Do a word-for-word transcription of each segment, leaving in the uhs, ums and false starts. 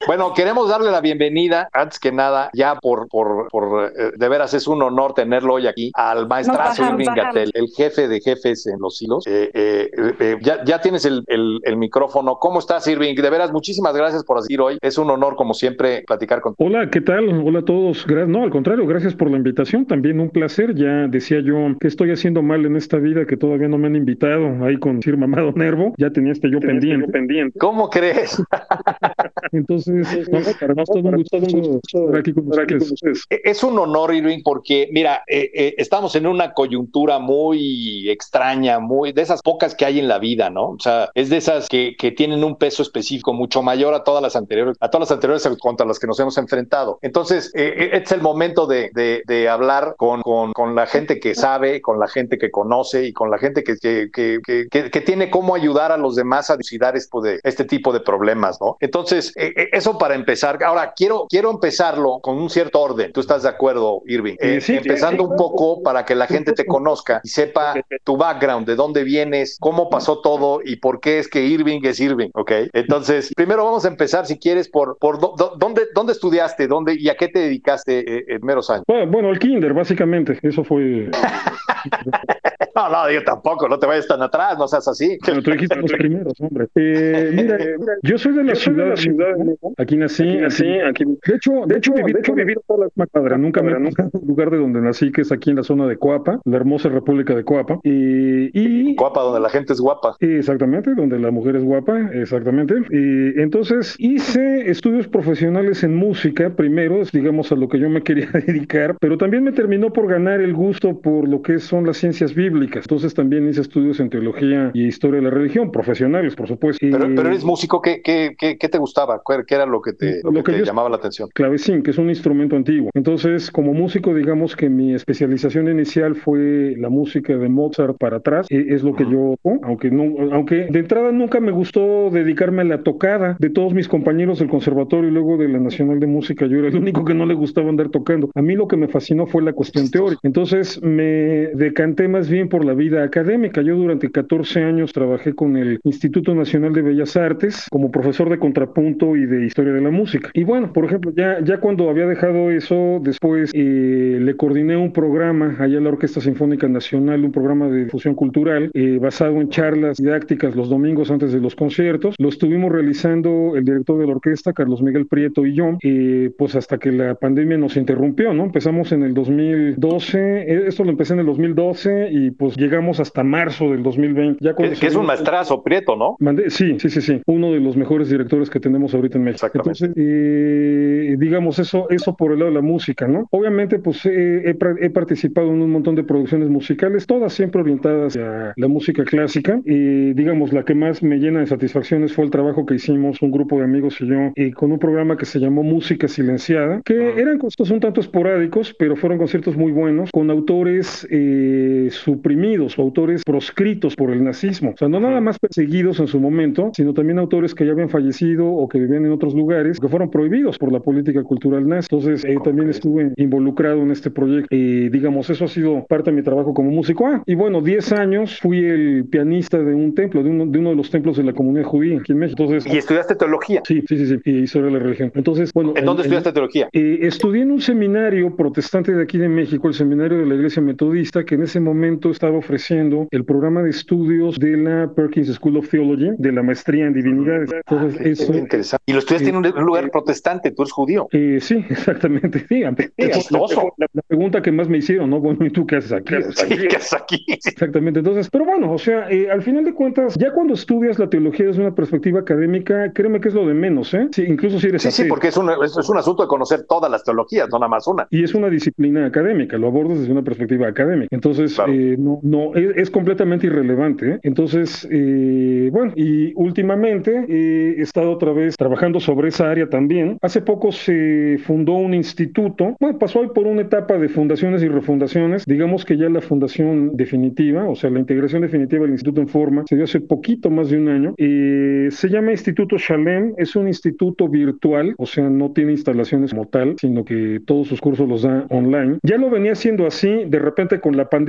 Bueno, queremos darle la bienvenida, antes que nada, ya por, por, por eh, de veras es un honor tenerlo hoy aquí, al maestrazo Nos Irving bajamos. Gatell, el jefe de jefes en Los Hilos. Eh, eh, eh, ya, ya tienes el, el, el micrófono. ¿Cómo estás, Irving? De veras, muchísimas gracias por asistir hoy. Es un honor, como siempre, platicar contigo. Hola, ¿qué tal? Hola a todos. Gra- No, al contrario, gracias por la invitación. También un placer. Ya decía yo que estoy haciendo mal en esta vida, que todavía no me han invitado ahí con Sir Mamado Nervo. Ya tenía este yo Tenía este yo pendiente. pendiente. ¿Cómo crees? Entonces, no, para mí es todo un gusto estar aquí con Estar aquí con ustedes. ustedes. Es un honor, Irving, porque, mira, eh, eh, estamos en una coyuntura muy extraña, muy de esas pocas que hay en la vida, ¿no? O sea, es de esas que, que tienen un peso específico mucho mayor a todas las anteriores, a todas las anteriores contra las que nos hemos enfrentado. Entonces, eh, este es el momento de, de, de hablar con, con, con la gente que sabe, con la gente que conoce y con la gente que, que, que, que, que tiene cómo ayudar a los demás a dilucidar este, de, este tipo de problemas, ¿no? Entonces, eh, eso para empezar. Ahora, quiero, quiero empezarlo con un cierto orden. ¿Tú estás de acuerdo, Irving? Eh, Sí, empezando sí, un poco para que la gente te conozca y sepa tu background, de dónde vienes, cómo pasó todo y por qué es que Irving es Irving, ¿ok? Entonces, primero vamos a empezar, si quieres, por, por do, do, dónde, dónde estudiaste, dónde y a qué te dedicaste eh, en meros años. Bueno, bueno, el kinder, básicamente. Eso fue. No, no, yo tampoco, no te vayas tan atrás, no seas así. Bueno, tú dijiste los primeros, hombre. Eh, mira, yo soy de la Yo soy ciudad de la de ciudad de México. Aquí nací, Aquí nací, aquí. aquí. De hecho, de hecho, viví, de hecho, toda, viví toda la misma cuadra. Nunca me he cuadra, pasado al lugar de donde nací, que es aquí en la zona de Coapa, la hermosa República de Coapa. Y, y Coapa, donde la gente es guapa. exactamente, donde la mujer es guapa, exactamente. Y entonces hice estudios profesionales en música, primero, digamos, a lo que yo me quería dedicar, pero también me terminó por ganar el gusto por lo que son las ciencias bíblicas. Entonces también hice estudios en teología y historia de la religión, profesionales, por supuesto. Pero, Y, pero eres músico, ¿qué, qué, qué, qué te gustaba? ¿Qué era lo que te, lo lo que que te yo llamaba la atención? clavecín, que es un instrumento antiguo. Entonces, como músico, digamos que mi especialización inicial fue la música de Mozart para atrás, eh, es lo que yo, oh, aunque no, aunque de entrada nunca me gustó dedicarme a la tocada. De todos mis compañeros del conservatorio y luego de la Nacional de Música, yo era el único que no le gustaba andar tocando. A mí lo que me fascinó fue la cuestión teórica. Entonces, me decanté más bien por la vida académica. Yo durante catorce años trabajé con el Instituto Nacional de Bellas Artes como profesor de contrapunto y de historia de la música. Y bueno, por ejemplo, ya, ya cuando había dejado eso, después eh, le coordiné un programa allá en la Orquesta Sinfónica Nacional, un programa de difusión cultural eh, basado en charlas didácticas los domingos antes de los conciertos. Lo estuvimos realizando el director de la orquesta, Carlos Miguel Prieto, y yo, eh, pues hasta que la pandemia nos interrumpió, ¿no? Empezamos en el dos mil doce, eh, esto lo empecé en el dos mil doce y pues llegamos hasta marzo del dos mil veinte. Ya que, que es un maestrazo, Prieto, ¿no? Mandé, sí, sí, sí, sí, uno de los mejores directores que tenemos ahorita en México. Exactamente. Entonces, eh, digamos, eso, eso por el lado de la música, ¿no? Obviamente, pues eh, he, he, participado en un montón de producciones musicales, todas siempre orientadas a la música clásica. Y digamos, la que más me llena de satisfacciones fue el trabajo que hicimos un grupo de amigos y yo eh, con un programa que se llamó Música Silenciada, que uh-huh. eran conciertos un tanto esporádicos, pero fueron conciertos muy buenos, con autores eh, suprimidos, o autores proscritos por el nazismo. O sea, no uh-huh. nada más perseguidos en su momento, sino también autores que ya habían fallecido o que vivían en otros lugares, que fueron prohibidos por la política cultural nazi. Entonces, eh, también estuve involucrado en este proyecto. Eh, digamos, eso ha sido parte de mi trabajo como músico. Ah, y bueno, diez años fui el pianista de un templo, de uno de, uno de los templos de la comunidad judía aquí en México. Entonces, ¿y estudiaste teología? Sí, sí, sí, sí, y historia de la religión. Entonces, bueno. ¿En dónde el, estudiaste teología? Eh, estudié en un seminario protestante de aquí de México, el seminario de la Iglesia Metodista, que en ese momento estaba ofreciendo el programa de estudios de la Perkins School of Theology, de la maestría en divinidades. Entonces, ah, qué, eso. Qué interesante. Y lo estudiaste eh, en un lugar eh, protestante, tú eres judío. Eh, sí, exactamente. Dígame. Qué chistoso. La, la, la pregunta que más me hicieron, ¿no? Bueno, ¿y tú qué haces aquí? ¿Qué haces aquí? ¿Qué haces aquí? Exactamente. Entonces, pero bueno, o sea, eh, al final de cuentas, ya cuando estudias la teología desde una perspectiva académica, créeme que es lo de menos, ¿eh? Sí, incluso si eres Sí, ateo. Sí, porque es un, es, es un asunto de conocer todas las teologías, no nada más una. Y es una disciplina académica, lo abordas desde una perspectiva académica. Entonces, claro. eh, no, no, es, es completamente irrelevante, ¿eh? Entonces, eh, bueno, y últimamente eh, he estado otra vez trabajando sobre esa área también. Hace poco se fundó un instituto, bueno, pasó hoy por una etapa de fundaciones y refundaciones, digamos que ya la fundación definitiva, o sea, la integración definitiva del instituto en forma, se dio hace poquito más de un año. Eh, se llama Instituto Shalem, es un instituto virtual, o sea, no tiene instalaciones como tal, sino que todos sus cursos los da online. Ya lo venía haciendo así, de repente con la pandemia, pues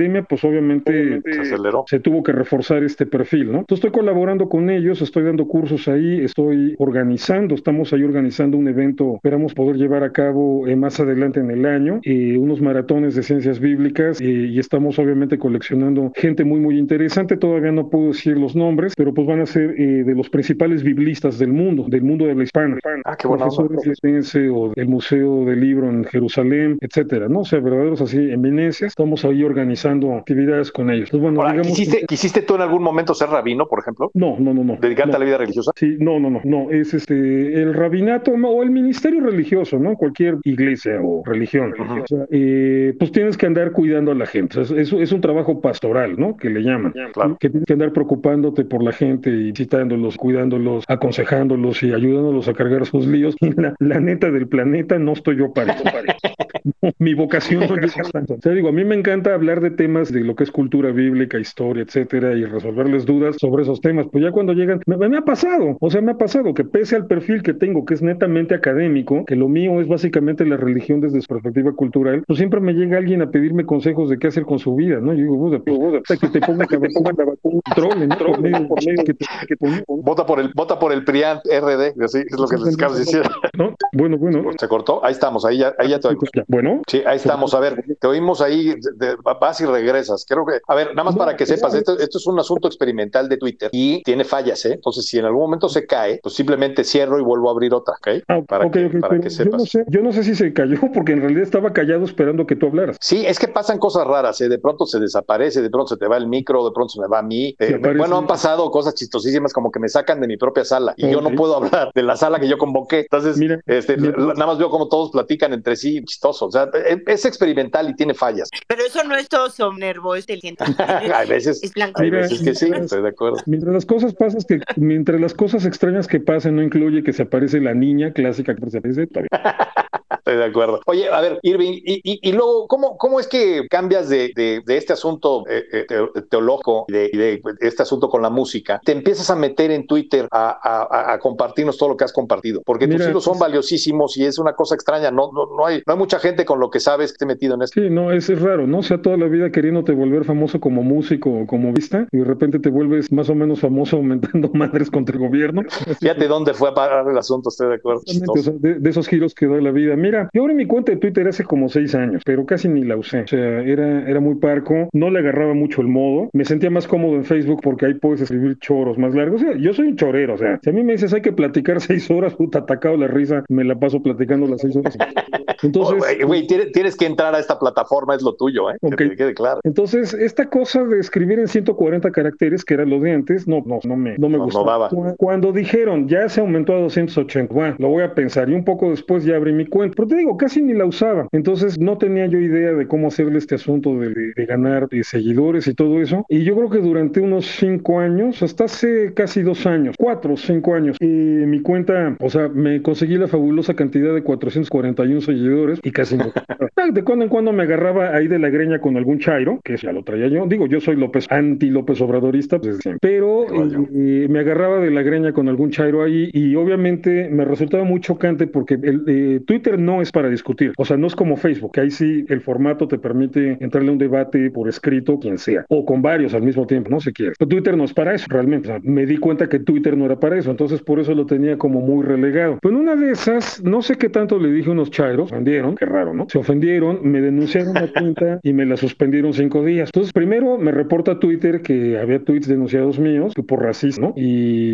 obviamente, obviamente se aceleró. Se tuvo que reforzar este perfil, ¿no? Entonces estoy colaborando con ellos, estoy dando cursos ahí, estoy organizando, estamos ahí organizando un evento, esperamos poder llevar a cabo eh, más adelante en el año, eh, unos maratones de ciencias bíblicas eh, y estamos obviamente coleccionando gente muy muy interesante, todavía no puedo decir los nombres, pero pues van a ser eh, de los principales biblistas del mundo, del mundo de la hispana. Ah, qué buena onda. Profesores de o del Museo del Libro en Jerusalén, etcétera, ¿no? O sea, verdaderos así eminencias, estamos ahí organizando actividades con ellos. Entonces, bueno, Ahora, digamos, ¿quisiste, ¿quisiste tú en algún momento ser rabino, por ejemplo? No, no, no, no. ¿Dedicarte no. a la vida religiosa? Sí, no, no, no, no, es este, el rabinato o el ministerio religioso, ¿no? Cualquier iglesia o religión. Uh-huh. O sea, eh, pues tienes que andar cuidando a la gente. Es, es, es un trabajo pastoral, ¿no? Que le llaman. Claro. Que tienes que andar preocupándote por la gente y citándolos, cuidándolos, aconsejándolos y ayudándolos a cargar sus líos. Y la, la neta del planeta, no estoy yo para eso. No, mi vocación no llega tanto. O sea, digo, a mí me encanta hablar de temas de lo que es cultura bíblica, historia, etcétera, y resolverles dudas sobre esos temas. Pues ya cuando llegan, me, me ha pasado, o sea, me ha pasado que pese al perfil que tengo, que es netamente académico, que lo mío es básicamente la religión desde su perspectiva cultural, pues siempre me llega alguien a pedirme consejos de qué hacer con su vida, ¿no? Yo digo, Buda, pues, Buda, que te ponga la vacuna, la vacuna, trole, ¿no? Por medio, por medio que te, que te, vota por el, vota por el P R I A N R D, así es lo que les acabas de decir. ¿No? Bueno, bueno. ¿Se cortó? Ahí estamos, ahí ya, ahí ya te oímos. Bueno. Sí, ahí estamos. A ver, te oímos ahí, de, vas y regresas. Creo que, a ver, nada más no, para que sepas, esto, esto es un asunto experimental de Twitter y tiene fallas, ¿eh? Entonces, si en algún momento se cae, pues simplemente cierro y vuelvo a abrir otra, ¿ok? Ah, para okay, que, okay, para que sepas. Yo no, sé, yo no sé si se cayó porque en realidad estaba callado esperando que tú hablaras. Sí, es que pasan cosas raras, ¿eh? De pronto se desaparece, de pronto se te va el micro, de pronto se me va a mí. Eh, bueno, han pasado cosas chistosísimas como que me sacan de mi propia sala y okay. yo no puedo hablar de la sala que yo convoqué. Entonces, mira, este, mira. nada más veo como todos platican entre sí, chistoso. O sea, es experimental y tiene fallas. Pero eso no es todo somnervo, es inteligente. hay veces, es hay mira, veces que sí, mientras, estoy de acuerdo. Mientras las cosas pasan, que mientras las cosas extrañas que pasan no incluye que se aparece la niña clásica que se aparece, está bien. Estoy de acuerdo. Oye, a ver, Irving, y, y, y luego, ¿cómo, ¿cómo es que cambias de, de, de este asunto eh, eh, teológico y de, de este asunto con la música? Te empiezas a meter en Twitter a, a, a compartirnos todo lo que has compartido, porque Mira, tus hilos son valiosísimos y es una cosa extraña. No, no, no, hay, no hay mucha gente con lo que sabes que esté metido en esto. Sí, no, es, es raro, ¿no? O sea, toda la vida queriéndote volver famoso como músico o como vista y de repente te vuelves más o menos famoso aumentando madres contra el gobierno. Fíjate dónde fue a parar el asunto, estoy de acuerdo. O sea, de, de esos giros que da la vida. Mira, yo abrí mi cuenta de Twitter hace como seis años, pero casi ni la usé. O sea, era, era muy parco, no le agarraba mucho el modo. Me sentía más cómodo en Facebook porque ahí puedes escribir choros más largos. O sea, yo soy un chorero, o sea, si a mí me dices hay que platicar seis horas, puta, atacado la risa, me la paso platicando las seis horas. Entonces, güey, oh, wey, tienes, tienes que entrar a esta plataforma, es lo tuyo, ¿eh? Okay. Que te quede claro. Entonces, esta cosa de escribir en ciento cuarenta caracteres, que era lo de antes, no, no, no me, no me no, gustaba. No daba. Cuando dijeron, ya se aumentó a doscientos ochenta, bueno, lo voy a pensar, y un poco después ya abrí mi cuenta, pero te digo, casi ni la usaba. Entonces, no tenía yo idea de cómo hacerle este asunto de, de, de ganar de seguidores y todo eso. Y yo creo que durante unos cinco años, hasta hace casi dos años, cuatro o cinco años, y mi cuenta, o sea, me conseguí la fabulosa cantidad de cuatrocientos cuarenta y uno seguidores y casi no. De cuando en cuando me agarraba ahí de la greña con algún chairo, que ya lo traía yo. Digo, yo soy López, anti López Obradorista, pues, pero eh, me agarraba de la greña con algún chairo ahí y obviamente me resultaba muy chocante porque el, eh, Twitter no es para discutir. O sea, no es como Facebook, que ahí sí el formato te permite entrarle a un debate por escrito, quien sea, o con varios al mismo tiempo, no sé quién. Pero Twitter no es para eso, realmente. O sea, me di cuenta que Twitter no era para eso, entonces por eso lo tenía como muy relegado. Pero en una de esas, no sé qué tanto le dije a unos chairos, se ofendieron, qué raro, ¿no? Se ofendieron, me denunciaron la cuenta y me la suspendieron cinco días. Entonces, primero me reporta Twitter que había tweets denunciados míos que por racismo, ¿no?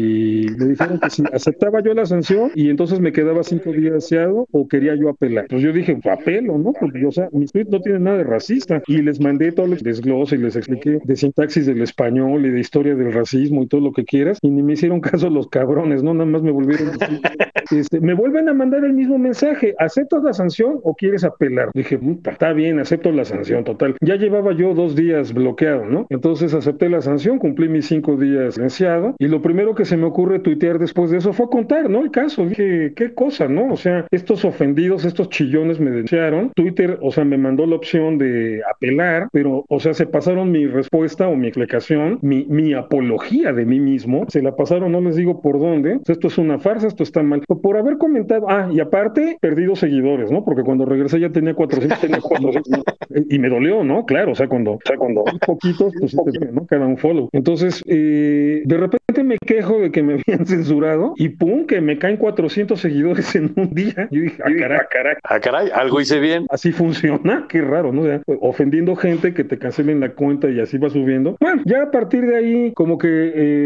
Y me dijeron que si aceptaba yo la sanción y entonces me quedaba cinco días deseado o quería yo apelar. Pues yo dije, pues apelo, ¿no? Porque, o sea, mis tweets no tienen nada de racista. Y les mandé todo el desglose y les expliqué de sintaxis del español y de historia del racismo y todo lo que quieras. Y ni me hicieron caso los cabrones, ¿no? Nada más me volvieron a decir, este, me vuelven a mandar el mismo mensaje. ¿Aceptas la sanción o quieres apelar? Dije, está bien, acepto la sanción, total. Ya llevaba yo dos días bloqueado, ¿no? Entonces acepté la sanción, cumplí mis cinco días silenciado y lo primero que se me ocurre tuitear después de eso fue contar, ¿no? El caso. Dije, qué cosa, ¿no? O sea, estos ofendidos, estos chillones me denunciaron. Twitter, o sea, me mandó la opción de apelar, pero, o sea, se pasaron mi respuesta o mi explicación, mi, mi apología de mí mismo, se la pasaron, no les digo por dónde. O sea, esto es una farsa, esto está mal. Por haber comentado, ah, y aparte, perdido seguidores, ¿no? Porque cuando regresé ya tenía cuatrocientos cuatrocientos, tenía cuatrocientos. Y me dolió, ¿no? Claro, o sea, cuando, o sea, cuando hay poquitos, pues sí te, ¿no? Cada un follow. Entonces, eh, de repente me quejo de que me habían censurado y pum, que me caen cuatrocientos seguidores en un día. Yo dije, ah, caray, ah, caray, ah, caray, algo hice bien. Así funciona, qué raro, ¿no? O sea, ofendiendo gente que te cancelen la cuenta y así va subiendo. Bueno, ya a partir de ahí, como que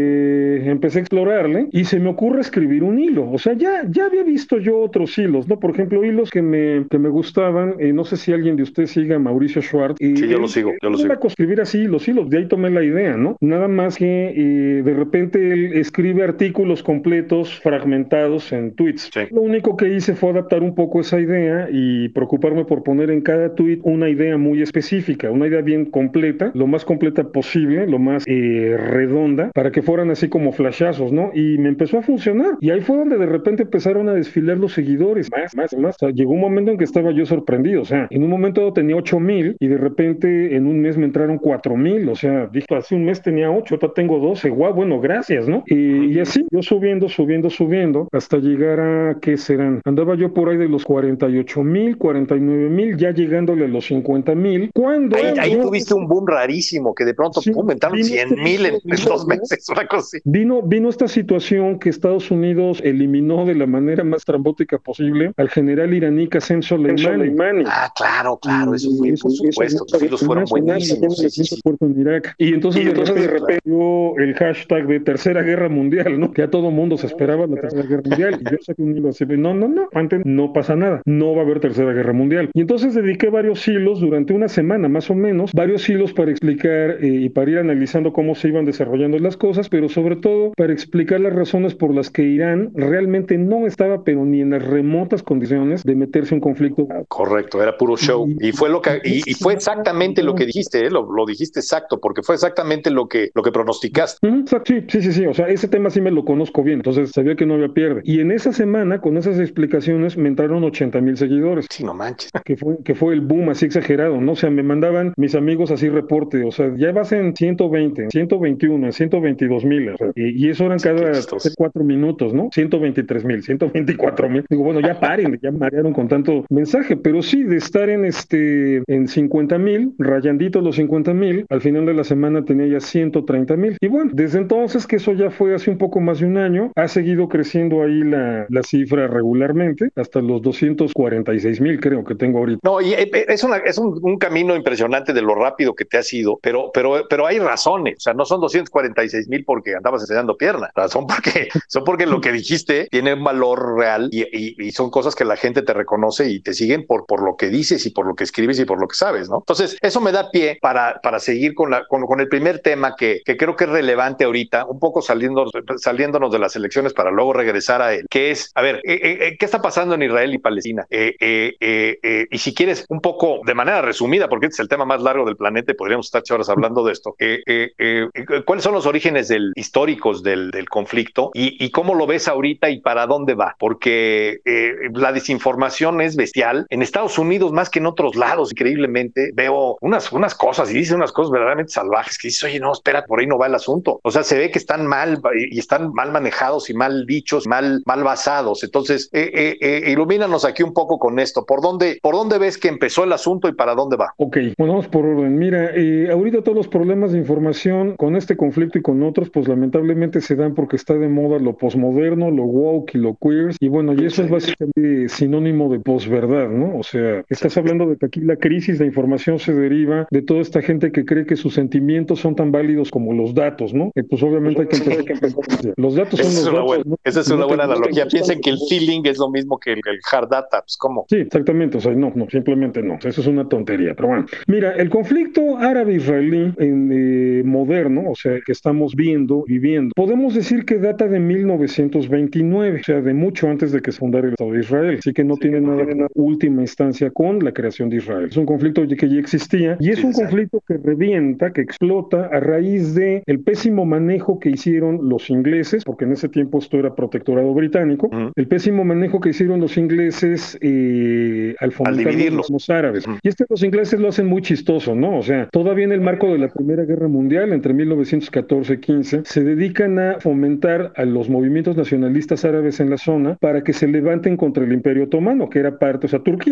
eh, empecé a explorarle y se me ocurre escribir un hilo. O sea, ya, ya había visto yo otros hilos, ¿no? Por ejemplo, hilos que me, que me gustaban. Eh, no sé si alguien de ustedes siga a Mauricio Schwartz. Y sí, yo lo sigo, yo lo sigo. A escribir así los hilos, de ahí tomé la idea, ¿no? Nada más que eh, de repente él escribe artículos completos, fragmentados en tweets. Sí. Lo único que hice fue adaptar un poco esa idea y preocuparme por poner en cada tweet una idea muy específica, una idea bien completa, lo más completa posible, lo más eh, redonda, para que fueran así como flashazos, ¿no? Y me empezó a funcionar. Y ahí fue donde de repente empezaron a desfilar los seguidores, más, más, más. O sea, llegó un momento en que estaba yo sorprendido, o sea, en un momento tenía ocho mil y de repente en un mes me entraron cuatro mil, o sea, dije, hace un mes tenía ocho, ahora tengo doce, guau, bueno, gracias, ¿no? Y, y así, yo subiendo, subiendo, subiendo, hasta llegar a, ¿qué serán? Andaba yo por ahí de los cuarenta y ocho mil, cuarenta y nueve mil, ya llegándole a los cincuenta mil. ¿Cuándo? Ahí, ahí tuviste un boom rarísimo, que de pronto, sí, pum, entraron cien mil en, en dos meses, una cosa así. Vino, vino esta situación que Estados Unidos eliminó de la manera más trambótica posible al general iraní Qasem Soleimani. Ah, claro, claro, eso fue, por supuesto, tus hilos fueron buenísimos. Sí, sí, sí. En Irak. Y entonces, y entonces de repente dio el hashtag de Tercera Guerra Mundial, ¿no? Que a todo mundo se esperaba la Tercera Guerra Mundial. Y yo saqué un hilo así, no, no, no, antes no pasa nada, no va a haber Tercera Guerra Mundial. Y entonces dediqué varios hilos durante una semana más o menos, varios hilos para explicar eh, y para ir analizando cómo se iban desarrollando las cosas, pero sobre todo para explicar las razones por las que Irán realmente no estaba, pero ni en las remotas condiciones de meterse en conflicto. Correcto, era puro show. Y, y fue lo que, y, y fue exactamente lo que dijiste, ¿eh? lo, lo dijiste exacto, porque fue exactamente lo que, lo que pronosticaste. Uh-huh, sí, sí, sí, sí, o sea, ese tema sí me lo conozco bien, entonces sabía que no había pierde. Y en esa semana, con esas explicaciones, me entraron ochenta mil seguidores. Sí, no manches. Que fue, que fue el boom así exagerado, ¿no? O sea, me mandaban mis amigos así reporte, o sea, ya vas en ciento veinte, ciento veintiuno, ciento veintidós mil, o sea, y, y eso eran cada cuatro minutos, ¿no? ciento veintitrés mil, ciento veinticuatro mil. Digo, bueno, ya paren, ya marearon con tanto mensaje, pero sí, de estar en este, en cincuenta mil, rayandito los cincuenta mil, al final de la semana tenía ya ciento treinta mil. Y bueno, desde entonces, que eso ya fue hace un poco más de un año, ha seguido creciendo ahí la, la cifra regularmente, hasta los doscientos cuarenta y seis mil creo que tengo ahorita. No, y es, una, es un, un camino impresionante de lo rápido que te has ido, pero, pero, pero hay razones, o sea, no son doscientos cuarenta y seis mil porque andabas enseñando pierna, o sea, son porque, son porque lo que dijiste tiene un valor real y, y, y son cosas que la gente te reconoce y te siguen por, por lo que dices y por lo que escribes y por lo que sabes, ¿no? Entonces, eso me da pie para, para seguir con, la, con, con el primer tema que, que creo que es relevante ahorita, un poco saliendo, saliéndonos de las elecciones para luego regresar a él, que es, a ver, eh, eh, ¿qué está pasando en Israel y Palestina? Eh, eh, eh, eh, y si quieres, un poco de manera resumida, porque este es el tema más largo del planeta y podríamos estar ocho horas hablando de esto, eh, eh, eh, ¿cuáles son los orígenes del, históricos del, del conflicto y, y cómo lo ves ahorita y para dónde va? Porque eh, la desinformación es bestial. En Estados Unidos, más que en otros lados, increíblemente, veo unas, unas cosas y dicen unas cosas verdaderamente salvajes que dices, oye, no, espera, por ahí no va el asunto. O sea, se ve que están mal y están mal manejados y mal dichos, mal, mal basados. Entonces, eh, eh, eh, ilumínanos aquí un poco con esto. ¿Por dónde, por dónde ves que empezó el asunto y para dónde va? Ok, bueno, vamos por orden. Mira, eh, ahorita todos los problemas de información con este conflicto y con otros, pues lamentablemente se dan porque está de moda lo posmoderno, lo woke y lo queer. Y bueno, y eso es básicamente sinónimo de posverdad, ¿no? O sea, estás hablando de que aquí la crisis de información se deriva de toda esta gente que cree que sus sentimientos son tan válidos como los datos, ¿no? Que pues obviamente hay que empezar, que empezar. Los datos son los datos. Buena, ¿no? Esa es una no buena analogía. Piensen que el feeling es lo mismo que el, el hard data. Pues, ¿cómo? Sí, exactamente. O sea, no, no, simplemente no. Eso es una tontería. Pero bueno, mira, el conflicto árabe-israelí en, eh, moderno, o sea, que estamos viendo, viviendo, podemos decir que data de mil novecientos veintinueve, o sea, de mucho antes de que se fundara el Estado de Israel. Así que no sí, tiene no nada en última instancia con la creación de Israel. Es un conflicto que ya existía y es sí, un exacto. conflicto que revienta, que explota a raíz de el pésimo manejo que hicieron los ingleses, porque en ese tiempo esto era protectorado británico, uh-huh. el pésimo manejo que hicieron los ingleses eh, al fomentar los, los árabes. Uh-huh. Y este los ingleses lo hacen muy chistoso, ¿no? O sea, todavía en el marco de la Primera Guerra Mundial, entre mil novecientos catorce y quince, se dedican a fomentar a los movimientos nacionalistas árabes en la zona para que se levanten contra el Imperio Otomano, que era parte, o sea, Turquía, que era parte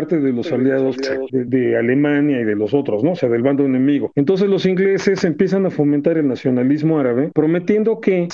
parte de los aliados de, de Alemania y de los otros, ¿no? O sea, del bando enemigo. Entonces los ingleses empiezan a fomentar el nacionalismo árabe, prometiendo que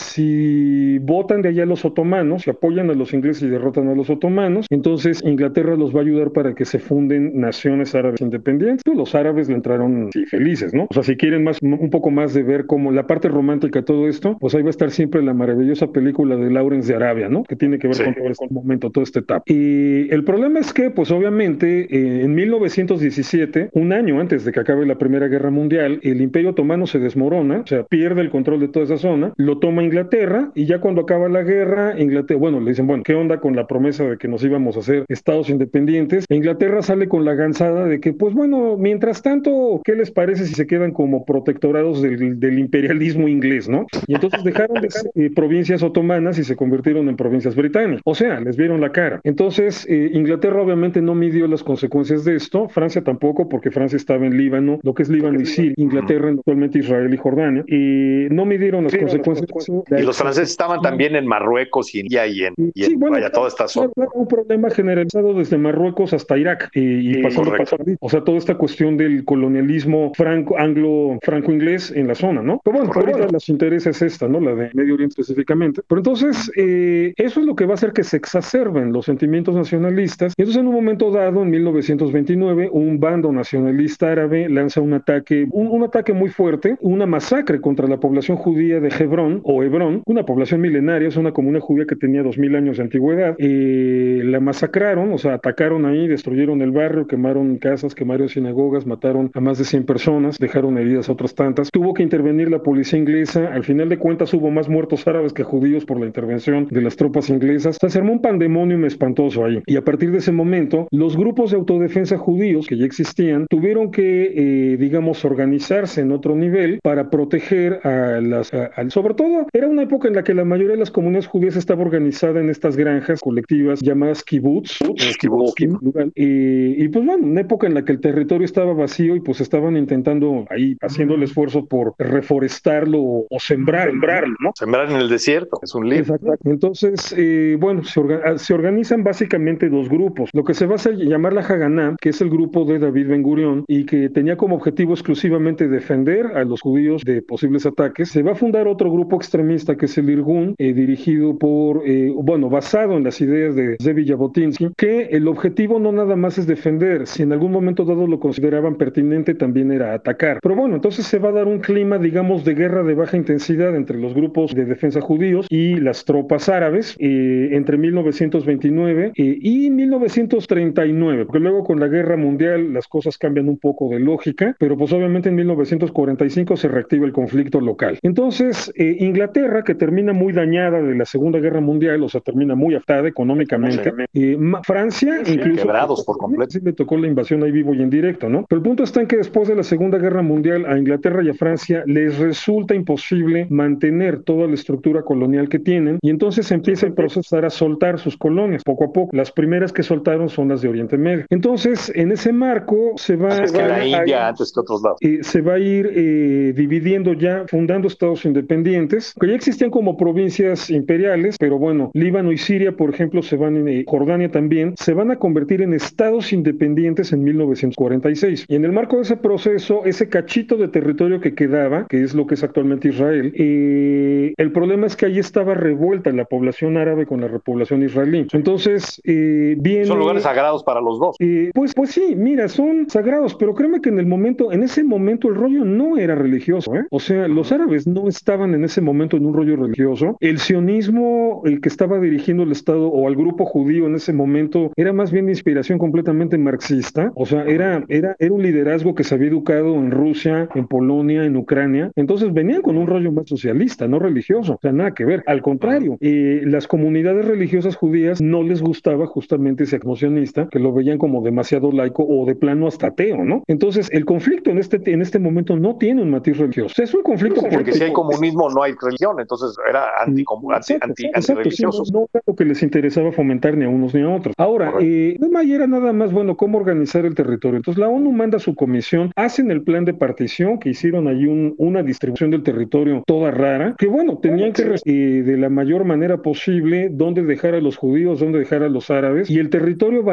si votan de allá los otomanos, si apoyan a los ingleses y derrotan a los otomanos, entonces Inglaterra los va a ayudar para que se funden naciones árabes independientes. Pues los árabes le entraron sí, felices, ¿no? O sea, si quieren más, un poco más de ver cómo la parte romántica de todo esto, pues ahí va a estar siempre la maravillosa película de Lawrence de Arabia, ¿no? Que tiene que ver sí. con todo este momento, toda esta etapa. Y el problema es que, pues obviamente, eh, en mil novecientos diecisiete, un año antes de que acabe la Primera Guerra Mundial, el Imperio Otomano se desmorona, o sea, pierde el control de toda esa zona, lo toma Inglaterra, y ya cuando acaba la guerra, Inglaterra, bueno, le dicen, bueno, ¿qué onda con la promesa de que nos íbamos a hacer estados independientes? E Inglaterra sale con la gansada de que, pues bueno, mientras tanto, ¿qué les parece si se quedan como protectorados del, del imperialismo inglés, ¿no? Y entonces dejaron de ser eh, provincias otomanas y se convirtieron en provincias británicas. O sea, les vieron la cara. Entonces, eh, Inglaterra obviamente no midió las consecuencias de esto, Francia tampoco, porque Francia estaba en Líbano, lo que es Líbano y Siria, Inglaterra actualmente Israel y Jordania, y no midieron las sí, consecuencias. Y los franceses estaban también en Marruecos y en, y en, y en sí, bueno, vaya, toda esta zona. Claro, un problema generalizado desde Marruecos hasta Irak, y, y sí, pasando, pasando, o sea, toda esta cuestión del colonialismo franco, anglo, franco-inglés en la zona, ¿no? Pero bueno, ahorita las interesa es esta, ¿no? La de Medio Oriente específicamente. Pero entonces, eh, eso es lo que va a hacer que se exacerben los sentimientos nacionalistas. Y entonces, en un momento dado, en mil novecientos veintinueve, un bando nacionalista árabe lanza un ataque, un, un ataque muy fuerte, una masacre contra la población judía de Hebrón, o Hebrón, una población milenaria, es una comuna judía que tenía dos mil años de antigüedad. Eh, la masacraron, o sea, atacaron ahí, destruyeron el barrio, quemaron casas, quemaron sinagogas, mataron a más de cien personas, dejaron heridas a otras tantas. Tuvo que intervenir la policía inglesa. Al final de cuentas hubo más muertos árabes que judíos por la intervención de las tropas inglesas. O sea, se armó un pandemonium espantoso ahí. Y a partir de ese momento, los grupos de autodefensa judíos que ya existían tuvieron que, eh, digamos, organizarse en otro nivel para proteger a las... A, a, sobre todo, era una época en la que la mayoría de las comunidades judías estaba organizada en estas granjas colectivas llamadas kibbutz. Kibbutz, y, y pues bueno, una época en la que el territorio estaba vacío y pues estaban intentando ahí, haciendo el esfuerzo por reforestarlo o, o sembrar, sembrarlo, ¿no? Sembrar en el desierto, es un lío. Exacto. Entonces, eh, bueno, se, orga se organizan básicamente dos grupos. Lo que se va a hacer, llamar la Haganá, que es el grupo de David Ben Gurión y que tenía como objetivo exclusivamente defender a los judíos de posibles ataques. Se va a fundar otro grupo extremista que es el Irgun, eh, dirigido por, eh, bueno, basado en las ideas de Zevi Jabotinsky, que el objetivo no nada más es defender, si en algún momento dado lo consideraban pertinente, también era atacar. Pero bueno, entonces se va a dar un clima, digamos, de guerra de baja intensidad entre los grupos de defensa judíos y las tropas árabes eh, entre mil novecientos veintinueve eh, y mil novecientos treinta y nueve, porque luego con la guerra mundial las cosas cambian un poco de lógica, pero pues obviamente en mil novecientos cuarenta y cinco se reactiva el conflicto local. Entonces, eh, Inglaterra, que termina muy dañada de la Segunda Guerra Mundial, o sea, termina muy afectada económicamente, eh, Francia, sí, incluso quebrados por completo. Sí le tocó la invasión ahí vivo y en directo, ¿no? Pero el punto está en que después de la Segunda Guerra Mundial a Inglaterra y a Francia les resulta imposible mantener toda la estructura colonial que tienen y entonces empieza el proceso a soltar sus colonias poco a poco. Las primeras que soltaron son las de Oriente Medio. Entonces, en ese marco se va antes que va la India, a, antes que otros lados. Eh, se va a ir eh, dividiendo ya, fundando estados independientes, que ya existían como provincias imperiales, pero bueno, Líbano y Siria, por ejemplo, se van, eh, Jordania también, se van a convertir en estados independientes en mil novecientos cuarenta y seis. Y en el marco de ese proceso, ese cachito de territorio que quedaba, que es lo que es actualmente Israel, eh, el problema es que ahí estaba revuelta la población árabe con la repoblación israelí. Entonces, eh, viene... Son lugares sagrados para los dos. Eh, pues, pues sí, mira, son sagrados, pero créeme que en el momento, en ese momento el rollo no era religioso, ¿eh? O sea, los árabes no estaban en ese momento en un rollo religioso. El sionismo, el que estaba dirigiendo el Estado o al grupo judío en ese momento, era más bien de inspiración completamente marxista. O sea, era, era, era un liderazgo que se había educado en Rusia, en Polonia, en Ucrania. Entonces venían con un rollo más socialista, no religioso. O sea, nada que ver. Al contrario, eh, las comunidades religiosas judías no les gustaba justamente ese sionista, que lo veían como demasiado laico o de plano hasta ateo, ¿no? Entonces, el conflicto en este, en este momento no tiene un matiz religioso. Es un conflicto porque político. Si hay comunismo no hay religión, entonces era anti, anti, anti, antirreligioso. Sí, no, no era lo que les interesaba fomentar ni a unos ni a otros. Ahora, eh, el tema era nada más, bueno, cómo organizar el territorio. Entonces, la ONU manda su comisión, hacen el plan de partición, que hicieron ahí un, una distribución del territorio toda rara, que bueno, tenían que eh, de la mayor manera posible dónde dejar a los judíos, dónde dejar a los árabes, y el territorio vacío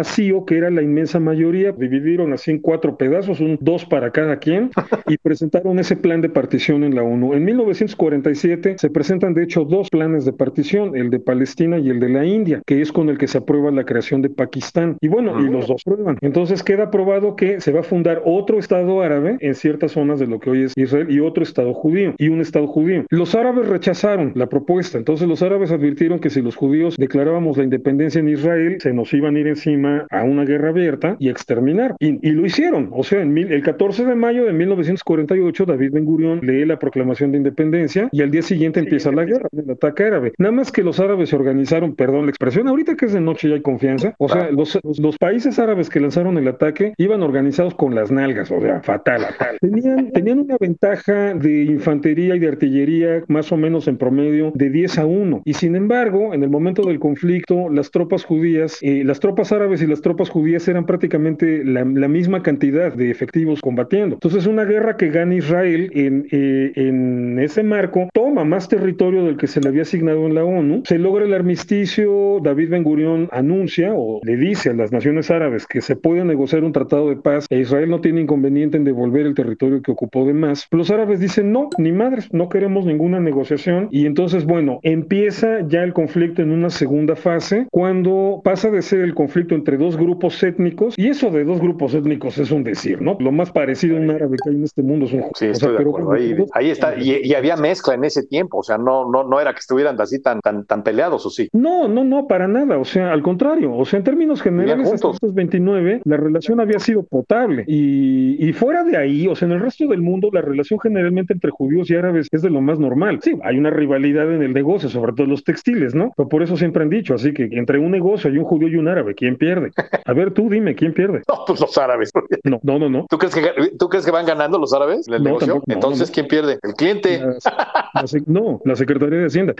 que era la inmensa mayoría, dividieron así en cuatro pedazos, un dos para cada quien, y presentaron ese plan de partición en la ONU. En mil novecientos cuarenta y siete se presentan de hecho dos planes de partición, el de Palestina y el de la India, que es con el que se aprueba la creación de Pakistán. Y bueno, y los dos prueban. Entonces queda aprobado que se va a fundar otro Estado árabe en ciertas zonas de lo que hoy es Israel y otro Estado judío, y un Estado judío. Los árabes rechazaron la propuesta, entonces los árabes advirtieron que si los judíos declarábamos la independencia en Israel, se nos iban a ir encima a una guerra abierta y exterminar. Y, y lo hicieron. O sea, en mil, el catorce de mayo de mil novecientos cuarenta y ocho, David Ben Gurión lee la proclamación de independencia y al día siguiente empieza la guerra, el ataque árabe. Nada más que los árabes se organizaron, perdón la expresión, ahorita que es de noche y hay confianza, o sea, los, los, los países árabes que lanzaron el ataque iban organizados con las nalgas, o sea, fatal, fatal. Tenían, tenían una ventaja de infantería y de artillería más o menos en promedio de diez a uno, y sin embargo, en el momento del conflicto, las tropas judías, eh, las tropas árabes y las tropas judías eran prácticamente la, la misma cantidad de efectivos combatiendo. Entonces, una guerra que gana Israel en, eh, en ese marco toma más territorio del que se le había asignado en la ONU, se logra el armisticio, David Ben Gurión anuncia o le dice a las naciones árabes que se puede negociar un tratado de paz e Israel no tiene inconveniente en devolver el territorio que ocupó de más. Los árabes dicen no, ni madres, no queremos ninguna negociación, y entonces, bueno, empieza ya el conflicto en una segunda fase, cuando pasa de ser el conflicto entre dos grupos étnicos, y eso de dos grupos étnicos es un decir, ¿no? Lo más parecido a un árabe que hay en este mundo es un... Sí, estoy o sea, de pero acuerdo. Bueno, ahí, dos... ahí está, y, y había mezcla en ese tiempo, o sea, no, no, no era que estuvieran así tan, tan, tan peleados, ¿o sí? No, no, no, para nada, o sea, al contrario, o sea, en términos generales, hasta estos veintinueve, la relación había sido potable, y, y fuera de ahí, o sea, en el resto del mundo, la relación generalmente entre judíos y árabes es de lo más normal. Sí, hay una rivalidad en el negocio, sobre todo los textiles, ¿no? Pero por eso siempre han dicho, así que entre un negocio y un judío y un árabe, ¿quién pierde? A ver, tú dime, ¿quién pierde? No, pues los árabes. No, no, no, no. ¿Tú crees que, ¿tú crees que van ganando los árabes en el no, negocio? Tampoco, Entonces, no, no. ¿quién pierde? El cliente. Las, las, no, la Secretaría de Hacienda.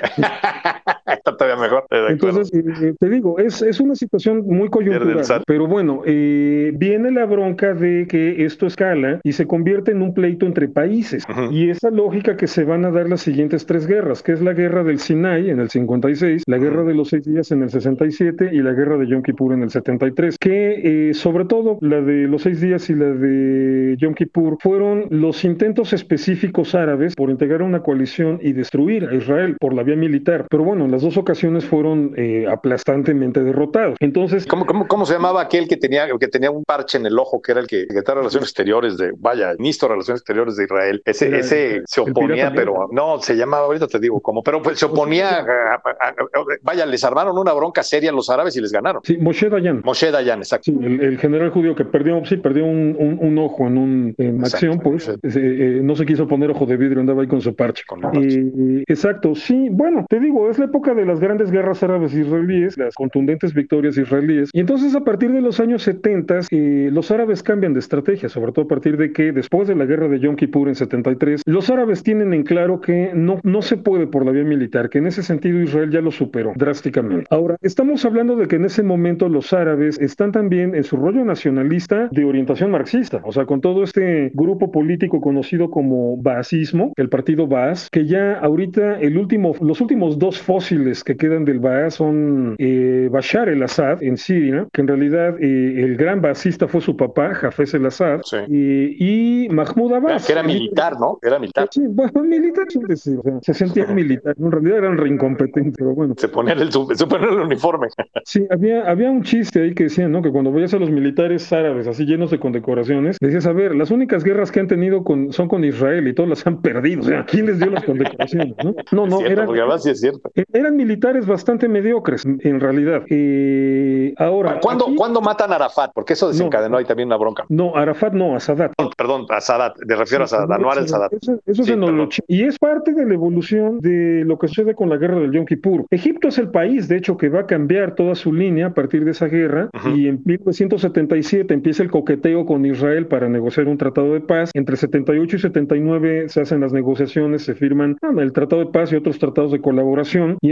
Está todavía mejor. Entonces, eh, te digo, es, es una situación muy coyuntural, pero bueno, eh, viene la bronca de que esto escala y se convierte en un pleito entre países. Uh-huh. Y esa lógica que se van a dar las siguientes tres guerras, que es la guerra del Sinai en el cincuenta y seis, la guerra uh-huh. de los seis días en el sesenta y siete y la guerra de Yom Kippur en el setenta y tres, que eh, sobre todo la de los seis días y la de Yom Kippur fueron los intentos específicos árabes por integrar una coalición y destruir a Israel por la vía militar. Pero bueno, en las dos ocasiones fueron eh, aplastantemente derrotados. Entonces, ¿Cómo, cómo, ¿Cómo se llamaba aquel que tenía, que tenía un parche en el ojo, que era el que secretario de Relaciones Exteriores de, vaya, ministro de Relaciones Exteriores de Israel? Ese, era, ese se oponía, pero no, se llamaba, ahorita te digo cómo, pero pues se oponía, a, a, a, a, vaya, les armaron una bronca seria a los árabes y les ganaron. Sí, Moshe Dayan. Moshe Dayan, exacto. Sí, el, el general judío que perdió, sí, perdió un, un, un ojo en, un, en acción, pues, eh, eh, no se quiso poner ojo de vidrio, andaba ahí con su parche. Con el parche. Eh, exacto, sí, bueno, te digo, es la época de las grandes guerras árabes israelíes, las contundentes victorias israelíes, y entonces a partir de los años setenta, eh, los árabes cambian de estrategia, sobre todo a partir de que después de la guerra de Yom Kippur en setenta y tres, los árabes tienen en claro que no, no se puede por la vía militar, que en ese sentido Israel ya lo superó drásticamente. Ahora, estamos hablando de que en ese momento los árabes están también en su rollo nacionalista de orientación marxista, o sea, con todo este grupo político conocido como Baasismo, el partido Baas, que ya ahorita el último, los últimos dos fósiles que quedan del Baas son eh, Bashar el-Assad en Siria, que en realidad eh, el gran baasista fue su papá, Hafez el-Assad, sí. eh, y Mahmoud Abbas. Que era militar, ¿no? Era militar. Sí, bueno, militar, sí, o sea, se sentía militar, en realidad eran reincompetentes, pero bueno. Se ponían el, se ponían el uniforme. Sí, había, había un chiste ahí que decían, ¿no? Que cuando veías a los militares árabes así llenos de condecoraciones, decías, a ver, las únicas guerras que han tenido con, son con Israel y todas las han perdido, o sea, ¿quién les dio las condecoraciones, no? No, no, es cierto, eran, porque además sí es cierto. Eran militares bastante mediocres, en realidad. Eh, ahora... ¿Cuándo, aquí... ¿Cuándo matan a Arafat? Porque eso desencadenó no, ahí también una bronca. No, Arafat no, a Sadat. Perdón, a Sadat, me refiero sí, a Sadat, Anwar el-Sadat. Eso, eso sí, es en el y es parte de la evolución de lo que sucede con la guerra del Yom Kippur. Egipto es el país, de hecho, que va a cambiar toda su línea a partir de esa guerra, uh-huh. y en mil novecientos setenta y siete empieza el coqueteo con Israel para negociar un tratado de paz. Entre setenta y ocho y setenta y nueve se hacen las negociaciones, se firman ah, el tratado de paz y otros tratados de colaboración, y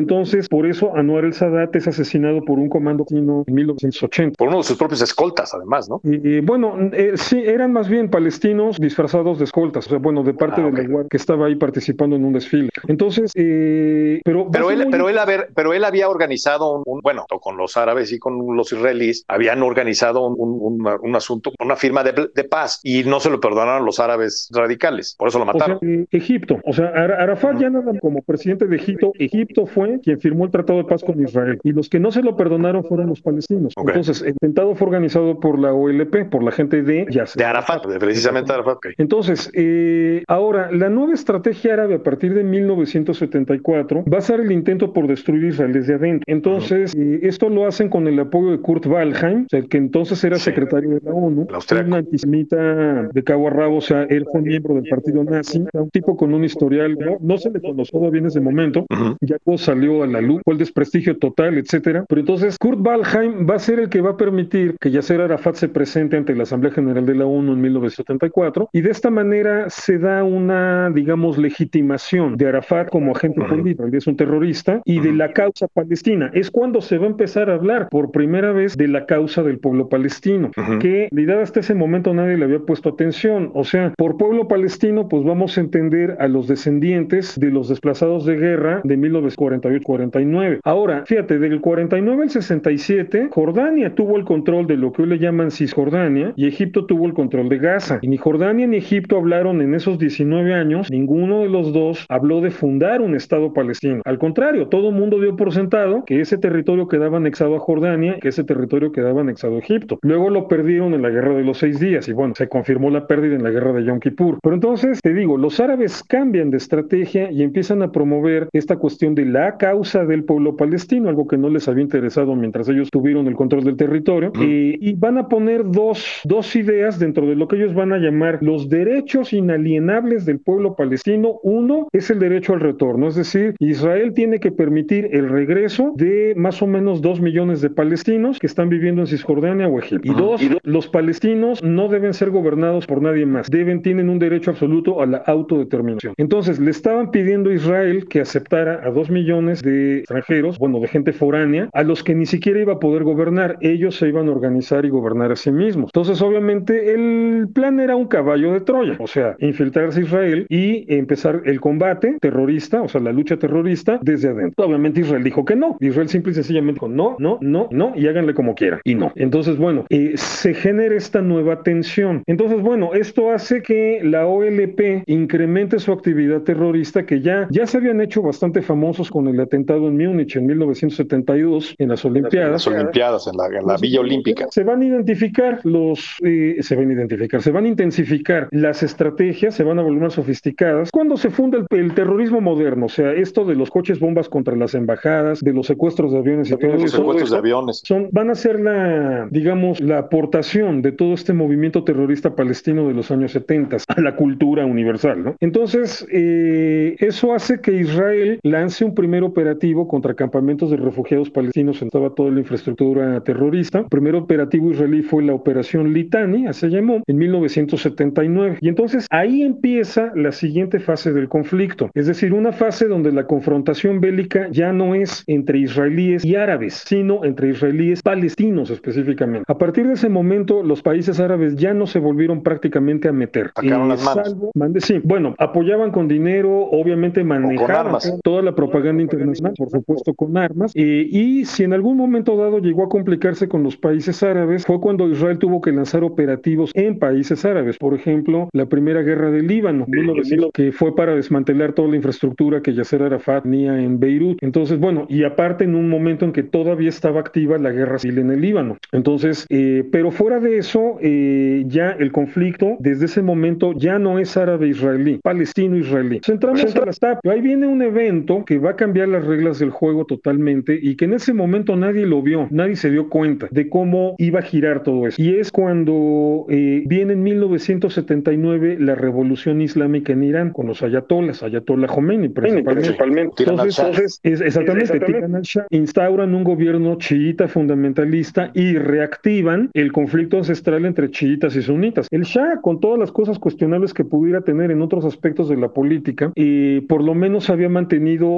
entonces por eso Anwar el-Sadat es asesinado por un comando chino en mil novecientos ochenta. Por uno de sus propios escoltas, además, ¿no? Y, bueno, eh, sí, eran más bien palestinos disfrazados de escoltas, o sea, bueno, de parte ah, okay. de la Guardia que estaba ahí participando en un desfile. Entonces, eh, pero... Pero él, pero, él haber, pero él había organizado, un, un, bueno, con los árabes y con los israelíes, habían organizado un, un, un, un asunto, una firma de, de paz, y no se lo perdonaron los árabes radicales, por eso lo mataron. O sea, eh, Egipto, o sea, Arafat uh-huh. ya nada como presidente de Egipto, Egipto fue quien firmó el Tratado de Paz con Israel, y los que no se lo perdonaron fueron los palestinos. Okay. Entonces, el atentado fue organizado por la O L P, por la gente de Yasser. De Arafat, de precisamente Arafat. Okay. Entonces, eh, ahora, la nueva estrategia árabe a partir de mil novecientos setenta y cuatro va a ser el intento por destruir Israel desde adentro. Entonces, uh-huh. eh, esto lo hacen con el apoyo de Kurt Waldheim, o sea, el que entonces era sí. secretario de la ONU, un antisemita de cabo a rabo, o sea, él fue miembro del partido nazi, un tipo con un historial, no, no se le conoció todavía en ese momento, uh-huh. ya salió a la luz, fue el desprestigio total, etcétera. Pero entonces, Kurt Waldheim va a ser el que va a permitir que Yasser Arafat se presente ante la Asamblea General de la ONU en mil novecientos setenta y cuatro, y de esta manera se da una, digamos, legitimación de Arafat como agente uh-huh. político, es un terrorista, y uh-huh. de la causa palestina. Es cuando se va a empezar a hablar por primera vez de la causa del pueblo palestino, uh-huh. que en realidad hasta ese momento nadie le había puesto atención. O sea, por pueblo palestino, pues vamos a entender a los descendientes de los desplazados de guerra de mil novecientos cuarenta y ocho cuarenta y nueve. Ahora, fíjate, del cuarenta y nueve al sesenta y siete, Jordania tuvo el control de lo que hoy le llaman Cisjordania, y Egipto tuvo el control de Gaza. Y ni Jordania ni Egipto hablaron en esos diecinueve años, ninguno de los dos habló de fundar un Estado palestino. Al contrario, todo el mundo dio por sentado que ese territorio quedaba anexado a Jordania, que ese territorio quedaba anexado a Egipto. Luego lo perdieron en la Guerra de los Seis Días, y bueno, se confirmó la pérdida en la Guerra de Yom Kippur. Pero entonces, te digo, los árabes cambian de estrategia y empiezan a promover esta cuestión de la causa del pueblo palestino, algo que no les había interesado mientras ellos tuvieron el control del territorio, uh-huh. eh, y van a poner dos, dos ideas dentro de lo que ellos van a llamar los derechos inalienables del pueblo palestino. Uno es el derecho al retorno, es decir, Israel tiene que permitir el regreso de más o menos dos millones de palestinos que están viviendo en Cisjordania o Egipto. Uh-huh. Y dos, y do- los palestinos no deben ser gobernados por nadie más, deben, tienen un derecho absoluto a la autodeterminación. Entonces, le estaban pidiendo a Israel que aceptara a dos millones de extranjeros, bueno, de gente foránea, a los que ni siquiera iba a poder gobernar, ellos se iban a organizar y gobernar a sí mismos. Entonces, obviamente, el plan era un caballo de Troya, o sea, infiltrarse a Israel y empezar el combate terrorista, o sea, la lucha terrorista desde adentro. Obviamente Israel dijo que no, Israel simple y sencillamente dijo no, no, no, no, y háganle como quieran, y no. Entonces, bueno, eh, se genera esta nueva tensión. Entonces, bueno, esto hace que la O L P incremente su actividad terrorista, que ya, ya se habían hecho bastante famosos con el atentado en Múnich en mil novecientos setenta y dos, en las Olimpiadas. En las Olimpiadas, en la, en la Villa Olímpica. Se van a identificar los, eh, se van a identificar, se van a intensificar las estrategias, se van a volver más sofisticadas. Cuando se funda el, el terrorismo moderno, o sea, esto de los coches bombas contra las embajadas, de los secuestros de aviones y todo los eso, secuestros de aviones. Son, van a ser la, digamos, la aportación de todo este movimiento terrorista palestino de los años setenta a la cultura universal, ¿no? Entonces, eh, eso hace que Israel lance un primer operativo contra campamentos de refugiados palestinos en toda, toda la infraestructura terrorista. El primer operativo israelí fue la Operación Litani, así se llamó, en mil novecientos setenta y nueve. Y entonces ahí empieza la siguiente fase del conflicto, es decir, una fase donde la confrontación bélica ya no es entre israelíes y árabes, sino entre israelíes palestinos específicamente. A partir de ese momento, los países árabes ya no se volvieron prácticamente a meter. Sacaron eh, las manos. Salvo, mande, sí, bueno, apoyaban con dinero, obviamente manejaban toda la propaganda internacional, por supuesto con armas, eh, y si en algún momento dado llegó a complicarse con los países árabes, fue cuando Israel tuvo que lanzar operativos en países árabes. Por ejemplo, la primera guerra del Líbano, mil novecientos, que fue para desmantelar toda la infraestructura que Yasser Arafat tenía en Beirut. Entonces, bueno, y aparte en un momento en que todavía estaba activa la guerra civil en el Líbano. Entonces, eh, pero fuera de eso, eh, ya el conflicto desde ese momento ya no es árabe-israelí, palestino-israelí. Centramos a las tapas. Ahí viene un evento que va a cambiar las reglas del juego totalmente y que en ese momento nadie lo vio, nadie se dio cuenta de cómo iba a girar todo eso. Y es cuando eh, viene en mil novecientos setenta y nueve la revolución islámica en Irán, con los ayatolas, Ayatollah Khomeini principalmente. principalmente. Entonces, entonces es, exactamente, exactamente. Tiran al Shah, instauran un gobierno chiita fundamentalista y reactivan el conflicto ancestral entre chiitas y sunitas. El Shah, con todas las cosas cuestionables que pudiera tener en otros aspectos de la política, eh, por lo menos había mantenido, más bien,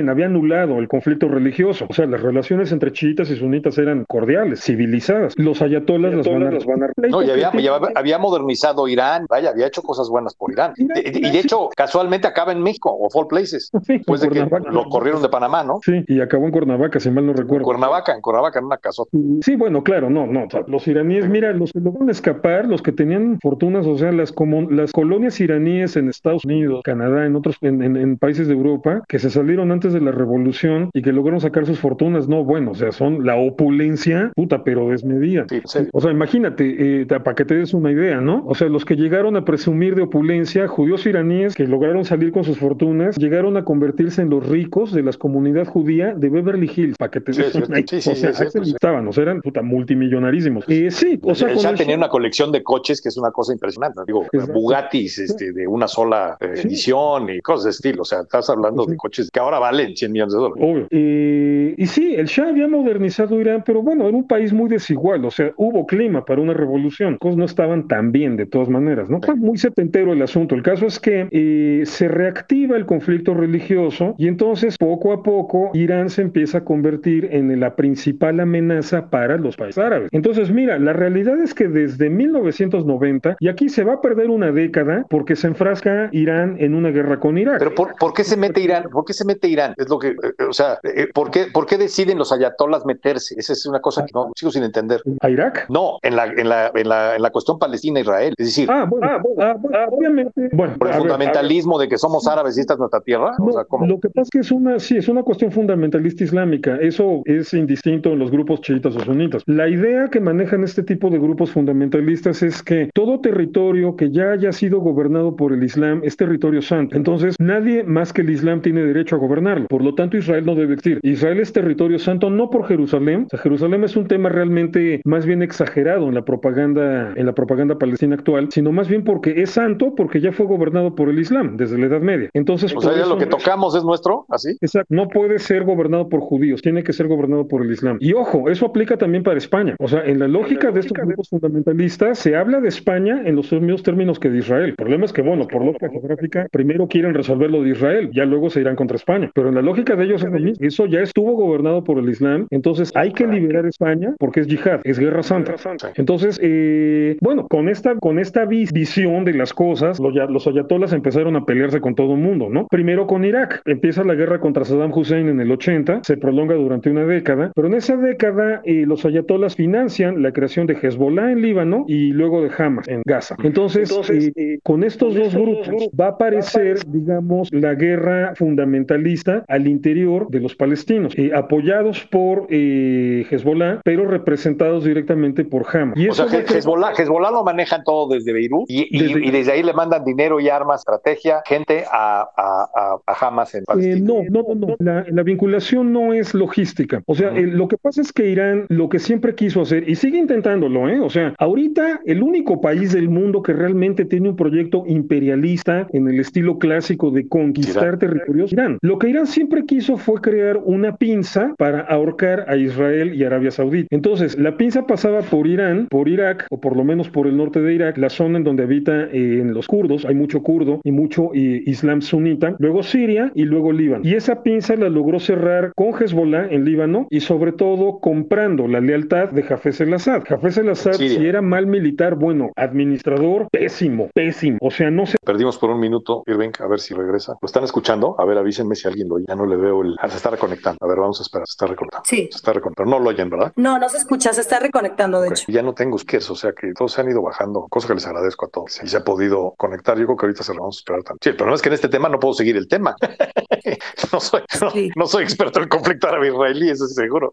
bien, había anulado el conflicto religioso. O sea, las relaciones entre chiitas y sunitas eran cordiales, civilizadas. Los ayatolas las van a... Las van a... No, y había, ya había modernizado Irán, vaya, había hecho cosas buenas por Irán. Y, y de hecho, casualmente acaba en México, o all places, sí, después de que lo corrieron de Panamá, ¿no? Sí, y acabó en Cuernavaca, si mal no recuerdo. En Cuernavaca, en Cuernavaca, en una casota. Sí, bueno, claro, no, no. O sea, los iraníes, mira, los que lograron escapar, los que tenían fortunas, o sea, las como las colonias iraníes en Estados Unidos, Canadá, en otros, en, en, en países de Europa, que se salieron antes de la revolución y que lograron sacar sus fortunas, no, bueno, o sea, son la opulencia, puta, pero desmedida. Sí, sí. O sea, imagínate, eh, para que te des una idea, ¿no? O sea, los que llegaron a presumir de opulencia, judíos iraníes que lograron salir con sus fortunas, llegaron a convertirse en los ricos de la comunidad judía de Beverly Hills, para que te des sí, una idea. Sí, sí, o sea, sí, sí, sí. estaban, o sea, eran puta multimillonarísimos. Eh, sí, o sea, ya con tenía eso... una colección de coches que es una cosa impresionante. Digo, exacto. Bugattis este, de una sola eh, sí. edición y cosas de estilo. O sea, estás hablando sí. de coches que ahora valen cien millones de dólares. Obvio. Eh, y sí, el Shah había modernizado Irán, pero bueno, era un país muy desigual. O sea, hubo clima para una revolución. Cosas no estaban tan bien de todas maneras, ¿no? Sí. Fue muy setentero el asunto. El caso es que eh, se reactiva el conflicto religioso y entonces poco a poco Irán se empieza a convertir en la principal amenaza para los países árabes. Entonces, mira, la realidad es que desde mil novecientos noventa, y aquí se va a perder una década porque se enfrasca Irán en una guerra con Irak. Pero ¿por, ¿por qué se mete Irán? ¿Por qué se mete Irán? Es lo que, eh, o sea, eh, ¿por qué, ¿por qué deciden los ayatolas meterse? Esa es una cosa que no sigo sin entender. ¿A Irak? No, en la, en la, en la, en la cuestión Palestina-Israel. Es decir, ah, bueno, ah, bueno, ah, bueno, obviamente. Bueno, por el fundamentalismo ver, de que somos árabes y esta es nuestra tierra. No, o sea, ¿cómo? Lo que pasa es que es una, sí, es una cuestión fundamentalista islámica. Eso es indistinto en los grupos chiitas o sunitas. La idea que manejan este tipo de grupos fundamentalistas es que todo territorio que ya haya sido gobernado por el Islam es territorio santo. Entonces, nadie más que el Islam tiene derecho a gobernarlo. Por lo tanto, Israel no debe existir. Israel es territorio santo no por Jerusalén. O sea, Jerusalén es un tema realmente más bien exagerado en la propaganda, en la propaganda palestina actual, sino más bien porque es santo porque ya fue gobernado por el Islam desde la Edad Media. Entonces, o sea, ya lo que tocamos es nuestro, así. Exacto. No puede ser gobernado por judíos, tiene que ser gobernado por el Islam. Y ojo, eso aplica también para España. O sea, en la lógica, en la lógica de estos grupos de... fundamentalistas, se habla de España en los mismos términos que de Israel. El problema es que, bueno, por lógica geográfica, primero quieren resolver lo de Israel, ya luego se irán contra España. Pero en la lógica de ellos es lo mismo. Eso ya estuvo gobernado por el Islam, entonces hay que liberar España porque es yihad, es guerra santa. Entonces, eh, bueno, con esta, con esta visión de las cosas, los, los ayatolas empezaron a pelearse con todo el mundo, ¿no? Primero con Irak. Empieza la guerra contra Saddam Hussein en el ochenta, se prolonga durante una década, pero en esa década eh, los ayatolas financian la creación de Hezbollah en Líbano y luego de Hamas en Gaza. Entonces, Entonces eh, con estos, con dos, estos grupos, dos grupos va a aparecer, digamos, la guerra fundamentalista al interior de los palestinos, eh, apoyados por eh, Hezbollah, pero representados directamente por Hamas. Y o sea, que Hezbollah, Hezbollah lo manejan todo desde Beirut y, y, desde, y desde ahí le mandan dinero y armas, estrategia, gente a, a, a, a Hamas en Palestina. Eh, no, no, no, no. La, la vinculación no es logística. O sea, uh-huh. eh, lo que pasa es que Irán lo que siempre quiso hacer, y sigue intentándolo, ¿eh? O sea, ahorita el único país del mundo que realmente tiene un proyecto imperialista en el estilo clásico de conquistar Irán. territorios, Irán. Lo que Irán siempre quiso fue crear una pinza para ahorcar a Israel y Arabia Saudita. Entonces, la pinza pasaba por Irán, por Irak, o por lo menos por el norte de Irak, la zona en donde habita eh, en los kurdos, hay mucho kurdo y mucho eh, islam sunita, luego Siria y luego Líbano. Y esa pinza la logró cerrar con Hezbollah en Líbano y sobre todo comprando la lealtad de Hafez el-Assad. Hafez el-Assad, si era mal militar, bueno, administrador, pésimo, pésimo. O sea, no se... Perdimos por un minuto, Irving, a ver si regresa. ¿Lo están escuchando? A ver, avísenme si alguien lo oye. Ya no le veo el... Ah, se está reconectando. A ver, vamos a esperar. Se está reconectando. Sí. Se está reconectando. No lo oyen, ¿verdad? No, no se escucha. Se está reconectando, de okay. hecho. Ya no tengo skills, o sea que todos se han ido bajando, cosa que les agradezco a todos. Y se ha podido conectar. Yo creo que ahorita se lo vamos a esperar también. Sí, el problema es que en este tema no puedo seguir el tema. no, soy, no, sí. no soy experto en el conflicto árabe-israelí, eso es seguro.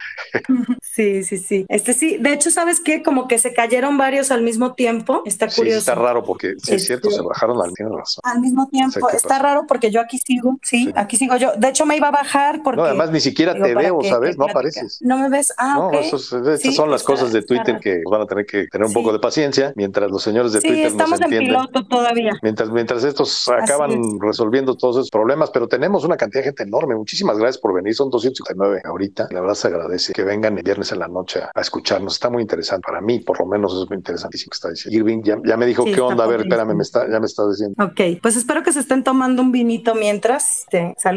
sí, sí, sí. Este sí, de hecho, ¿sabes qué? Como que se cayeron varios al mismo tiempo. Está curioso. Sí, está raro porque, sí, este, es cierto, se bajaron al mismo razón. Al mismo tiempo. No sé está pasó. Raro porque yo aquí sigo, sí, sí, aquí sigo yo. De hecho, me iba a bajar porque... No, además ni siquiera digo, te veo, que, ¿sabes? Que no apareces. No me ves. Ah, no, okay. esos, estas sí, son las está, cosas de Twitter que van a tener que tener un sí. poco de paciencia mientras los señores de sí, Twitter estamos nos entienden. En piloto todavía. Mientras, mientras estos acaban resolviendo todos esos problemas, pero tenemos una cantidad de gente enorme. Muchísimas gracias por venir. Son doscientos cincuenta y nueve ahorita. La verdad se agradece que vengan el viernes en la noche a, a escucharnos. Está muy interesante. Para mí, por lo menos, es muy interesantísimo que está diciendo. Irving ya, ya me dijo sí, qué onda. A ver, espérame, me está, ya me está diciendo. Ok, pues espero que se estén tomando un vinito mientras. Este, salucita.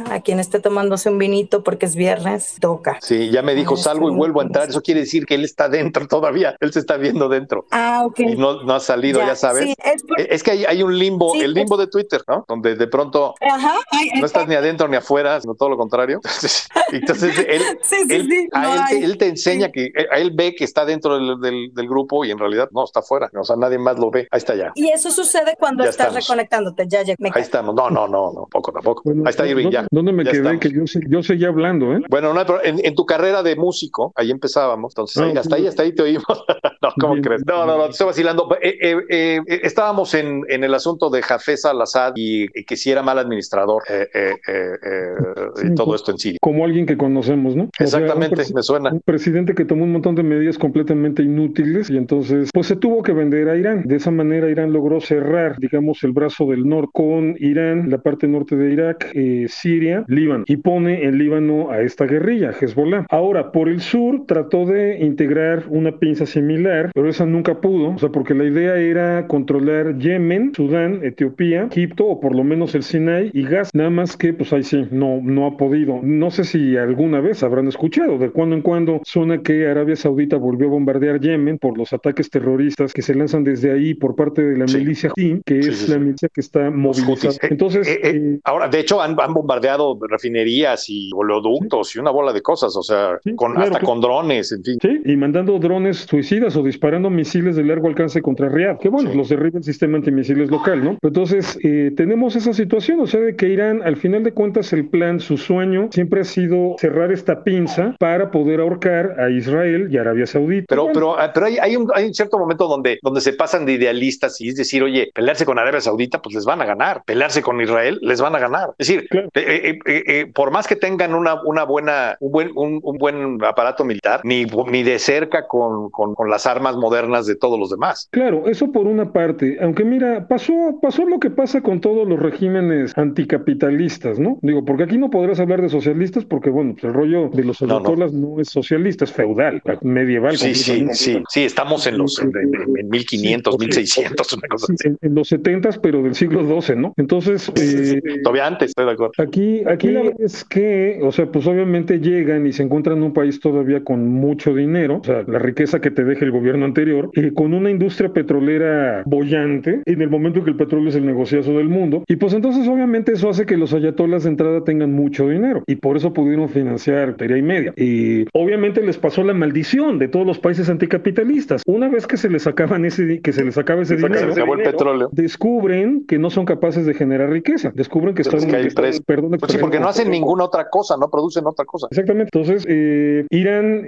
toca. A quien esté tomándose un vinito porque es viernes, toca. Sí, ya me dijo, salgo y vuelvo a entrar. Eso quiere decir que él está dentro todavía. Él se está viendo dentro. Ah, ok. Y no, no ha salido, ya, ya sabes. Sí, es, por... es que hay, hay un limbo, sí, el limbo es... de Twitter, ¿no? Donde de pronto Ajá, ay, no estás ni adentro ni afuera, sino todo lo contrario. Entonces, él, sí, sí, él, sí, a no él, hay, te, él te enseña sí. que a él ve que está dentro del, del, del grupo y en realidad no, está fuera. O sea, nadie más lo ve. Ahí está ya. Y eso sucede cuando ya estás estamos. reconectándote. Ya, ya, me Ahí estamos. No, no, no, no, poco tampoco. Bueno, ahí está Irving, ¿dónde, ya. ¿Dónde me ya quedé? Estamos. Que yo, yo seguía hablando, ¿eh? Bueno, no, pero en, en tu carrera de músico, ahí empezábamos. Entonces, ahí, ah, hasta ahí, hasta ahí te oímos. No, ¿cómo bien, crees? No, no, no, te estoy vacilando. Eh, eh, eh, estábamos en, en el asunto de Hafez al-Assad y, y que si era mal administrador eh, eh, eh, eh, sí, y todo como, esto en Siria. Como alguien que conocemos, ¿no? Exactamente, o sea, me suena. Un presidente que tomó un montón de medidas completamente inútiles y entonces, pues se tuvo que vender a Irán. De esa manera, Irán logró cerrar, digamos, el brazo del norte con Irán, la parte norte de Irak, eh, Siria, Líbano, y pone en Líbano a esta guerrilla, Hezbollah. Ahora, por el sur, trató de integrar una pinza similar, pero esa nunca pudo, o sea, porque la idea era controlar Yemen, Sudán, Etiopía, Egipto, o por lo menos el Sinai y Gaza. Nada más que, pues ahí sí, no, no ha podido. No sé si alguna vez habrán escuchado, de cuando en cuando suena que Arabia Saudita volvió a bombardear Yemen por los ataques terroristas que se lanzan desde ahí por parte de la sí. milicia Houthi, que sí, es sí, la sí. milicia que está movilizada. Eh, Entonces, eh, eh, eh, ahora, de hecho, han, han bombardeado refinerías y oleoductos sí. y una bola de cosas, o sea, sí, con, claro, hasta claro. con drones, en fin. Sí, y mandando drones suicidas o disparando misiles de largo alcance contra Riad, que bueno, sí. los derriba el sistema antimisiles local, ¿no? Entonces, eh, tenemos esa situación, o sea, de que Irán, al final de cuentas, el plan, su sueño, siempre ha sido cerrar esta pinza para poder ahorcar a Israel y Arabia Saudita. Pero, bueno. pero, pero hay, hay, un, hay un cierto momento donde, donde se pasan de idealistas y es decir, oye, pelearse con Arabia Saudita, pues les van a ganar. Pelearse con Israel, les van a ganar. Es decir, claro. eh, eh, eh, por más que tengan una, una buena, un buen, un, un buen aparato militar, ni, ni de cerca con, con, con las armas modernas de todos los demás. Claro, eso por una parte. Aunque mira, pasó, pasó lo que pasa con todos los regímenes anticapitalistas, ¿no? Digo, porque aquí no podrás hablar de socialistas porque, bueno, pues el rollo de los ayatolas no, no. no es socialista, es feudal, medieval. Sí, sí, sí, sí, estamos en los en, en, en mil quinientos, sí, mil seiscientos, una cosa sí, así. En, en los setentas, pero del siglo doce, ¿no? Entonces, eh, todavía antes, estoy de acuerdo. Aquí, aquí la verdad es que, o sea, pues obviamente llegan y se encuentran en un país todavía con mucho dinero, o sea, la riqueza que te deja el gobierno anterior, eh, con una industria petrolera bollante, en el momento en que el petróleo es el negociazo del mundo, y pues entonces obviamente eso hace que los ayatolas de entrada tengan mucho dinero, y por eso pudieron financiar teoría y media. Y obviamente les pasó la maldición de todos los países anticapitalistas. Una vez que se les acaban ese, que se les acaba ese dinero, se acabó el petróleo, descubren que no son capaces de generar riqueza, descubren que están, es que hay están perdón, pues sí, porque no hacen ninguna otra cosa, no producen otra cosa. Exactamente. Entonces, eh, Irán,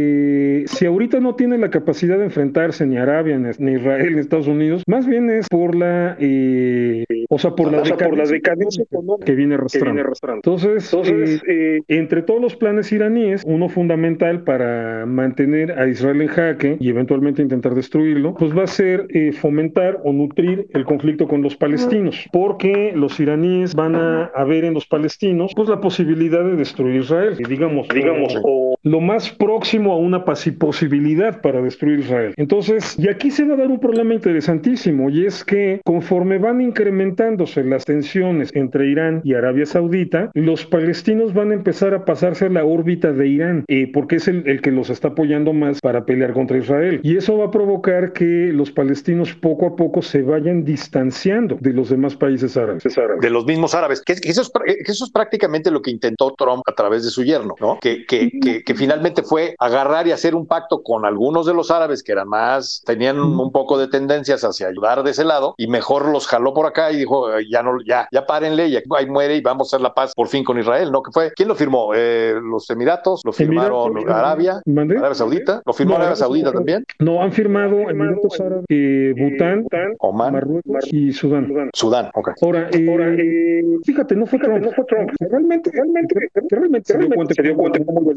eh, si ahorita no tiene la capacidad de enfrentarse ni a Arabia, ni a Israel, ni a Estados Unidos, más bien es por la, eh, o sea, por, o la, sea, decadencia por la decadencia que viene arrastrando. Que viene arrastrando. Entonces, Entonces eh, eh, entre todos los planes iraníes, uno fundamental para mantener a Israel en jaque y eventualmente intentar destruirlo, pues va a ser eh, fomentar o nutrir el conflicto con los palestinos, porque los iraníes van a, a ver en los palestinos pues la posibilidad de destruir Israel, y digamos, digamos o lo más próximo a una posibilidad para destruir Israel. Entonces, y aquí se va a dar un problema interesantísimo, y es que conforme van incrementándose las tensiones entre Irán y Arabia Saudita, los palestinos van a empezar a pasarse a la órbita de Irán, eh, porque es el, el que los está apoyando más para pelear contra Israel. Y eso va a provocar que los palestinos poco a poco se vayan distanciando de los demás países árabes. De los mismos árabes. Que, que, eso es, que eso es prácticamente lo que intentó Trump a través de su yerno, ¿no? Que, que, que, que finalmente fue agarrar y hacer un pacto con algunos de los árabes que eran más, tenían un poco de tendencias hacia ayudar de ese lado, y mejor los jaló por acá y dijo, ya no, ya, ya párenle, ya ahí muere y vamos a hacer la paz por fin con Israel, ¿no? ¿Qué fue? ¿Quién lo firmó? Eh, los Emiratos, lo firmaron Emiratos, Arabia, ¿mandé? Arabia Saudita, lo firmó no, Arabia Saudita también. No, han firmado Emiratos Árabes, eh, Bután, Oman, Marruecos y Sudán. Sudán, Sudán ok. Ahora, eh, Ahora eh, fíjate, no fue Trump. No fue Trump. Realmente, realmente, realmente, realmente se dio cuenta, se dio cuenta cómo fue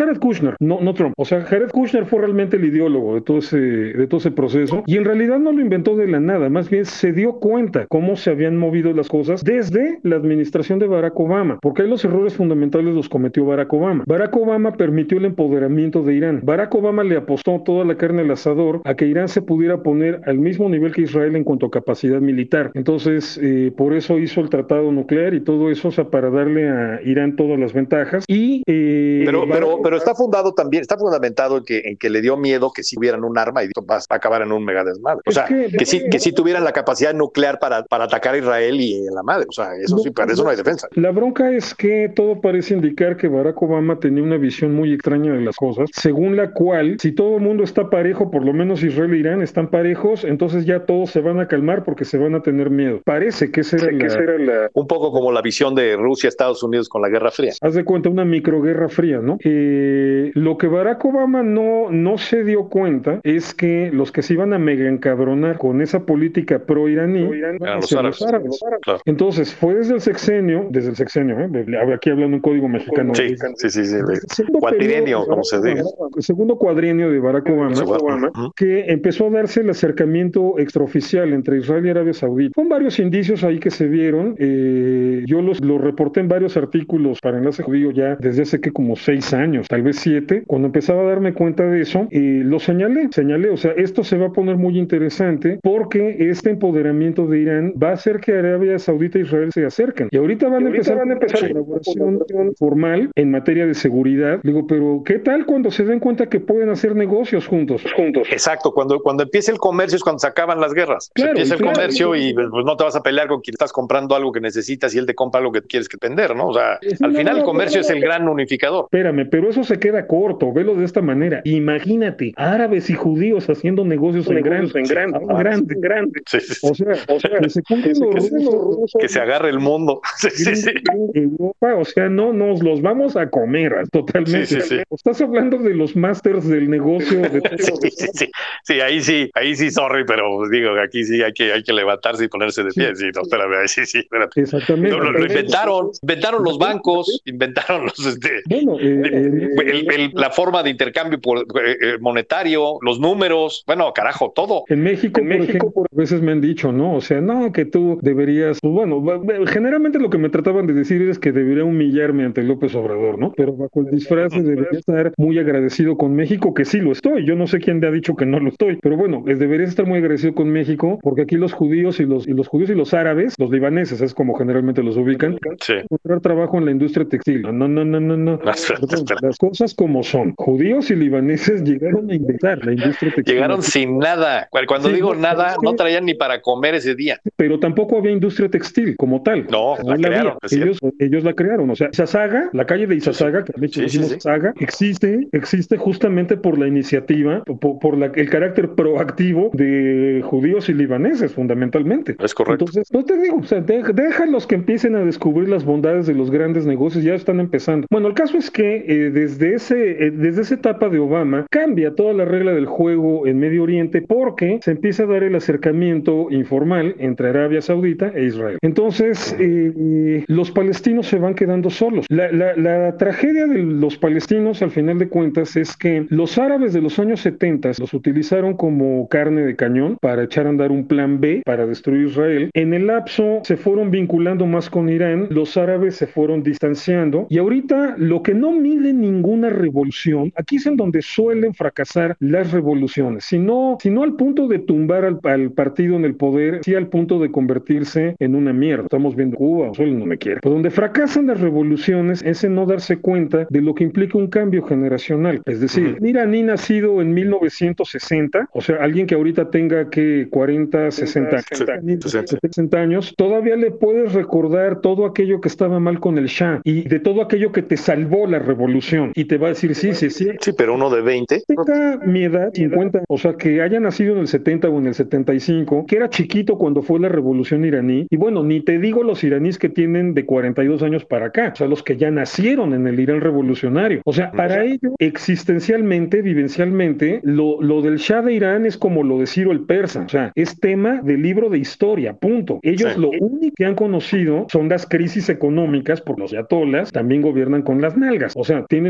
Jared Kushner, no, no Trump. O sea, Jared Kushner fue realmente el ideólogo de todo ese, de todo ese proceso y en realidad no lo inventó de la nada, más bien se dio cuenta cómo se habían movido las cosas desde la administración de Barack Obama, porque ahí los errores fundamentales los cometió Barack Obama. Barack Obama permitió el empoderamiento de Irán. Barack Obama le apostó toda la carne al asador a que Irán se pudiera poner al mismo nivel que Israel en cuanto a capacidad militar. Entonces, eh, por eso hizo el tratado nuclear y todo eso, o sea, para darle a Irán todas las ventajas. Y eh, pero, Barack... pero, pero está fundado también, está fundamentado en que, en que le dio miedo que si hubieran un arma y va a acabar en un mega desmadre. O sea, que, que, sí, que sí tuvieran la capacidad nuclear para, para atacar a Israel y en la madre. O sea, eso no, sí, para eso no hay defensa. La bronca es que todo parece indicar que Barack Obama tenía una visión muy extraña de las cosas, según la cual, si todo el mundo está parejo, por lo menos Israel e Irán están parejos, entonces ya todos se van a calmar porque se van a tener miedo. Parece que esa era, sí, la... Que era la... Un poco como la visión de Rusia, Estados Unidos con la Guerra Fría. Haz de cuenta, una microguerra fría, ¿no? Eh, lo que Barack Obama no, no se dio cuenta es que los que se iban a mega encabronar con esa política pro-iraní pro eran los árabes. Los árabes. Claro. Entonces, fue desde el sexenio, desde el sexenio, ¿eh? Aquí hablando un código mexicano. Sí, sí, sí, sí. sí. Cuatrienio, como se diga. El segundo cuadrienio de Barack Obama, Obama uh-huh. que empezó a darse el acercamiento extraoficial entre Israel y Arabia Saudita. Con varios indicios ahí que se vieron. Eh, yo los, los reporté en varios artículos para Enlace Judío ya desde hace que como seis años, tal vez siete. Cuando empezaba a darme cuenta de eso, eh, lo señalé, señalé, o sea, esto se va a poner muy interesante porque este empoderamiento de Irán va a hacer que Arabia Saudita e Israel se acerquen. Y ahorita van, y ahorita a, empezar van a empezar una colaboración formal en materia de seguridad. Digo, pero ¿qué tal cuando se den cuenta que pueden hacer negocios juntos? juntos? Exacto, cuando, cuando empieza el comercio es cuando se acaban las guerras. Claro, se empieza el claro, comercio claro. y pues no te vas a pelear con quien estás comprando algo que necesitas y él te compra algo que quieres que vender, ¿no? O sea, sí, al no, final no, el comercio no, no, es el gran unificador. Espérame, pero eso se queda corto, velo de esta manera. Imagínate, árabes y judíos haciendo negocios en grande, en grande, en grande, en grande. Sí, sí, sí. O sea, o sea, que se cumplen los rusos, que se agarre el mundo. Sí, sí, sí. Europa, o sea, no nos los vamos a comer totalmente. Sí, sí, sí. Estás hablando de los másters del negocio. De sí, sí, sí, sí, sí, ahí sí, ahí sí, sorry, pero digo, aquí sí hay que, hay que levantarse y ponerse de pie. Sí, sí no, espérame, ahí sí, sí, espérate. Exactamente. Lo, lo, lo inventaron, inventaron los bancos, inventaron los, este, bueno, eh, eh, el, el, la forma de intercambio por, eh, monetario, los números, bueno, carajo, todo. En México, en por México, ejemplo, por veces me han dicho, ¿no? O sea, no, que tú deberías, pues bueno, generalmente lo que me trataban de decir es que debería humillarme ante López Obrador, ¿no? Pero bajo el disfraz de debería estar muy agradecido con México, que sí lo estoy. Yo no sé quién le ha dicho que no lo estoy, pero bueno, deberías estar muy agradecido con México, porque aquí los judíos y los, y los judíos y los árabes, los libaneses, es como generalmente los ubican, sí. encontrar trabajo en la industria textil. No, no, no, no, no. no. Las cosas como son. Judíos y libaneses llegaron a inventar la industria textil. Llegaron sin nada. Cuando sí, digo no, nada, es que... no traían ni para comer ese día. Pero tampoco había industria textil como tal. No, la, la crearon. Ellos, ellos la crearon. O sea, Izazaga, la calle de Izazaga, que de hecho sí, decimos sí, sí. Izazaga, existe, existe justamente por la iniciativa, por, por la, el carácter proactivo de judíos y libaneses, fundamentalmente. Es correcto. Entonces, no te digo, o sea, de, déjalos que empiecen a descubrir las bondades de los grandes negocios, ya están empezando. Bueno, el caso es que eh, desde, ese, eh, desde esa etapa de Obama cambia toda la regla del juego en Medio Oriente porque se empieza a dar el acercamiento informal entre Arabia Saudita e Israel. Entonces, eh, los palestinos se van quedando solos. La, la, la tragedia de los palestinos, al final de cuentas, es que los árabes de los años setenta los utilizaron como carne de cañón para echar a andar un plan B para destruir Israel. En el lapso se fueron vinculando más con Irán, los árabes se fueron distanciando y ahorita lo que no mide ninguna revolución, aquí es en donde suelen fracasar las revoluciones, sino, sino al punto de tumbar al, al partido en el poder, sí al punto de convertirse en una mierda. Estamos viendo Cuba, solo no me quiere. Pero donde fracasan las revoluciones es en no darse cuenta de lo que implica un cambio generacional. Es decir, un iraní nacido en mil novecientos sesenta, o sea, alguien que ahorita tenga que cuarenta, sesenta, sesenta años, todavía le puedes recordar todo aquello que estaba mal con el Shah y de todo aquello que te salvó la revolución. Y te va a decir, sí, sí, sí. Sí, pero uno de veinte. Tenga mi edad, cincuenta, o sea, que haya nacido en el setenta o en el setenta y cinco, que era chiquito cuando fue la revolución iraní. Y bueno, ni te digo los iraníes que tienen de cuarenta y dos años para acá, o sea, los que ya nacieron en el Irán revolucionario. O sea, para ellos, existencialmente, vivencialmente, lo, lo del Shah de Irán es como lo de Ciro el Persa. O sea, es tema del libro de historia, punto. Ellos sí. Lo único que han conocido son las crisis económicas por los ayatolas, también gobiernan con las nalgas. O sea, tienen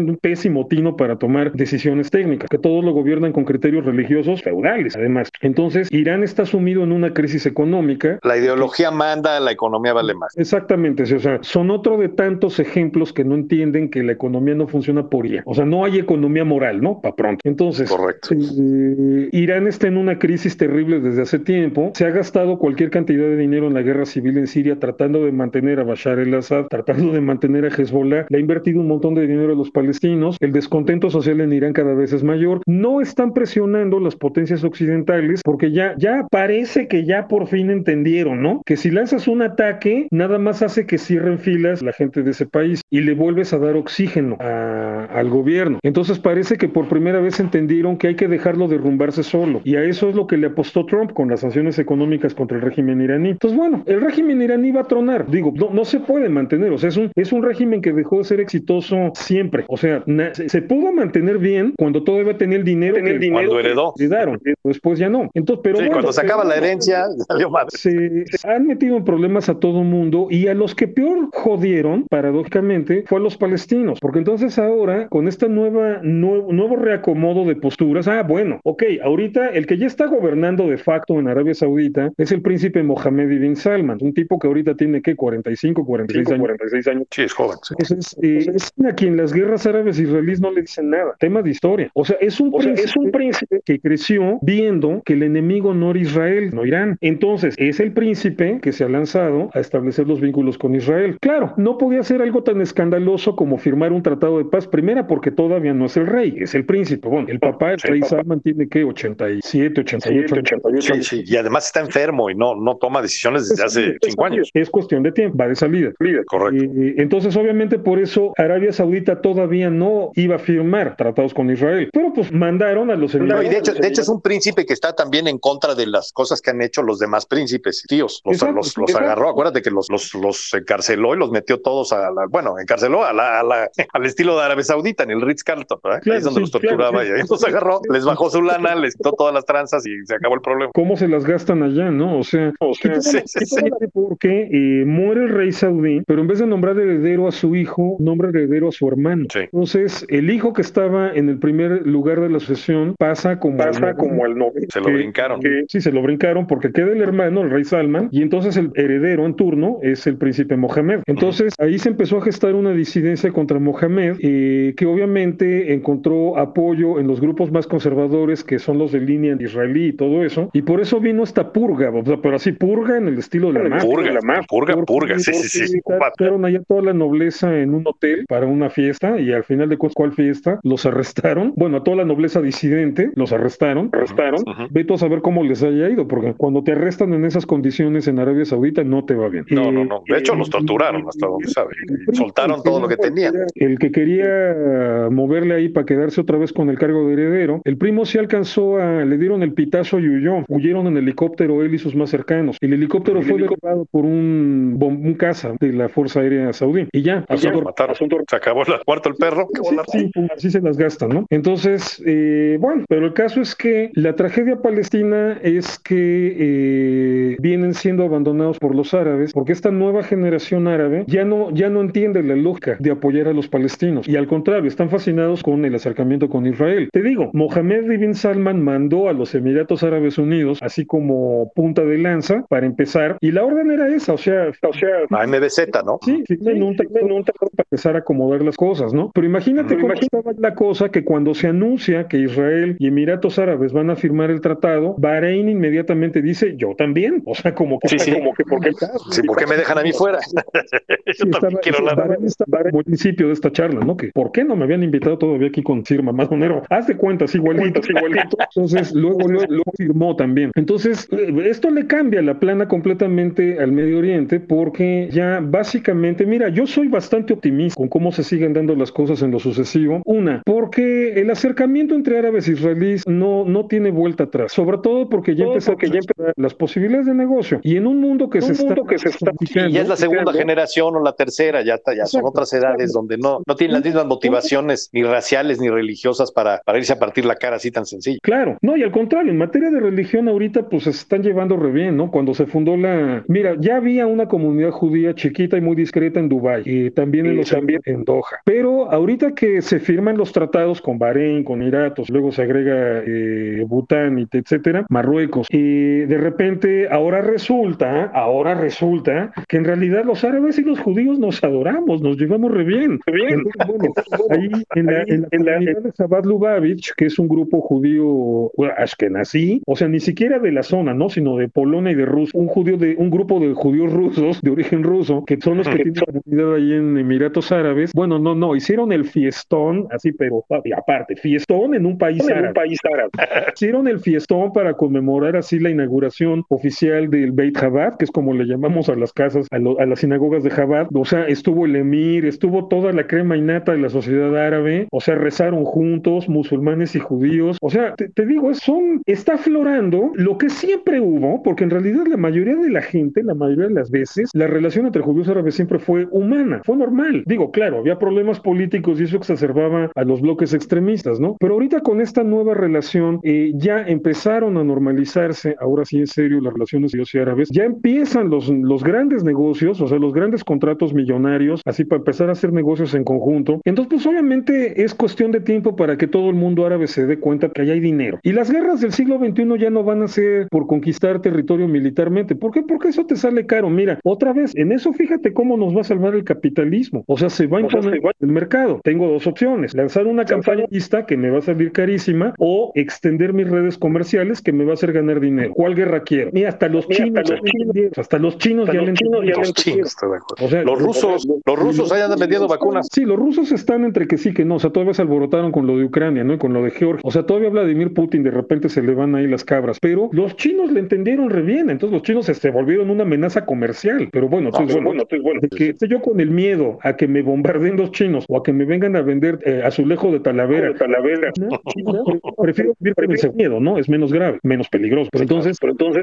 tienen un pésimo tino para tomar decisiones técnicas, que todos lo gobiernan con criterios religiosos feudales, además. Entonces, Irán está sumido en una crisis económica. La ideología manda, la economía vale más. Exactamente, sí, o sea, son otro de tantos ejemplos que no entienden que la economía no funciona por ella. O sea, no hay economía moral, ¿no? Para pronto. Entonces, correcto. Eh, Irán está en una crisis terrible desde hace tiempo. Se ha gastado cualquier cantidad de dinero en la guerra civil en Siria tratando de mantener a Bashar el-Assad, tratando de mantener a Hezbollah. Le ha invertido un montón de dinero a los palestinos. El descontento social en Irán cada vez es mayor. No están presionando las potencias occidentales porque ya, ya parece que ya por fin entendieron, ¿no? Que si lanzas un ataque, nada más hace que cierren filas la gente de ese país y le vuelves a dar oxígeno a, al gobierno. Entonces parece que por primera vez entendieron que hay que dejarlo derrumbarse solo. Y a eso es lo que le apostó Trump con las sanciones económicas contra el régimen iraní. Entonces, bueno, el régimen iraní va a tronar. Digo, no, no se puede mantener. O sea, es un, es un régimen que dejó de ser exitoso siempre. O sea, na, se, se pudo mantener bien cuando todavía tenía el dinero. Tenía el dinero cuando heredó. Heredaron. Después ya no. Entonces, pero sí, bueno, cuando se acaba la herencia, salió mal. Se, se han metido en problemas a todo mundo y a los que peor jodieron, paradójicamente, fue a los palestinos. Porque entonces ahora, con esta nueva, nuevo, nuevo reacomodo de posturas, ah, bueno, ok, ahorita el que ya está gobernando de facto en Arabia Saudita es el príncipe Mohammed ibn Salman, un tipo que ahorita tiene, ¿qué? cuarenta y cinco, cuarenta y seis años. cuarenta y seis años. Sí, es joven. Sí. Entonces, eh, es a quien las guerras árabes israelíes no le dicen nada. Tema de historia. O sea, es un, o príncipe, sea, es un príncipe que creció viendo que el enemigo no era Israel, no Irán. Entonces, es el príncipe que se ha lanzado a establecer los vínculos con Israel. Claro, no podía ser algo tan escandaloso como firmar un tratado de paz, primera porque todavía no es el rey, es el príncipe. Bueno, el papá, el sí, rey papá. Salman, tiene que ochenta y siete, ochenta y ocho, ochenta y ocho. Sí, sí, y además está enfermo y no, no toma decisiones desde hace es, cinco años. Es cuestión de tiempo, va de salida. Correcto. Eh, entonces, obviamente, por eso Arabia Saudita todavía no iba a firmar tratados con Israel, pero pues mandaron a los no, y de hecho, de hecho es un príncipe que está también en contra de las cosas que han hecho los demás príncipes, tíos. Los, exacto, los, los agarró, acuérdate que los, los, los encarceló y los metió todos a la, bueno, encarceló a la, a la, al estilo de Arabia Saudita en el Ritz-Carlton, ¿verdad? Claro, ahí es donde sí, los torturaba claro, y ahí los agarró, les bajó su lana, les quitó todas las tranzas y se acabó el problema. ¿Cómo se las gastan allá, no? O sea, o sea sí, sí, sí. porque eh, muere el rey saudí, pero en vez de nombrar heredero a su hijo, nombra heredero a su hermano. Sí. Entonces, el hijo que estaba en el primer lugar de la sucesión pasa como pasa el como el novio. Se lo que, brincaron. Que, sí, se lo brincaron porque queda el hermano, el rey Salman, y entonces el heredero en turno es el príncipe Mohammed. Entonces, uh-huh. ahí se empezó a gestar una disidencia contra Mohammed, eh, que obviamente encontró apoyo en los grupos más conservadores, que son los de línea israelí y todo eso, y por eso vino esta purga, o sea, pero así purga en el estilo de la mafia. Purga, la mafia. Purga, porque, purga, sí, sí, sí. Fueron allá toda la nobleza en un hotel para una fiesta, y al final de cuál fiesta los arrestaron. Bueno, a toda la nobleza disidente los arrestaron, arrestaron. Uh-huh. Ve tú a saber cómo les haya ido, porque cuando te arrestan en esas condiciones en Arabia Saudita no te va bien. No, eh, no, no. De hecho, eh, los torturaron hasta donde sabe. Soltaron todo lo que tenían. El que quería moverle ahí para quedarse otra vez con el cargo de heredero, el primo sí alcanzó a, le dieron el pitazo y huyó. Huyeron en helicóptero él y sus más cercanos. El helicóptero el fue derribado por un, un caza de la Fuerza Aérea Saudí. Y ya, y ya mataron. Se acabó el cuarto el perro. Sí, sí, así se las gastan, ¿no? Entonces, eh, bueno, pero el caso es que la tragedia palestina es que eh, vienen siendo abandonados por los árabes, porque esta nueva generación árabe ya no, ya no entiende la lógica de apoyar a los palestinos, y al contrario, están fascinados con el acercamiento con Israel. Te digo, Mohammed ibn Salman mandó a los Emiratos Árabes Unidos, así como punta de lanza, para empezar, y la orden era esa, o sea, o sea a M B Z, ¿no? Sí, sí, sí, un para empezar a acomodar las cosas, ¿no? Pero imagínate cómo estaba la cosa que cuando se anuncia que Israel y Emiratos Árabes van a firmar el tratado, Bahrein inmediatamente dice, yo también, o sea, como que, sí, sí. como que ¿por qué? Sí, ¿por qué me dejan a mí fuera? Yo sí, estaba, quiero la Bahrein estaba al principio de esta charla, ¿no? Que ¿por qué no me habían invitado todavía aquí con Sir Mamás Monero? Haz de cuentas, igualito, igualito. Entonces, luego, luego, luego firmó también. Entonces, esto le cambia la plana completamente al Medio Oriente, porque ya básicamente, mira, yo soy bastante optimista con cómo se siguen dando las cosas en lo sucesivo. Una, porque el acercamiento entre árabes e israelíes no, no tiene vuelta atrás, sobre todo porque ya empezó que ya empezó las posibilidades de negocio, y en un mundo que, un se, mundo está que se está sí, ya es la segunda generación o la tercera, ya está, ya exacto, son otras edades exacto. donde no, no tienen las mismas motivaciones ni raciales ni religiosas para, para irse a partir la cara así tan sencillo. Claro, no, y al contrario, en materia de religión ahorita pues se están llevando re bien, ¿no? Cuando se fundó la, mira, ya había una comunidad judía chiquita y muy discreta en Dubái, y también en los también en Doha, pero ahorita que se firman los tratados con Bahrein, con Emiratos, luego se agrega eh, Bután, y etcétera, Marruecos, y de repente ahora resulta, ahora resulta que en realidad los árabes y los judíos nos adoramos, nos llevamos re bien. Bien. Entonces, bueno, ahí en la, en la en comunidad la, de Chabad Lubavitch, que es un grupo judío ashkenazí, o sea, ni siquiera de la zona, ¿no? Sino de Polonia y de Rusia, un judío de, un grupo de judíos rusos, de origen ruso, que son los que tienen comunidad ahí en Emiratos Árabes. Bueno, no, no, hicieron el fiestón, así, pero y aparte, fiestón en un país en árabe. Un país árabe. Hicieron el fiestón para conmemorar así la inauguración oficial del Beit Chabad, que es como le llamamos a las casas, a, lo, a las sinagogas de Chabad. O sea, estuvo el emir, estuvo toda la crema innata de la sociedad árabe, o sea, rezaron juntos, musulmanes y judíos. O sea, te, te digo, son, está aflorando lo que siempre hubo, porque en realidad la mayoría de la gente, la mayoría de las veces, la relación entre judíos y árabes siempre fue humana, fue normal. Digo, claro, había problemas políticos y eso exacerbaba a los bloques extremistas, ¿no? Pero ahorita con esta nueva relación, eh, ya empezaron a normalizarse, ahora sí en serio, las relaciones judíos y árabes, ya empiezan los, los grandes negocios, o sea, los grandes contratos millonarios, así para empezar a hacer negocios en conjunto. Entonces, pues obviamente es cuestión de tiempo para que todo el mundo árabe se dé cuenta que allá hay dinero. Y las guerras del siglo veintiuno ya no van a ser por conquistar territorio militarmente. ¿Por qué? Porque eso te sale caro. Mira, otra vez, en eso fíjate cómo nos va a salvar el capitalismo. O sea, se va a imponer el mercado. Tengo dos opciones. Lanzar una campaña lista que me va a salir carísima o extender mis redes comerciales que me va a hacer ganar dinero. ¿Cuál guerra quiero? Mira, hasta los Mira, chinos, hasta los chinos, hasta los chinos hasta ya los chinos, ya los chinos, estoy de acuerdo. O sea, los rusos, los, los rusos ahí andan vendiendo vacunas. Sí, los rusos están entre que sí que no. O sea, todavía se alborotaron con lo de Ucrania, ¿no? Y con lo de Georgia. O sea, todavía Vladimir Putin de repente se le van ahí las cabras. Pero los chinos le entendieron re bien. Entonces los chinos se, se volvieron una amenaza comercial. Pero bueno, no, entonces, bueno, bueno, bueno, bueno. De que esté yo con el miedo a que me bombardeen los chinos o a que me vengan a vender eh, azulejo de Talavera. De Talavera. ¿No? China, prefiero vivir con ese miedo, ¿no? Es menos grave, menos peligroso. Pero entonces, pero entonces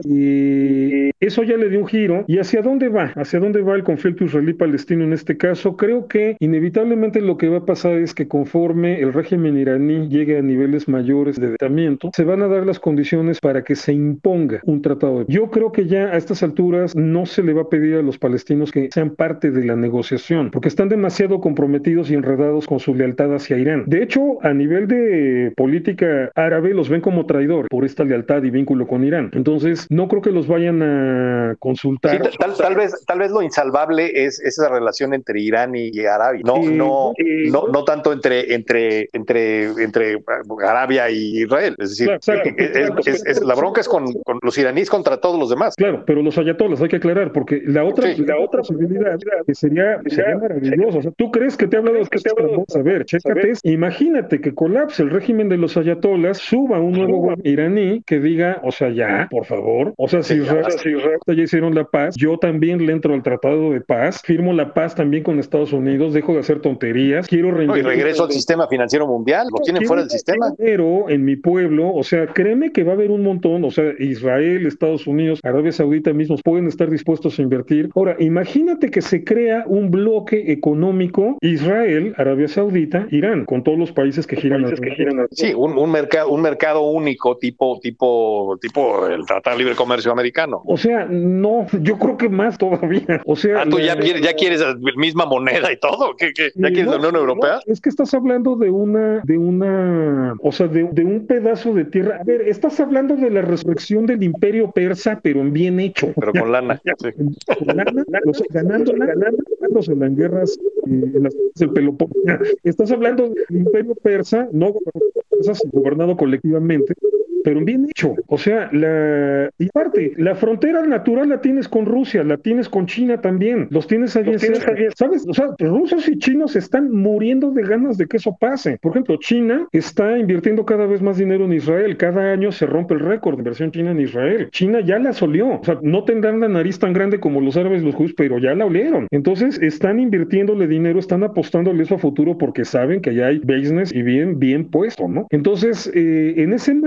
eh, eso ya le dio un giro. ¿Y hacia dónde va? ¿Hacia dónde va el conflicto israelí-palestino en este caso? Creo que inevitablemente lo que va a pasar es que conforme el régimen iraní llegue a niveles mayores de debilitamiento, se van a dar las condiciones para que se imponga un tratado de paz. Yo creo que ya a estas alturas no se le va a pedir a los palestinos que sean parte de la negociación, porque están demasiado comprometidos y enredados con su lealtad hacia Irán. De hecho, a nivel de política árabe, los ven como traidores por esta lealtad y vínculo con Irán. Entonces, no creo que los vayan a consultar. Sí, tal, tal, vez, tal vez lo insalvable es esa relación entre Irán y Arabia. No, eh, no, eh, no, no tanto entre, entre, entre, entre Arabia y Israel. Es decir, claro, claro, es, claro, es, es, es, la bronca es con, con los iraníes contra todos los demás. Claro, pero los ayatolas hay que aclarar, porque la otra, sí, la otra posibilidad que sería, sería maravillosa. O sea, ¿tú crees que te he hablado de que te vamos a ver? Chécate, es, imagínate que colapse el régimen de los ayatolas, suba un nuevo gobierno iraní que diga, o sea, ya, por favor, o sea, si Israel, si Israel ya hicieron la paz, yo también le entro al tratado de paz, firmo la paz también con Estados Unidos, dejo de hacer tonterías, quiero no, y regreso al de... sistema financiero mundial, lo tienen fuera del sistema. Pero en mi pueblo, o sea, créeme que va a haber un montón, o sea, Israel, Estados Unidos, Arabia Saudita mismos pueden estar dispuestos a invertir. Ahora, imagínate que se crea un bloque económico, Israel, Arabia Saudita, Irán, con todos los países que giran países que giran sí, un, un mercado, un mercado único, tipo, tipo, tipo el Tratado de Libre Comercio americano. O sea, no, yo creo que más todavía. O sea, ah, tú ya, la, quieres, ya quieres la misma moneda y todo, ¿qué, qué? ¿Ya quieres no, la Unión Europea? No, es que estás hablando de una, de una, o sea, de, de un pedazo de tierra. A ver, estás hablando de la resurrección del Imperio Persa, pero en bien hecho. Pero con lana. Sí. Con lana, los, ganando, ganando, ganándose en las guerras, eh, en las del Peloponeso. Estás hablando del Imperio Persa, no gobernado colectivamente, pero bien hecho. O sea, la y aparte, la frontera natural la tienes con Rusia, la tienes con China también, los tienes allí, ¿sabes? O sea, rusos y chinos están muriendo de ganas de que eso pase. Por ejemplo, China está invirtiendo cada vez más dinero en Israel, cada año se rompe el récord de inversión china en Israel. China ya la solió, o sea, no tendrán la nariz tan grande como los árabes y los judíos, pero ya la olieron. Entonces, están invirtiéndole dinero, están apostándole eso a futuro porque saben que allá hay business y bien, bien puesto, ¿no? Entonces, eh, en ese marco,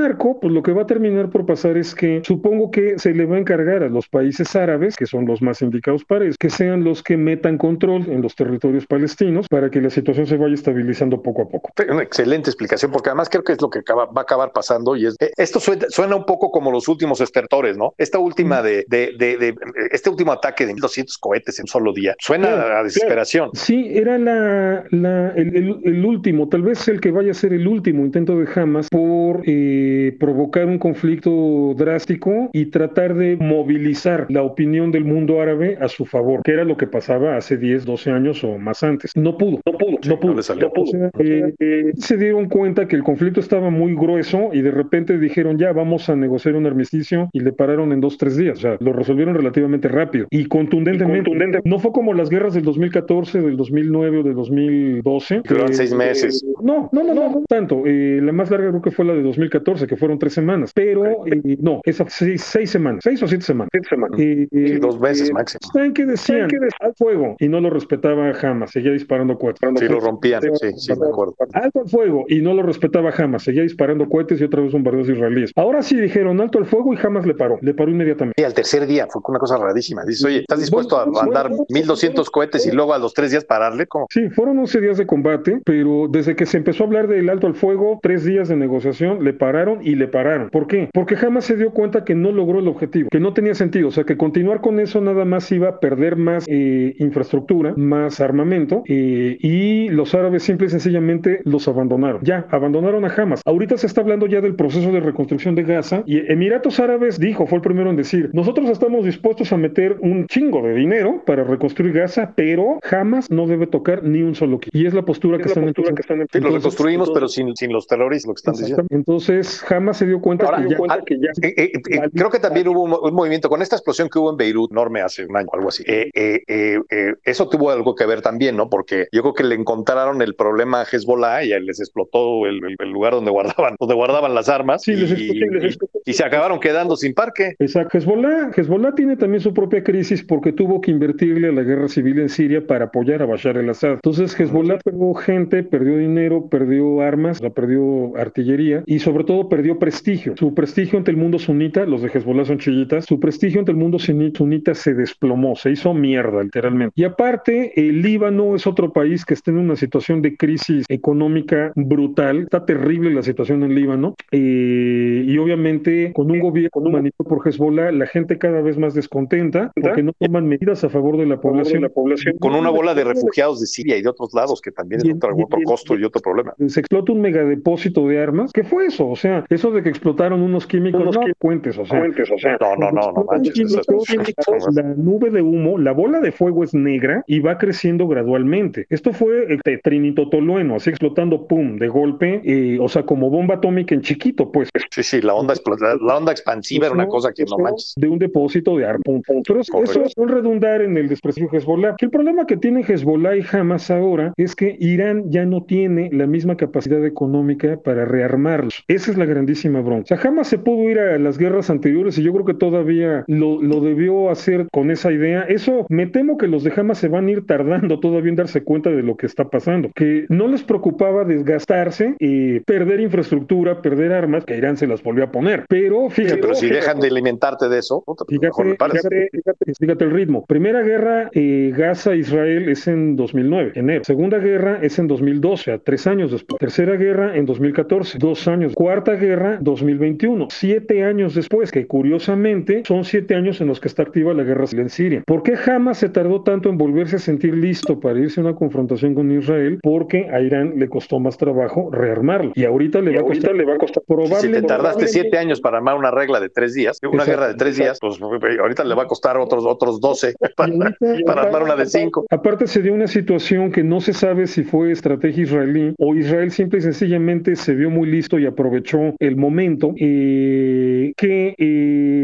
pues lo que va a terminar por pasar es que supongo que se le va a encargar a los países árabes, que son los más indicados para eso, que sean los que metan control en los territorios palestinos para que la situación se vaya estabilizando poco a poco. Una excelente explicación, porque además creo que es lo que acaba, va a acabar pasando y es, eh, esto suena, suena un poco como los últimos estertores, ¿no? Esta última de, de, de, de este último ataque de mil doscientos cohetes en un solo día, suena claro, a desesperación. Claro. Sí, era la, la, el, el, el último, tal vez el que vaya a ser el último intento de Hamas por eh, provocar un conflicto drástico y tratar de movilizar la opinión del mundo árabe a su favor, que era lo que pasaba hace diez, doce años o más antes. No pudo, no pudo, sí, no pudo. No, no pudo. O sea, eh, eh, se dieron cuenta que el conflicto estaba muy grueso y de repente dijeron ya vamos a negociar un armisticio y le pararon en dos, tres días. O sea, lo resolvieron relativamente rápido y contundentemente. Y contundente. No fue como las guerras del dos mil catorce, del dos mil nueve o del dos mil doce. Duran seis meses. Eh, no, no, no, no, no tanto. Eh, la más larga creo que fue la de dos mil catorce, que fueron tres semanas. Pero eh, no, esa seis, seis semanas, seis o siete semanas. Siete semanas. Eh, sí, dos meses eh, máximo. ¿Saben qué decían? ¿Saben qué decían? Al fuego. Y no lo respetaba jamás. Seguía disparando cohetes. Sí, lo rompían. Sí, sí, me acuerdo. Alto al fuego. Y no lo respetaba jamás. Seguía disparando cohetes y otra vez bombardeos israelíes. Ahora sí dijeron alto al fuego y jamás le paró. Le paró inmediatamente. Y al tercer día fue una cosa rarísima. Dices, oye, ¿estás dispuesto a mandar mil doscientos cohetes y luego a los tres días pararle? ¿Cómo? Sí, fueron once días de combate, pero desde que se empezó a hablar del alto al fuego, tres días de negociación, le pararon y le pararon. ¿Por qué? Porque jamás se dio cuenta que no logró el objetivo, que no tenía sentido. O sea, que continuar con eso nada más iba a perder más eh, infraestructura, más armamento, eh, y los árabes simple y sencillamente los abandonaron. Ya, abandonaron a Hamas. Ahorita se está hablando ya del proceso de reconstrucción de Gaza y Emiratos Árabes dijo, fue el primero en decir, nosotros estamos dispuestos a meter un chingo de dinero para reconstruir Gaza, pero Hamas no debe tocar ni un solo kilo. Y es la postura, es que, la están postura que están en... Sí, lo reconstruimos, entonces, pero sin, sin los terroristas, lo que están diciendo. Entonces, Hamas se dio cuenta, Ahora, que, ya, dio cuenta al, que ya... Eh, eh, eh, creo que también hubo un, un movimiento, con esta explosión que hubo en Beirut, enorme hace un año o algo así, eh, eh, eh, eh, eso tuvo algo que ver también, ¿no? Porque yo creo que le encontraron el problema a Hezbollah y les explotó el, el, el lugar donde guardaban, donde guardaban las armas sí, y, les explotó, les explotó. y, y se acabaron quedando sin parque. Exacto. Hezbollah, Hezbollah tiene también su propia crisis porque tuvo que invertirle a la guerra civil en Siria para apoyar a Bashar el-Assad. Entonces Hezbollah perdió gente, perdió dinero, perdió armas, o sea, perdió artillería y sobre todo perdió prestigio. Su prestigio ante el mundo sunita, los de Hezbollah son chiitas, su prestigio ante el mundo sunita se desplomó, se hizo mierda literalmente. Y aparte, el Líbano es otro país que está en una situación de crisis económica brutal, está terrible la situación en Líbano, eh, y obviamente con un gobierno manipulado por Hezbollah, la gente cada vez más descontenta porque no toman medidas a favor de la población. De la población. Con una bola de refugiados de Siria y de otros lados, que también es otro, otro costo y otro problema. Se explota un megadepósito de armas. ¿Qué fue eso? O sea, eso de que explotaron unos químicos, unos no químicos, cuentes, o sea. Cuentes, o sea. No, no, no, no manches. Esas cosas. La nube de humo, la bola de fuego es negra y va creciendo gradualmente. Esto fue este, trinitotolueno, así explotando, pum, de golpe, eh, o sea, como bomba atómica en chiquito, pues. Sí, sí, la onda, la onda expansiva era una cosa que no manches. De un depósito de armas. Pero eso es un redundar en el desprestigio de Hezbollah. Que el problema que tiene Hezbollah y Hamas ahora es que Irán ya no tiene la misma capacidad económica para rearmarlos. Esa es la grandísima bronca. O sea, Hamas se pudo ir a las guerras anteriores y yo creo que todavía lo, lo debió hacer con esa idea. Eso, me temo que los de Hamas se van a ir tardando todavía en darse cuenta de lo que está pasando. Que no les preocupaba desgastarse y perder infraestructura, perder armas, que Irán se las volvió a poner. Pero fíjate. Sí, pero si dejan de alimentarte de eso, puta, fíjate, fíjate, fíjate, fíjate el ritmo. Primera guerra eh, Gaza-Israel es en dos mil nueve, enero. Segunda guerra es en dos mil doce, o sea, tres años después. Tercera guerra en dos mil catorce, dos años. Cuarta guerra dos mil veintiuno, siete años después, que curiosamente son siete años en los que está activa la guerra civil en Siria. ¿Por qué Hamas se tardó tanto en volverse a sentir listo para irse a una confrontación con Israel? Porque a Irán le costó más trabajo rearmarlo. Y ahorita le, y va, ahorita a costar, le va a costar probablemente. Si te tardaste siete años para armar una regla de tres días, una exacto, guerra de tres exacto. días, pues ahorita le va a costar otros, otros doce para, ahorita, para armar una de cinco. Aparte se dio una situación que no se sabe si fue estrategia israelí o Israel simple y sencillamente se vio muy listo y aprovechó el momento, eh, que eh,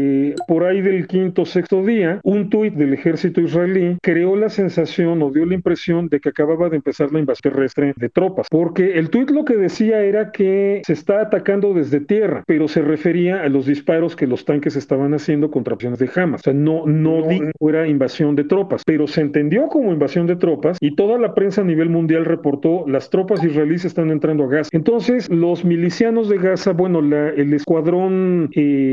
por ahí del quinto o sexto día, un tuit del ejército israelí creó la sensación o dio la impresión de que acababa de empezar la invasión terrestre de tropas, porque el tuit lo que decía era que se está atacando desde tierra, pero se refería a los disparos que los tanques estaban haciendo contra opciones de Hamas. O sea, no, no, no dijo que era invasión de tropas, pero se entendió como invasión de tropas y toda la prensa a nivel mundial reportó las tropas israelíes están entrando a Gaza. Entonces, los milicianos de Gaza, bueno, la, el escuadrón,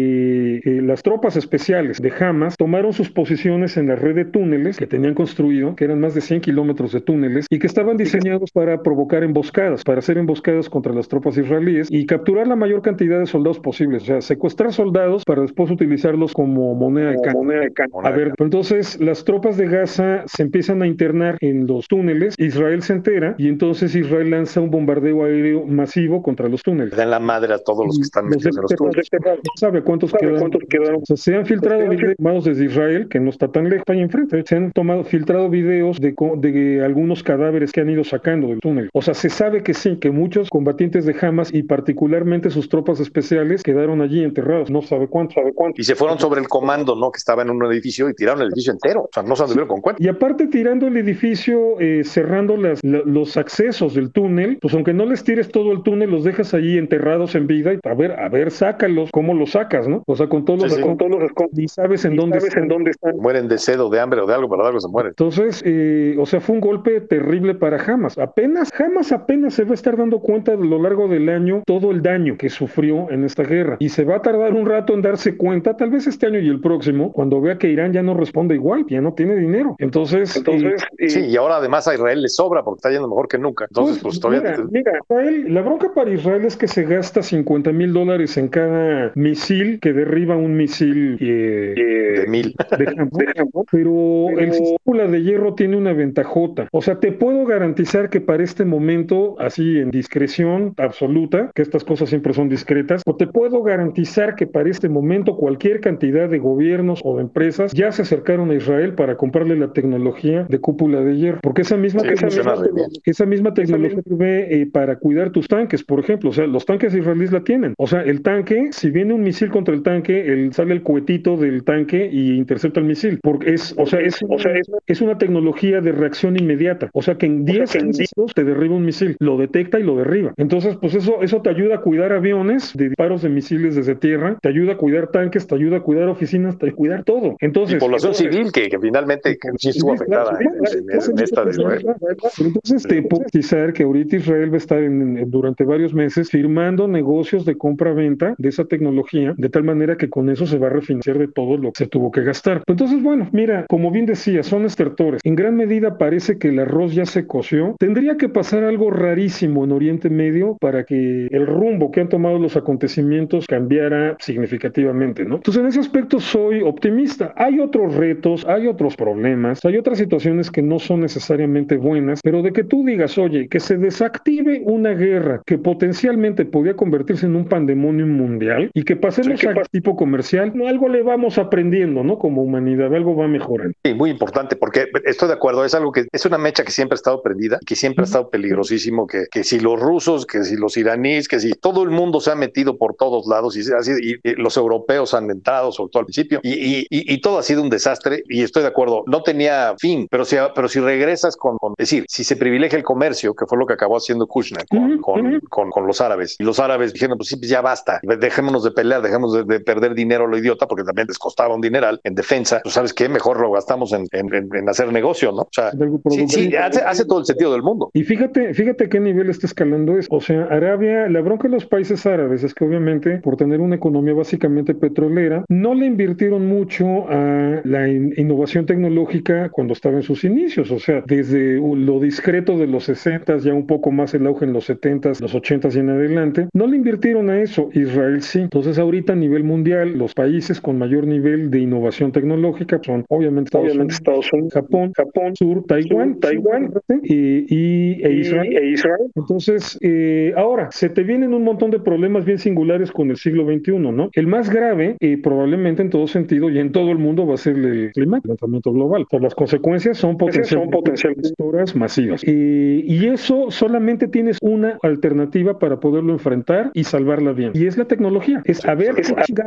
eh, eh, las tropas especiales de Hamas tomaron sus posiciones en la red de túneles que tenían construido, que eran más de cien kilómetros de túneles y que estaban diseñados para provocar emboscadas, para hacer emboscadas contra las tropas israelíes y capturar la mayor cantidad de soldados posibles, o sea, secuestrar soldados para después utilizarlos como moneda de cambio. A ver, entonces las tropas de Gaza se empiezan a internar en los túneles, Israel se entera y entonces Israel lanza un bombardeo aéreo masivo contra los túneles. Dan la madre a todos los que están metidos en los túneles. ¿Sabe cuántos quedaron? O sea, se han filtrado videos tomados desde Israel, que no está tan lejos ahí enfrente, se han tomado, filtrado videos de, de algunos cadáveres que han ido sacando del túnel. O sea, se sabe que sí, que muchos combatientes de Hamas y particularmente sus tropas especiales quedaron allí enterrados. No sabe cuánto, sabe cuánto. Y se fueron sobre el comando, ¿no? Que estaba en un edificio y tiraron el edificio entero. O sea, no se anduvieron con cuenta. Y aparte tirando el edificio, eh, cerrando las, la, los accesos del túnel, pues aunque no les tires todo el túnel, los dejas allí enterrados en vida y a ver, a ver, sácalos, ¿cómo los sacas, no? O sea, con todos los, sí, sí. Con todos los ni sabes en, dónde, sabes están. en dónde están. Mueren de sed o de hambre o de algo, pero de algo se mueren. Entonces, eh, o sea, fue un golpe terrible para Hamas. Apenas, Hamas apenas se va a estar dando cuenta a lo largo del año todo el daño que sufrió en esta guerra. Y se va a tardar un rato en darse cuenta, tal vez este año y el próximo, cuando vea que Irán ya no responde igual, ya no tiene dinero. Entonces, Entonces eh, sí, y ahora además a Israel le sobra porque está yendo mejor que nunca. Entonces, pues, pues todavía. Mira, mira Israel, la bronca para Israel es que se gasta cincuenta mil dólares en cada misil que derriba un misil eh, de mil. De Japón, de Japón, pero, pero el sistema de hierro tiene una ventajota. O sea, te puedo garantizar que para este momento, así en discreción absoluta, que estas cosas siempre son discretas, o te puedo garantizar que para este momento cualquier cantidad de gobiernos o de empresas ya se acercaron a Israel para comprarle la tecnología de cúpula de hierro, porque esa misma, sí, esa misma, esa misma tecnología sirve eh, para cuidar tus tanques, por ejemplo. O sea, los tanques israelíes la tienen. O sea, el tanque, si viene un misil contra el tanque, el, sale el cohetito del tanque y intercepta el misil, porque es, o sea, es, o sea, es, es una tecnología de reacción inmediata. O sea, que en diez segundos te derriba un misil, lo detecta y lo derriba. Entonces, pues eso, eso te ayuda a cuidar aviones de disparos de misiles desde tierra, te ayuda a cuidar tanques, te ayuda a cuidar oficinas, te ayuda a cuidar todo. Entonces, y población entonces, civil que, que finalmente que sí estuvo afectada en, en, en esta de Israel. Entonces, te puedo decir que ahorita Israel va a estar en, en, durante varios meses firmando negocios de compra-venta de esa tecnología, de tal manera que con eso se va a refinanciar de todo lo que se tuvo que gastar. Entonces, bueno, mira, como bien decía, son estertores. En gran medida parece que el arroz ya se coció. Tendría que pasar algo rarísimo en Oriente Medio para que el rumbo que han tomado los acontecimientos cambiara significativamente, ¿no? Entonces, en ese aspecto soy optimista. Hay otros retos, hay otros problemas, hay otras situaciones que no son necesariamente buenas, pero de que tú digas, oye, que se desactive una guerra que potencialmente podía convertirse en un pandemonio mundial y que pasemos sí, a tipo comercial, no, algo le vamos aprendiendo, ¿no? Como humanidad, algo va mejorando. Sí, muy importante, porque estoy de acuerdo, es algo que es una mecha que siempre ha estado prendida, que siempre ha estado peligrosísimo, que, que si los rusos, que si los iraníes, que si todo el mundo se ha metido por todos lados y, así, y, y los europeos han entrado, sobre todo al principio, y, y, y, y todo ha sido un desastre, y estoy de acuerdo, no tenía fin, pero si, pero si regresas con, con, es decir, si se privilegia el comercio, que fue lo que acabó haciendo Kushner con, uh-huh, con, uh-huh. con, con los árabes, y los árabes dijeron, pues sí, pues ya basta, dejémonos de pelear, dejemos de, de perder dinero a lo idiota, porque también les costaba un dineral en defensa, pues sabes qué, mejor lo gastamos en, en, en hacer negocio, ¿no? O sea, sí, sí hace, hace todo el sentido del mundo. Y fíjate, fíjate qué nivel está escalando eso. O sea, Arabia, la bronca de los países árabes es que obviamente, por tener una economía básicamente petrolera, no le invirtieron mucho a la in- innovación tecnológica cuando estaba en sus inicios. O sea, desde lo discreto de los sesentas, ya un poco más el auge en los setentas, los ochentas y en adelante, no le invirtieron a eso. Israel sí. Entonces, ahorita a nivel mundial, los países con mayor nivel de innovación tecnológica son obviamente Estados, obviamente Unidos, Estados Unidos, Japón, Japón, Sur, Taiwán, Sur, Taiwán y, y, e, Israel. e Israel. Entonces, eh, ahora, se te vienen un montón de problemas bien singulares con el siglo veintiuno, ¿no? El más grave, eh, probablemente en todo sentido y en todo el mundo, va a ser el clima, el calentamiento global. O sea, las consecuencias son potencialmente, son potencialmente masivas. Eh, y eso solamente tienes una alternativa para poderlo enfrentar y salvarla bien. Y es la tecnología. Es a ver qué chingados nos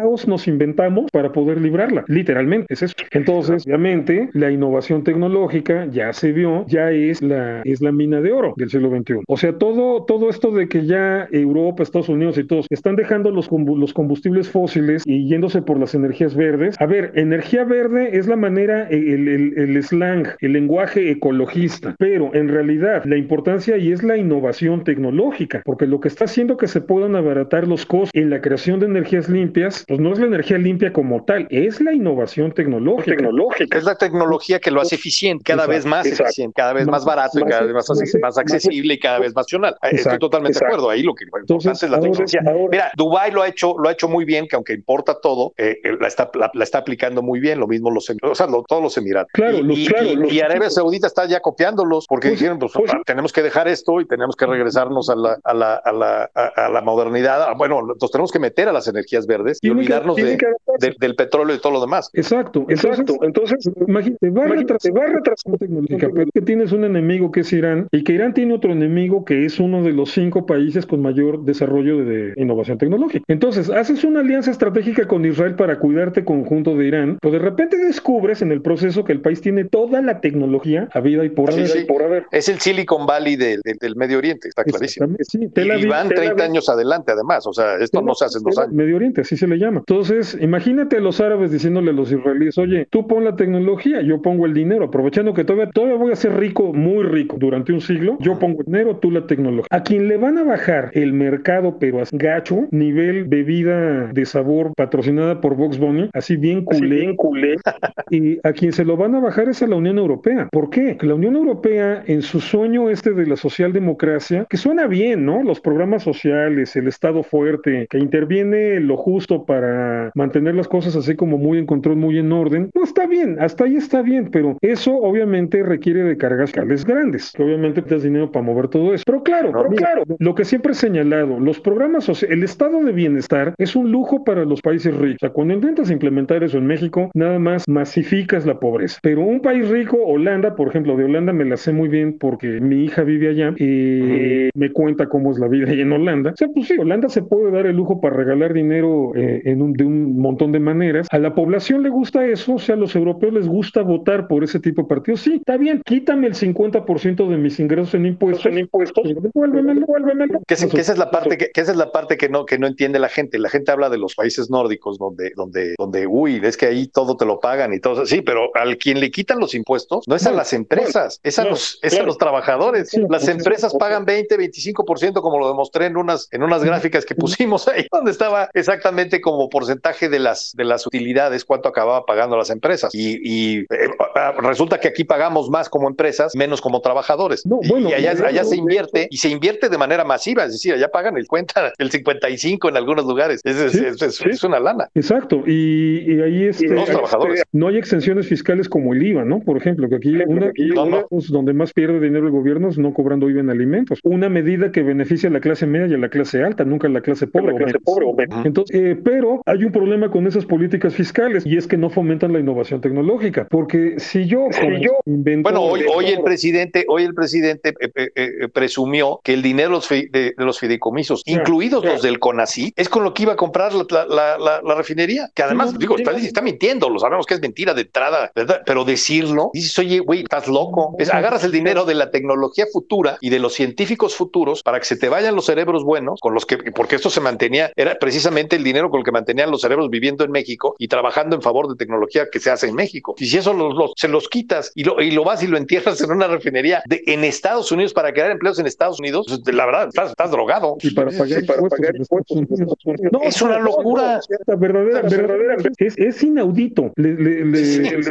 nos inventamos para poder librarla, literalmente, es eso. Entonces, obviamente, la innovación tecnológica ya se vio, ya es la, es la mina de oro del siglo veintiuno. O sea, todo, todo esto de que ya Europa, Estados Unidos y todos están dejando los, los combustibles fósiles y yéndose por las energías verdes. A ver, energía verde es la manera, el, el, el slang, el lenguaje ecologista, pero en realidad la importancia y es la innovación tecnológica, porque lo que está haciendo que se puedan abaratar los costos en la creación de energías limpias, pues no es la energía limpia como tal, es la innovación tecnológica. tecnológica. Es la tecnología que lo hace eficiente, cada exacto, vez más exacto. eficiente, cada vez más, más barato más, y cada vez más, más, más accesible y cada vez más funcional. Exacto, Estoy totalmente exacto. de acuerdo. Ahí lo que lo importante es la tecnología. Ahora, Mira, Dubái lo ha hecho, lo ha hecho muy bien, que aunque importa todo, eh, la, está, la, la está aplicando muy bien, lo mismo los, o sea, lo, todos los Emiratos. Claro, y, los, y, claro, y, los, y Arabia Saudita está ya copiándolos, porque pues, dijeron, pues, pues sí. tenemos que dejar esto y tenemos que regresarnos a la, a la, a la, a, a la modernidad. Bueno, nos tenemos que meter a las energías verdes y olvidarnos que, de, de, del petróleo y todo lo demás. Exacto, exacto. Entonces, Entonces imagínate, va a retrasar tecnológica, pero que tienes un enemigo que es Irán, y que Irán tiene otro enemigo que es uno de los cinco países con mayor desarrollo de, de innovación tecnológica. Entonces, haces una alianza estratégica con Israel para cuidarte conjunto de Irán, pero de repente descubres en el proceso que el país tiene toda la tecnología habida y por haber. Sí, sí. Por haber. Es el Silicon Valley del, del, del Medio Oriente, está clarísimo. Sí, y van treinta años adelante, además. O sea, esto no se hace en dos años. Medio Oriente, así se le llama. Entonces, imagínate a los árabes diciéndole a los israelíes, oye, tú pon la tecnología, yo pongo el dinero, aprovechando que todavía, todavía voy a ser rico, muy rico, durante un siglo, yo pongo el dinero, tú la tecnología. A quien le van a bajar el mercado, pero a gacho, nivel bebida de sabor patrocinada por Bugs Bunny, así bien culé, así bien culé. Y a quien se lo van a bajar es a la Unión Europea. ¿Por qué? Que la Unión Europea, en su sueño este de la socialdemocracia, que suena bien, ¿no? Los programas sociales, el Estado fuerte, que interviene lo justo para mantener las cosas así como muy en control, muy en orden, no está bien, hasta ahí está bien, pero eso obviamente requiere de cargas fiscales grandes, que obviamente te das dinero para mover todo eso. Pero claro, pero mira, claro, lo que siempre he señalado, los programas sociales, el estado de bienestar es un lujo para los países ricos. O sea, cuando intentas implementar eso en México, nada más masificas la pobreza. Pero un país rico, Holanda, por ejemplo, de Holanda me la sé muy bien porque mi hija vive allá y uh-huh. me cuenta cómo es la vida ahí en Holanda. O sea, pues sí, Holanda se puede dar el lujo para regalar dinero eh, en un, de un montón de maneras. A la población le gusta eso, o sea, a los europeos les gusta votar por ese tipo de partidos. Sí, está bien, quítame el cincuenta por ciento de mis ingresos en impuestos. En impuestos. Devuélvemelo, devuélvemelo. Que, que, que esa es la parte que, que esa es la parte que no que no entiende la gente. La gente habla de los países nórdicos donde donde donde uy, es que ahí todo te lo pagan y todo. Sí, pero al quien le quitan los impuestos no es a las empresas, es a los es a los trabajadores. Sí, las empresas pagan veinte, veinticinco por ciento como lo demostré en unas en unas gráficas que pusimos ahí donde estaba exactamente como porcentaje de las de las utilidades cuánto acababa pagando las empresas. Y, y eh, resulta que aquí pagamos más como empresas, menos como trabajadores. No, bueno, y allá, allá se invierte y se invierte de manera masiva, es decir, allá pagan el cuenta, el cincuenta y cinco en algunos lugares. Es, es, sí, es, es, sí. es una lana. Exacto. Y, y ahí este, y los trabajadores. Este, no hay exenciones fiscales como el I V A, ¿no? Por ejemplo, que aquí una, aquí, no, una no. donde más pierde dinero el gobierno es no cobrando I V A en alimentos. Una medida que beneficia a la clase media y a la clase alta, nunca a la clase pobre. La clase pobre uh-huh. Entonces, eh, pero hay un problema con esas políticas fiscales y es que no fomentan la innovación tecnológica. Porque si yo, si yo invento... Bueno, hoy, hoy el presidente, hoy el presidente eh, eh, eh, presumió que el dinero de los, fi, de, de los fideicomisos, yeah, incluidos yeah. los del CONACYT, es con lo que iba a comprar la, la, la, la refinería. Que además, sí, digo, sí, está, está mintiendo, lo sabemos que es mentira de entrada, ¿verdad? Pero decirlo, dices, oye, güey, estás loco. Es, agarras el dinero de la tecnología futura y de los científicos futuros para que se te vayan los cerebros buenos, con los que, porque esto se mantenía, era precisamente el dinero con el que mantenían los cerebros viviendo en México y trabajando en favor de tecnología que se hace en México. Y si eso los, los, se los quitas y lo, y lo vas y lo entierras en una refinería de, en Estados Unidos para crear empleos en Estados Unidos, pues, la verdad, estás, estás drogado. Y para pagar, sí, para pagar impuestos. No, es una locura. No, verdadera, verdadera, es, es inaudito. Le, le, le, sí, le,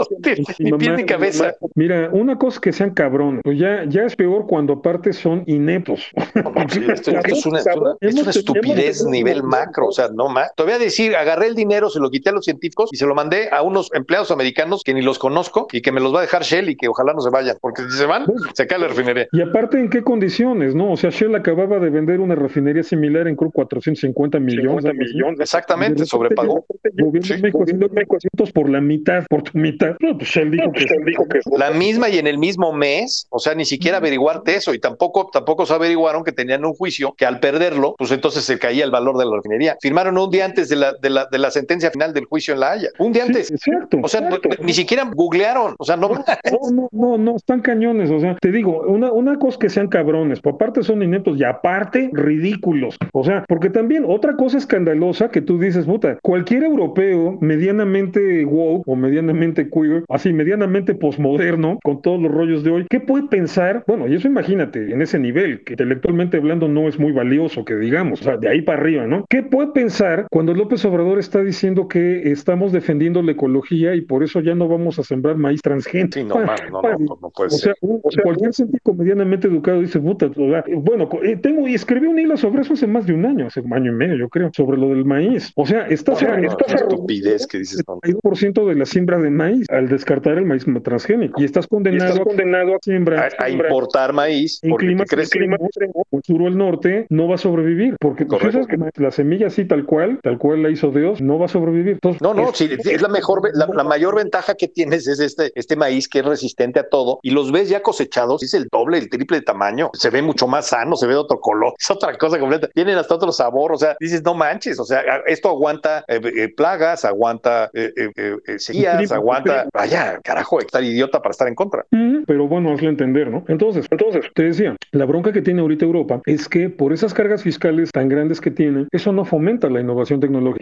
ni pie ni cabeza. Mira, una cosa es que sean cabrones, pues ya, ya es peor cuando aparte son ineptos. No, sí, esto, esto es una, es una, es una estupidez hemos, nivel hemos, macro, o sea, no más. Te voy a decir, agarré el dinero, se lo quité a los científicos y se lo mandé a unos empleados americanos que ni los conozco y que me los va a dejar Shell y que ojalá no se vayan, porque si se van, se cae la refinería. Y aparte, ¿en qué condiciones, no? O sea, Shell acababa de vender una refinería similar en creo cuatrocientos cincuenta millones. millones. Exactamente, sobrepagó. Gobierno de México haciendo cuatrocientos por la mitad, por tu mitad. No, pues Shell dijo, no, pues que, Shell dijo que... La misma y en el mismo mes, o sea, ni siquiera averiguarte eso y tampoco, tampoco se averiguaron que tenían un juicio que al perderlo, pues entonces se caía el valor de la refinería. Firmaron un día antes de la, de la, de la sentencia final del juicio en La Haya. Un día antes. Sí, exacto. O sea, exacto. ni, ni siquiera googlearon. O sea, no. No, no, no, no, están cañones. O sea, te digo, una, una cosa que sean cabrones, por aparte son ineptos y aparte ridículos. O sea, porque también otra cosa escandalosa que tú dices, puta, cualquier europeo medianamente woke o medianamente queer, así medianamente posmoderno, con todos los rollos de hoy, ¿qué puede pensar? Bueno, y eso imagínate, en ese nivel, que intelectualmente hablando no es muy valioso, que digamos, o sea, de ahí para arriba, ¿no? ¿Qué puede pensar cuando López Obrador está diciendo que estamos defendiendo la ecología y por eso ya no vamos a sembrar maíz transgénico? Sí, no, man, no, no, no, no puede o sea, ser. un, o sea, cualquier científico medianamente educado dice, puta, o sea, bueno, eh, tengo y escribí un hilo sobre eso hace más de un año, hace un año y medio, yo creo, sobre lo del maíz. O sea, estás No, no, arruinando no, estupidez que dices. el setenta y dos por ciento de la siembra de maíz al descartar el maíz transgénico y estás condenado, Y estás condenado a siembra a, a importar maíz en porque climas ¿qué crees? extremos, el sur o el norte no va a sobrevivir porque pues, esas, la semilla así tal cual, tal cual la hizo Dios, no va a sobrevivir. Entonces, no, no, es, sí, es la mejor, la, la mayor ventaja que tienes es este, este maíz que es resistente a todo y los ves ya cosechados, es el doble, el triple de tamaño, se ve mucho más sano, se ve de otro color, es otra cosa completa, tienen hasta otro sabor, o sea, dices, no manches, o sea, esto aguanta eh, eh, plagas, aguanta eh, eh, eh, sequías, aguanta, vaya, carajo, estar idiota para estar en contra. Mm, pero bueno, hazle entender, ¿no? Entonces, entonces, te decía, la bronca que tiene ahorita Europa es que por esas cargas fiscales tan grandes que tienen, eso no fomenta la innovación tecnológica.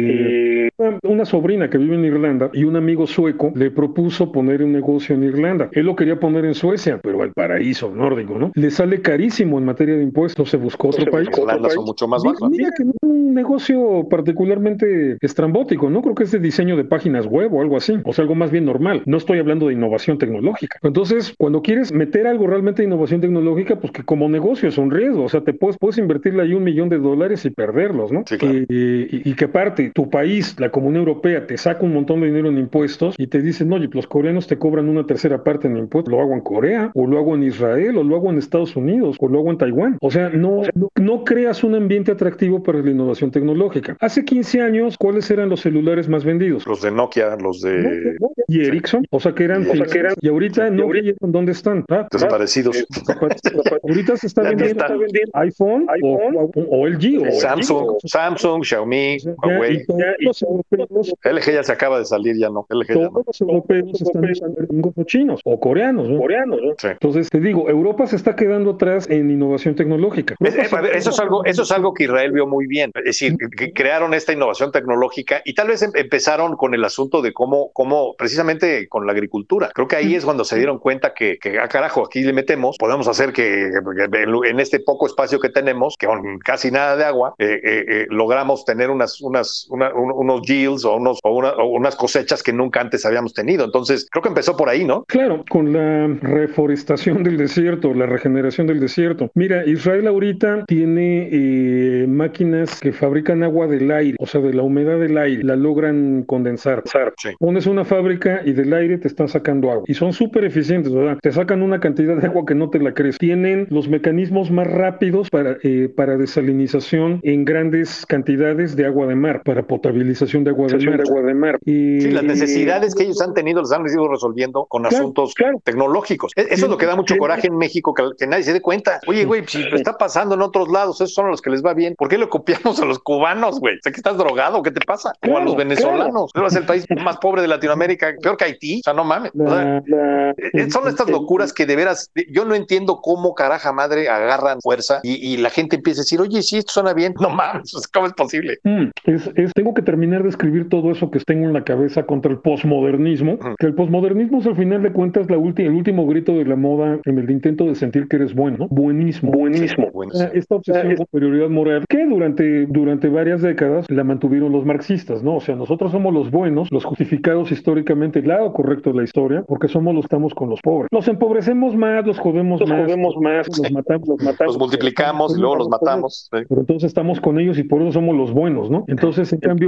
Y una, una sobrina que vive en Irlanda y un amigo sueco le propuso poner un negocio en Irlanda. Él lo quería poner en Suecia, pero al paraíso nórdico, ¿no? Le sale carísimo en materia de impuestos, se buscó otro En país. Irlanda son mucho más bajos. Mira, mira que no es un negocio particularmente estrambótico, ¿no? Creo que es de diseño de páginas web o algo así, o sea, algo más bien normal. No estoy hablando de innovación tecnológica. Entonces, cuando quieres meter algo realmente de innovación tecnológica, pues que como negocio es un riesgo, o sea, te puedes, puedes invertirle ahí un millón de dólares y perderlos, ¿no? Sí, claro. y, y, y que aparte, tu país, la Comunidad Europea, te saca un montón de dinero en impuestos y te dicen, oye, los coreanos te cobran una tercera parte en impuestos, lo hago en Corea, o lo hago en Israel, o lo hago en Estados Unidos, o lo hago en Taiwán. O sea, no, no, no creas un ambiente atractivo para la innovación tecnológica. Hace quince años, ¿cuáles eran los celulares más vendidos? Los de Nokia, los de... Nokia, Nokia. Y Ericsson, o sea que eran, y, o sea, que eran y ahorita sí, no ahorita, ¿dónde están? Ah, desaparecidos. Ahorita se está vendiendo, está vendiendo iPhone, iPhone o, o, o L G o Samsung, o, Samsung, Xiaomi, ya, Huawei. Y todos los europeos, L G ya se acaba de salir, ya no. L G todos ya no. los europeos están usando gringos o chinos o coreanos, ¿no? Coreanos, ¿no? Sí. Entonces te digo, Europa se está quedando atrás en innovación tecnológica. Es, eh, a ver, eso es algo, eso es algo que Israel vio muy bien. Es decir, que crearon esta innovación tecnológica y tal vez em empezaron con el asunto de cómo, cómo, precisamente con la agricultura. Creo que ahí es cuando se dieron cuenta que, que ah, carajo, aquí le metemos, podemos hacer que, que en este poco espacio que tenemos, que con casi nada de agua, eh, eh, eh, logramos tener unas, unas, una, un, unos yields o, unos, o, una, o unas cosechas que nunca antes habíamos tenido. Entonces, creo que empezó por ahí, ¿no? Claro, con la reforestación del desierto, la regeneración del desierto. Mira, Israel ahorita tiene eh, máquinas que fabrican agua del aire, o sea, de la humedad del aire, la logran condensar. Sí. Pones una fábrica y del aire te están sacando agua. Y son súper eficientes, ¿verdad? Te sacan una cantidad de agua que no te la crees. Tienen los mecanismos más rápidos para, eh, para desalinización en grandes cantidades de agua de mar, para potabilización de agua de mar. De agua de mar. Y, sí, las necesidades que ellos han tenido las han ido resolviendo con claro, asuntos claro. tecnológicos. Eso sí, es lo que da mucho sí, coraje en México, que, que nadie se dé cuenta. Oye, güey, si está pasando en otros lados, esos son los que les va bien. ¿Por qué lo copiamos a los cubanos, güey? ¿Sé que estás drogado? ¿Qué te pasa? Claro, o a los venezolanos. Claro. Es el país más pobre de Latinoamérica, peor que Haití. O sea, no mames. La, o sea, la, son estas locuras que de veras, yo no entiendo cómo caraja madre agarran fuerza y, y la gente empieza a decir, oye, sí, esto suena bien. No mames, ¿cómo es posible? Mm, es, es, tengo que terminar de escribir todo eso que tengo en la cabeza contra el posmodernismo, uh-huh. que el posmodernismo es al final de cuentas la ulti, el último grito de la moda en el intento de sentir que eres bueno, ¿no? Buenismo. Buenismo. Sí, buenismo. Esta obsesión con superioridad moral que durante, durante varias décadas la mantuvieron los marxistas, ¿no? O sea, nosotros somos los buenos, los justificados históricamente, el lado correcto de la historia, porque somos los que estamos con los pobres. Los empobrecemos más, los jodemos los más. Jodemos más los sí. matamos, los matamos. Los multiplicamos y luego los matamos. Sí. Pero entonces estamos con ellos y por eso somos los buenos, ¿no? Entonces, en cambio, ese,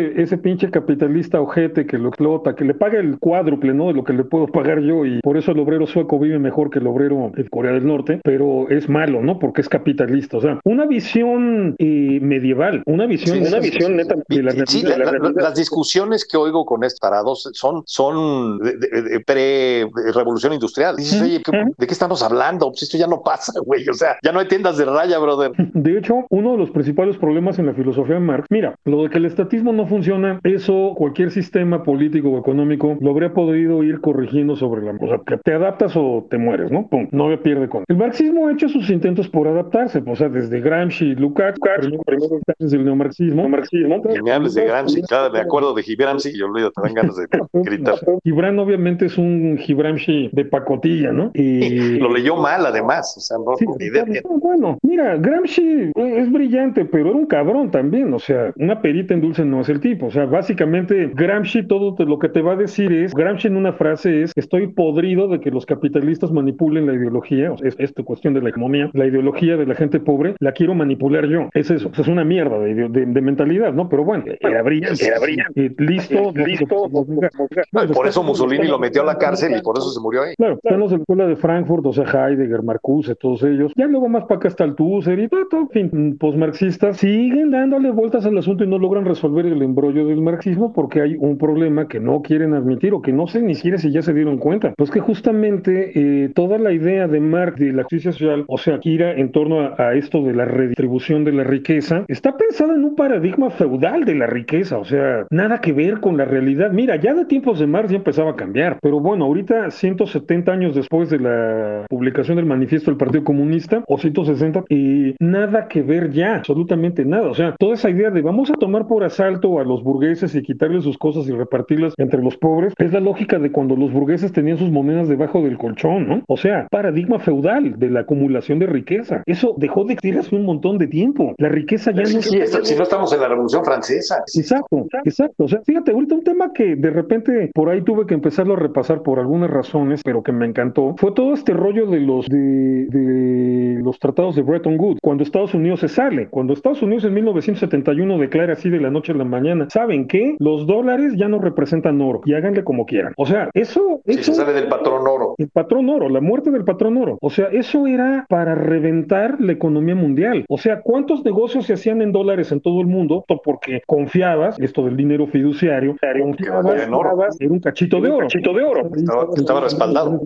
ese, ese pinche capitalista ojete que lo explota, que le paga el cuádruple, ¿no? De lo que le puedo pagar yo, y por eso el obrero sueco vive mejor que el obrero de Corea del Norte, pero es malo, ¿no? Porque es capitalista. O sea, una visión eh, medieval, una visión, Sí, una sí, visión sí, neta sí. de la, Sí, de la, la- la- realidad. las discusiones que oigo con estos tarados son, son de, de- de pre-revolución industrial. Dices, oye, ¿qué- Ujú. ¿de qué estamos hablando? Pues esto ya no pasa, güey. O sea, ya no hay tiendas de raya, brother. De hecho, uno de los principales problemas en la filosofía de Marx, mira, lo de que el estatismo no funciona, eso cualquier sistema político o económico lo habría podido ir corrigiendo sobre la... O sea, que te adaptas o te mueres, ¿no? Pum, no había pierde con... El marxismo ha hecho sus intentos por adaptarse, o sea, desde Gramsci y Lukács, primero, primero desde el neomarxismo, neomarxismo, Y me hables de Gramsci, claro, me acuerdo de Gramsci y olvido, te dan ganas de gritar. Gibran obviamente es un Gibramsci de pacotilla, ¿no? Y Lo leyó mal, además. O sea, no, sí, ni idea bueno, tiene. bueno, mira, Gramsci es brillante, pero era un cabrón también, o sea, una perita en dulce no es el tipo, o sea, básicamente Gramsci todo te- lo que te va a decir es, Gramsci en una frase es, estoy podrido de que los capitalistas manipulen la ideología, o sea, es esta cuestión de la economía, la ideología de la gente pobre, la quiero manipular yo, es eso, o sea, es una mierda de, ideo- de- de mentalidad, ¿no? Pero bueno, era brillante, era brillante, eh, listo, listo, No, y por eso Mussolini lo metió a la cárcel y por eso se murió ahí. claro, están los de la escuela de Frankfurt, o sea, Heidegger, Marcuse, todos ellos. Ya luego más para acá está el Tusser y todo, todo, en fin, posmarxistas siguen dándole vueltas al asunto y no logran resolver el embrollo del marxismo porque hay un problema que no quieren admitir o que no sé ni siquiera si ya se dieron cuenta. Pues que justamente eh, toda la idea de Marx de la justicia social, o sea, gira en torno a, a esto de la redistribución de la riqueza, está pensada en un paradigma feudal de la riqueza, o sea, nada que ver con la realidad. Mira, ya de tiempos de Marx ya empezaba a cambiar, pero bueno, ahorita ciento setenta años después de la publicación del manifiesto del Partido Comunista, o ciento sesenta, y nada que ver ya, absolutamente nada. O sea, toda esa idea de vamos a tomar por asalto a los burgueses y quitarles sus cosas y repartirlas entre los pobres, es la lógica de cuando los burgueses tenían sus monedas debajo del colchón, ¿no? O sea, paradigma feudal de la acumulación de riqueza. Eso dejó de existir hace un montón de tiempo. La riqueza ya Sí, no... sí, esto- si no estamos en la Revolución Francesa. Exacto, exacto. O sea, fíjate, ahorita un tema que de repente por ahí tuve que empezarlo a repasar por algunas razones, pero que me encantó, fue todo este rollo de los de, de los tratados de Bretton Woods, cuando Estados Unidos se sale, cuando Estados Unidos en mil novecientos setenta y uno declara así de la noche a la mañana, ¿saben qué? Los dólares ya no representan oro y háganle como quieran. O sea, eso, Sí, eso se sale del patrón oro. el patrón oro, la muerte del patrón oro. O sea, eso era para reventar la economía mundial. O sea, ¿cuántos negocios se hacían en dólares en todo el mundo? Porque confiabas, esto del dinero fiduciario, confiabas, en oro. era un cachito de oro. Cachito de oro. Estaba, estaba respaldado.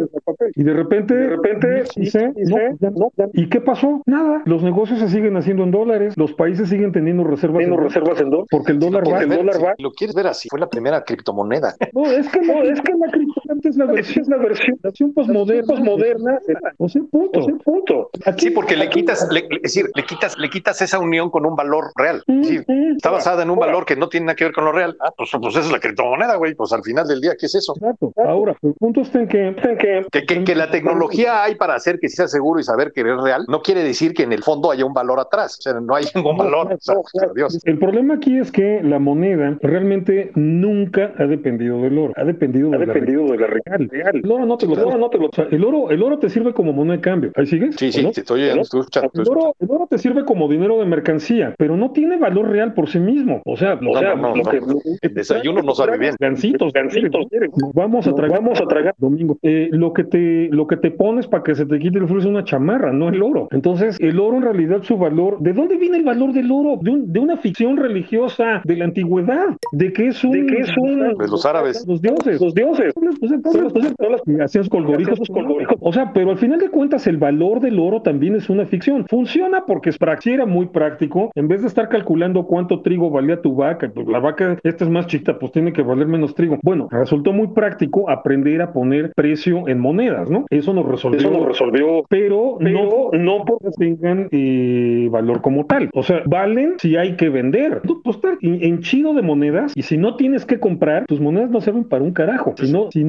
Y de repente, De repente, dice, dice, no, ya no. no, ya ¿Y qué pasó? Nada. Los negocios se siguen haciendo en dólares, los países siguen teniendo reservas, Tengo en reservas en dólares. porque el Si lo dólar va. quieres el ver- dólar si va. lo quieres ver así, fue la primera criptomoneda. No, es que No, la, es que la criptomoneda es la versión, es la versión la versión posmoderna. posmoderna. O sea, punto. O sea, punto. Aquí- Sí, porque le aquí- quitas, le- es decir, le quitas, le quitas esa unión con un valor real. Mm, Es decir, mm, está basada en un valor que no tiene nada que ver con lo real. Ah, pues, pues eso es la criptomoneda, güey. Pues al final del día, ¿qué es eso? Exacto. Ahora, el punto está en que Dicen que Que, que, que la tecnología hay para hacer que sea seguro y saber que es real, no quiere decir que en el fondo haya un valor atrás. O sea, no hay ningún valor. O sea, por Dios. el problema aquí es que la moneda realmente nunca ha dependido del oro, ha dependido ha de la dependido de la real. real. El oro no te lo, El oro no te lo- o sea, el oro, el oro te sirve como moneda de cambio. ¿Ahí sigues? Sí, ¿O sí, no? te estoy oyendo, estoy escuchando. estoy El oro, el oro te sirve como dinero de mercancía, pero no tiene valor real por sí mismo. O sea, No, o sea, no, no, lo no. que- El desayuno no sabe bien. Gancitos, Gancitos, Nos vamos a Nos tragar, vamos a tragar. domingo. Eh, lo que te, lo que te pones para que se te quite el frío es una chamarra, no el oro. Entonces, el oro en realidad su valor, ¿de dónde viene el valor del oro? De, un- de una ficción religiosa de la antigüedad, de que es un, De que es un- De los árabes. los dioses. Los dioses. Pues, pues, pues, pues, pues, hacían sus colgorijos, Hacían sus colgorijos. o sea, pero al final de cuentas el valor del oro también es una ficción. Funciona porque es pra- sí era muy práctico. En vez de estar calculando cuánto trigo valía tu vaca, pues la vaca, esta es más chiquita, pues tiene que valer menos trigo. Bueno, resultó muy práctico aprender a poner precio en monedas, ¿no? Eso nos resolvió. Eso lo resolvió. Pero, Pero no, no porque tengan eh, valor como tal. O sea, valen si hay que vender. Tú, pues, estar en, en chido de monedas y si no tienes que comprar, tus monedas no sirven para un carajo. Si no, si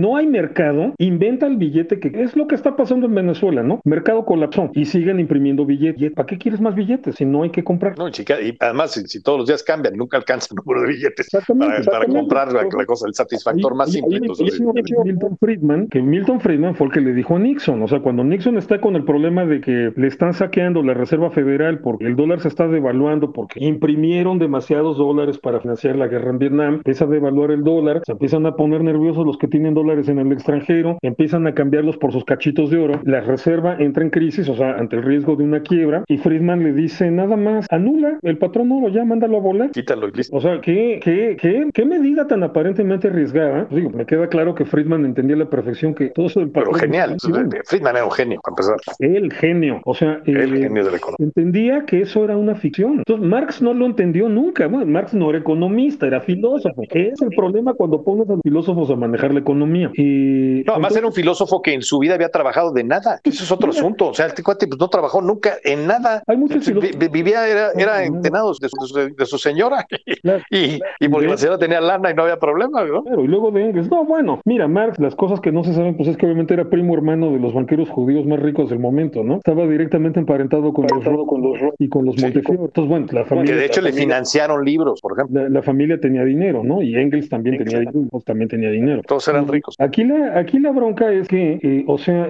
no hay mercado, inventa el billete, que es lo que está pasando en Venezuela, ¿no? Mercado colapsó y siguen imprimiendo billetes. ¿Para qué quieres más billetes si no hay que comprar? No, chica, y además, si, si todos los días cambian, nunca alcanza el número de billetes Exactamente, para, para exactamente. comprar la, la cosa, el satisfactor Ahí- más ahí- simple. ahí- Entonces, ahí dijo Milton Friedman, que Milton Friedman fue el que le dijo a Nixon, o sea, cuando Nixon está con el problema de que le están saqueando la Reserva Federal porque el dólar se está devaluando, porque imprimieron demasiados dólares para financiar la guerra en Vietnam, empieza a devaluar el dólar, se empiezan a poner nerviosos los que tienen dólares en el extranjero, empiezan a cambiarlos por sus cachitos de oro, la Reserva entra en crisis, o sea, ante el riesgo de una quiebra, y Friedman le dice, nada más, anula el patrón oro, ya mándalo a volar. quítalo y listo. O sea, ¿qué, qué, qué, qué medida tan aparentemente arriesgada? Digo, me queda claro que Friedman entendía a la perfección que todo eso del Pero patrón... genial. Friedman era un genio, para empezar. El genio, o sea, El eh, genio de la economía. entendía que eso era una ficción. Entonces, Marx no lo entendió nunca. Bueno, Marx no era economista, era filósofo. Es el problema cuando pones a los filósofos a manejar la economía. Y No, además entonces, era un filósofo que en su vida había trabajado de nada. Eso es otro Mira. asunto. O sea, el cuate pues, no trabajó nunca en nada. Hay muchos Vi- filósofos- vi- Vivía, era, era Nada. entenados de su, de, de su señora. Claro. Y, y porque la señora tenía lana y no había problema, ¿no? Claro, y luego de Engels, no, bueno, mira, Marx, las cosas que no se saben, pues es que obviamente era primo hermano de los banqueros judíos más ricos del momento, ¿no? Estaba directamente emparentado con los Roth, con los Roth y con los Sí. Montefiore. Entonces, bueno, la familia... Que de hecho la le familia- financiaron libros, por ejemplo. La, la familia tenía dinero, ¿no? Y Engels también tenía dinero, pues, también tenía dinero. Todos eran ricos. Aquí la, aquí la bronca es que, eh, o sea,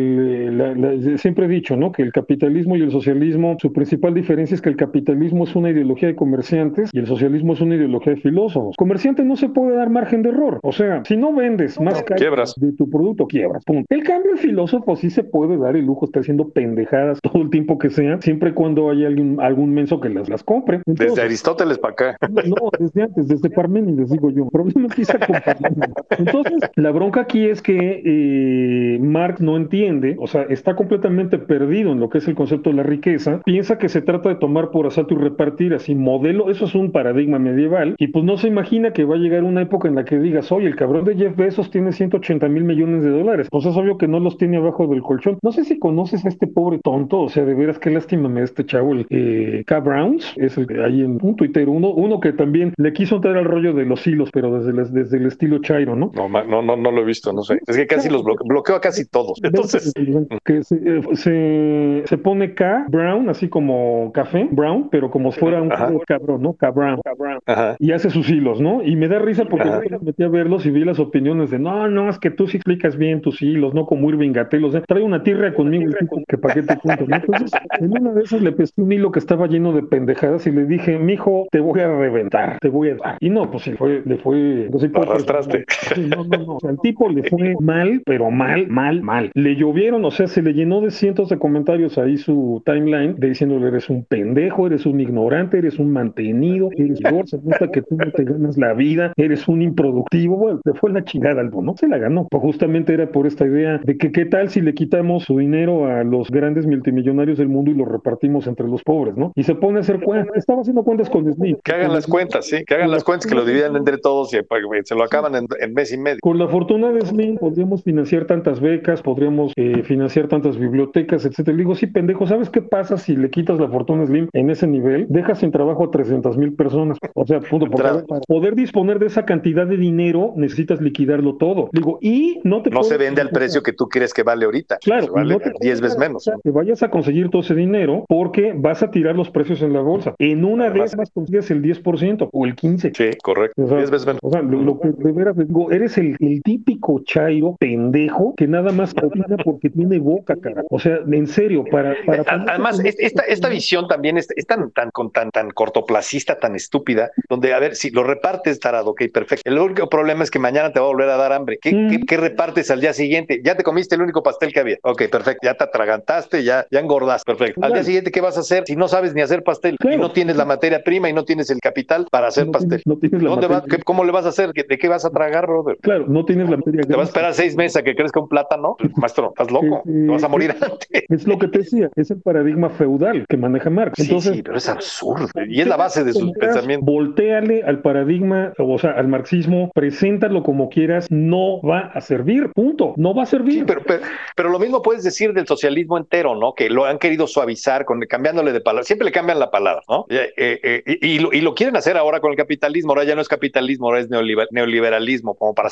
el, la- la- siempre he dicho, ¿no? Que el capitalismo y el socialismo, su principal diferencia es que el capitalismo es una ideología de comerciantes y el socialismo es una ideología de filósofos. Comerciante no se puede dar margen de error. O sea, si no vendes más caro Quiebras. de tu producto, quiebras. Punto. El cambio, el filósofo sí se puede dar el lujo de estar haciendo pendejadas todo el tiempo que sea, siempre y cuando haya alguien, algún menso que las, las compre. Entonces, Desde Aristóteles para acá. no, desde antes, desde Parménides, digo yo. El problema empieza con Parménides. Entonces, la bronca aquí es que eh, Marx no entiende, o sea, está completamente perdido en lo que es el concepto de la riqueza, piensa que se trata de tomar por asalto y repartir así modelo, eso es un paradigma medieval, y pues no se imagina que va a llegar una época en la que digas, oye, el cabrón de Jeff Bezos tiene ciento ochenta mil millones de dólares, pues es obvio que no los tiene abajo del colchón. No sé si conoces a este pobre tonto, o sea, de veras, qué lástima me da este chavo, el eh, K. Browns, es el que hay en un tuitero, uno, uno que también le quiso entrar al rollo de los hilos, pero desde, el- desde el estilo Chairo, ¿no? No, ma- no, no, no lo he visto, no sé. Es que casi los bloqueo, bloqueo a casi todos. Entonces, que se, eh, se, se pone K, Brown, así como café, Brown, pero como si fuera un Ajá. cabrón, ¿no? K, Brown. ajá. Y hace sus hilos, ¿no? Y me da risa porque Ajá. yo me metí a verlos y vi las opiniones de, no, no, es que tú sí explicas bien tus hilos, no como Irving Gatel, o sea, trae una tierra conmigo, el tipo, que pa' qué te cuento, ¿no? Entonces, en una de esas le pesqué un hilo que estaba lleno de pendejadas y le dije, mijo, te voy a reventar, te voy a dar. Y no, pues sí, fue, le fue... No sé, Lo arrastraste. Sí, no, no, no. O sea, al tipo le fue mal, pero mal, mal, mal. Le llovieron, o sea, se le llenó de cientos de comentarios ahí su timeline de diciéndole, eres un pendejo, eres un ignorante, eres un mantenido, eres peor, se nota que tú no te ganas la vida, eres un improductivo. Bueno, le fue la chingada algo, ¿no? Se la ganó. Pues justamente era por esta idea de que qué tal si le quitamos su dinero a los grandes multimillonarios del mundo y lo repartimos entre los pobres, ¿no? Y se pone a hacer cuentas. Estaba haciendo cuentas con Slim. Que hagan las cuentas, sí, que hagan las cuentas, que lo dividan entre todos y pues, se lo acaban en, en mes y medio. Con la fortuna de Slim podríamos financiar tantas becas, podríamos eh, financiar tantas bibliotecas, etcétera. Le digo, sí, pendejo, ¿sabes qué pasa si le quitas la fortuna a Slim en ese nivel? Dejas sin trabajo a trescientas mil personas. O sea, punto. Porque Entrada. para poder disponer de esa cantidad de dinero necesitas liquidarlo todo. Digo, y no te No se puedes- vende al precio que tú crees que vale ahorita. Claro, Se vale y no te diez veces puedes menos. garantizar que vayas a conseguir todo ese dinero porque vas a tirar los precios en la bolsa. En una de Además- esas consigues el diez por ciento o el quince por ciento. Sí, correcto. O sea, diez veces menos. o sea, lo, lo que de veras les digo, eres el, el típico chairo pendejo que nada más opina porque tiene boca, cara. O sea, en serio, para... para A- Además, es- esta, esta visión también es, es tan, tan, con- tan, tan cortoplacista, tan estúpida, donde, a ver, si lo repartes, tarado, ok, perfecto. El único problema es que mañana te va a volver a dar hambre. ¿Qué, Mm. qué, qué repartes al día siguiente? Ya te comiste el único pastel que había. Ok, perfecto. Ya te atragantaste, ya, ya engordaste. Perfecto. Al día Claro. siguiente, ¿qué vas a hacer si no sabes ni hacer pastel? Claro. Y no tienes la materia prima y no tienes el capital para hacer no pastel. tienes, no tienes la ¿Dónde va- materia- qué- ¿Cómo le vas a hacer? ¿De qué vas a tragar, brother? Claro, no tienes la materia ¿Te vas a gris. esperar seis meses a que crezca un plátano? Maestro, estás loco. Eh, Te vas a eh, morir antes. Es lo que te decía, es el paradigma feudal que maneja Marx. Entonces, sí, sí, pero es absurdo. Y es la base de sus pensamientos. voltéale al paradigma, o sea, al marxismo, preséntalo como quieras, no va a servir, punto, no va a servir. Sí, pero, pero, pero lo mismo puedes decir del socialismo entero, ¿no? Que lo han querido suavizar con, cambiándole de palabra. Siempre le cambian la palabra, ¿no? Eh, eh, eh, y, y, lo, y lo quieren hacer ahora con el capitalismo. Ahora ya no es capitalismo, ahora es neoliber, neoliberalismo, como para hacerlo más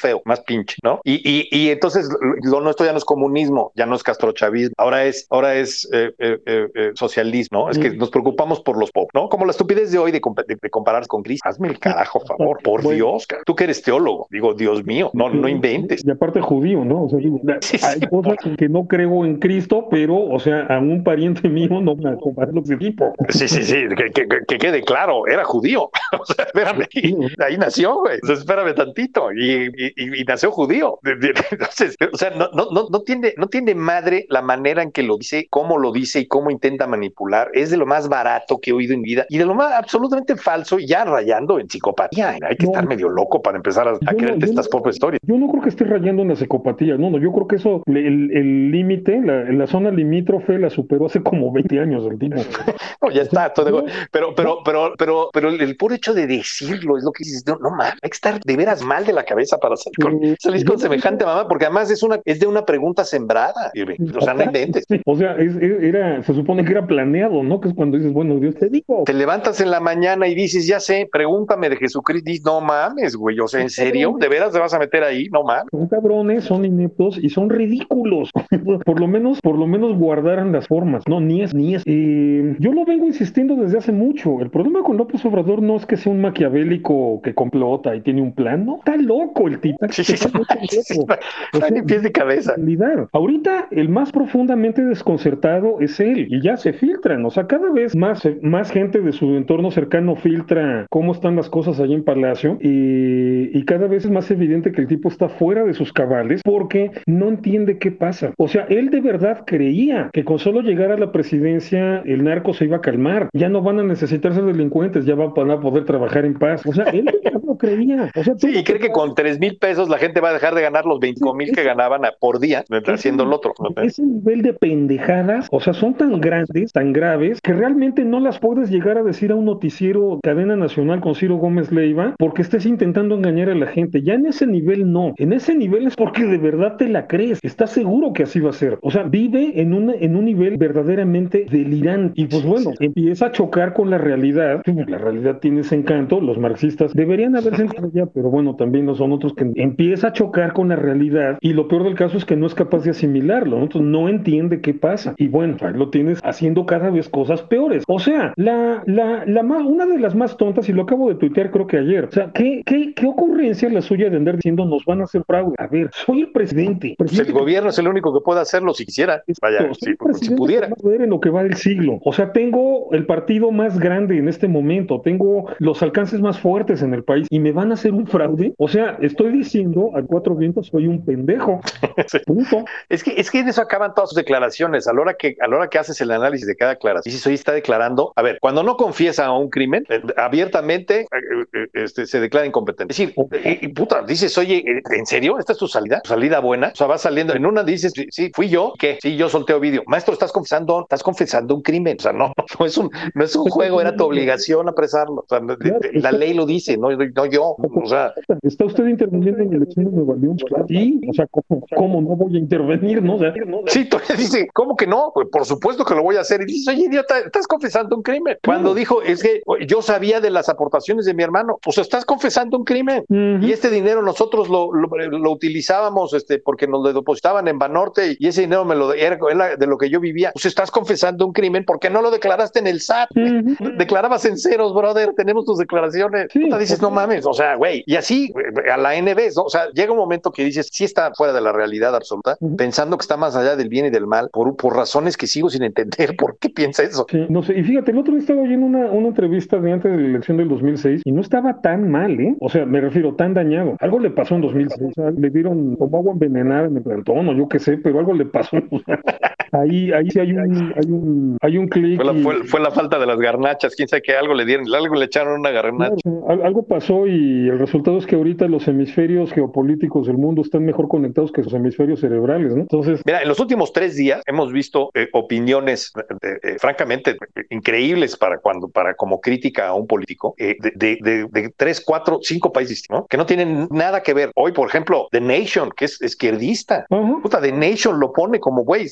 feo, más pinche, ¿no? Y, y, y entonces lo nuestro ya no es comunismo, ya no es castrochavismo, ahora es, ahora es eh, eh, eh, socialismo, ¿no? Es que nos preocupamos por los pobres, ¿no? Como la estupidez de hoy de, de, de compararse con Cristo. Hazme el carajo, favor, por bueno, Dios, cara. Tú que eres teólogo, digo, Dios mío, no, no inventes. Y aparte judío, ¿no? O sea, digo, sí, hay sí, cosas en que no creo en Cristo, pero, o sea, a un pariente mío no me comparar los equipos. Sí, sí, sí, que, que, que quede claro, era judío. O sea, espérame, ahí, ahí nació, güey. Entonces, espérame tantito. Y, y, y nació judío. Entonces, o sea, no, no, no, no, tiene, no tiene madre la manera en que lo dice, cómo lo dice y cómo intenta manipular. Es de lo más barato que he oído en mi vida y de lo más absolutamente falso, ya rayando en psicopatía. Hay que no, estar medio loco para empezar a, a creerte no, estas no, propias historias. Yo no creo que esté rayando en la psicopatía. No, no, yo creo que eso, el límite, la, la zona limítrofe la superó hace como veinte años el tipo. No, ya está. Todo, pero, pero, pero, pero, pero el puro hecho de decirlo es lo que dices. No, no mames, hay que estar de veras mal de la cabeza para salir con, salir con semejante mamá, porque además es una, es de una pregunta sembrada. O sea, no inventes. O sea, es, era, se supone que era planeado, ¿no? Que es cuando dices, bueno, Dios te digo. Te levantas en la mañana y dices, ya sé, pregúntame de Jesucristo. Dices, no mames, güey. O sea, ¿en serio? ¿De veras te vas a meter ahí? No mames. Son cabrones, son ineptos y son ridículos. por lo menos, por lo menos guardaran las formas. No, ni es, ni es. Eh, yo lo vengo insistiendo desde hace mucho. El problema con López Obrador no es que sea un maquiavélico que complota y tiene un plan, no, está loco el tipo. Sí, sí, sí, sí, o sea, ni pies de cabeza. Ahorita el más profundamente desconcertado es él y ya se filtran, o sea, cada vez más, más gente de su entorno cercano filtra cómo están las cosas allí en Palacio y, y cada vez es más evidente que el tipo está fuera de sus cabales porque no entiende qué pasa. O sea, él de verdad creía que con solo llegar a la presidencia el narco se iba a calmar, ya no van a necesitar ser delincuentes, ya van a poder trabajar en paz. O sea, él de verdad lo creía. O sea, sí, y cree que con tres mil pesos la gente va a dejar de ganar los veinticinco mil que ganaban por día haciendo el otro. ¿No? Ese nivel de pendejadas, o sea, son tan grandes, tan graves, que realmente no las puedes llegar a decir a un noticiero cadena nacional con Ciro Gómez Leiva porque estés intentando engañar a la gente. Ya en ese nivel no. En ese nivel es porque de verdad te la crees. Estás seguro que así va a ser. O sea, vive en, una, en un nivel verdaderamente delirante. Y pues bueno, empieza a chocar con la realidad. La realidad tiene ese encanto. Los marxistas deberían haberse entrado ya, pero bueno, también no son otros que empieza a chocar con la realidad. Y lo peor del caso es que no es capaz de asimilarlo, ¿no? Entonces no entiende qué pasa. Y bueno, ahí lo tienes haciendo cada vez cosas peores. O sea, la, la, la más, una de las más tontas, y lo acabo de tuitear creo que ayer. O sea, ¿qué, qué, qué ocurrencia la suya de andar diciendo nos van a hacer fraude? A ver, soy el presidente. presidente el gobierno es el único que puede hacerlo si quisiera. Vaya, si, si pudiera. En lo que va del siglo. O sea, tengo el partido más grande en este momento. Tengo los alcances más fuertes en el país. ¿Y me van a hacer un fraude? O sea, estoy diciendo a cuatro vientos soy un pendejo. Sí. Punto. Es que, es que en eso acaban todas sus declaraciones. A la hora que, a la hora que haces el análisis de cada declaración, dices, oye, está declarando. A ver, cuando no confiesa a un crimen, eh, abiertamente eh, este, se declara incompetente. Es decir, eh, puta, dices, oye, ¿en serio? ¿Esta es tu salida? ¿Tu salida buena? O sea, vas saliendo. En una dices, sí, fui yo. ¿Qué? Sí, yo solté Ovidio. Maestro, estás confesando, estás confesando un crimen. O sea, no, no es un, no es un juego, era tu obligación apresarlo. O sea, la ley lo dice, no, no yo. O sea, ¿está usted interviniendo en elecciones de Nueva León? Sí, o sea, ¿cómo, cómo no voy a intervenir, no? O sea, sí, todavía dice, ¿cómo que no? Pues por supuesto que lo voy a hacer. Y dices, oye, idiota, estás confesando un crimen. Cuando dijo, es que yo sabía de las aportaciones de mi hermano, o sea, estás confesando un crimen. Uh-huh. Y este dinero nosotros lo, lo, lo utilizábamos este, porque nos lo depositaban en Banorte y ese dinero me lo era de lo que yo vivía. Pues estás confesando un crimen porque no lo declaraste en el S A T. Uh-huh. Declarabas en ceros, brother, tenemos tus declaraciones. Sí, Puta, dices, no mames, o sea, güey. Y así, a la N B, ¿no? O sea, llega un momento que dices, sí está fuera de la realidad absoluta, uh-huh. pensando que está más allá del bien y del mal, por, por razones que sigo sin entender por qué piensa eso. Sí, no sé, y fíjate, el otro día estaba oyendo una, una entrevista de antes de la elección del dos mil seis y no estaba tan mal, ¿eh? O sea, me refiero, tan dañado. Algo le pasó en dos mil seis, o sea, le dieron como agua envenenada en el plantón, o yo qué sé, pero algo le pasó. O sea, ahí, ahí sí hay un, hay un, hay un clic. Fue la, y... fue, fue la falta de las garnachas, quién sabe que algo le dieron, algo le echaron una garnacha. Claro, algo pasó y el resultado es que ahorita los hemisferios geopolíticos del mundo están mejor conectados que sus hemisferios cerebrales, ¿no? Entonces, mira, en los últimos tres días hemos visto eh, opiniones, eh, eh, francamente, eh, increíbles para cuando, para como crítica a un político, eh, de, de, de, de tres, cuatro, cinco países, ¿no? Que no tienen nada que ver. Hoy, por ejemplo, The Nation, que es izquierdista, uh-huh. puta, The Nation lo pone como, güey, está mesian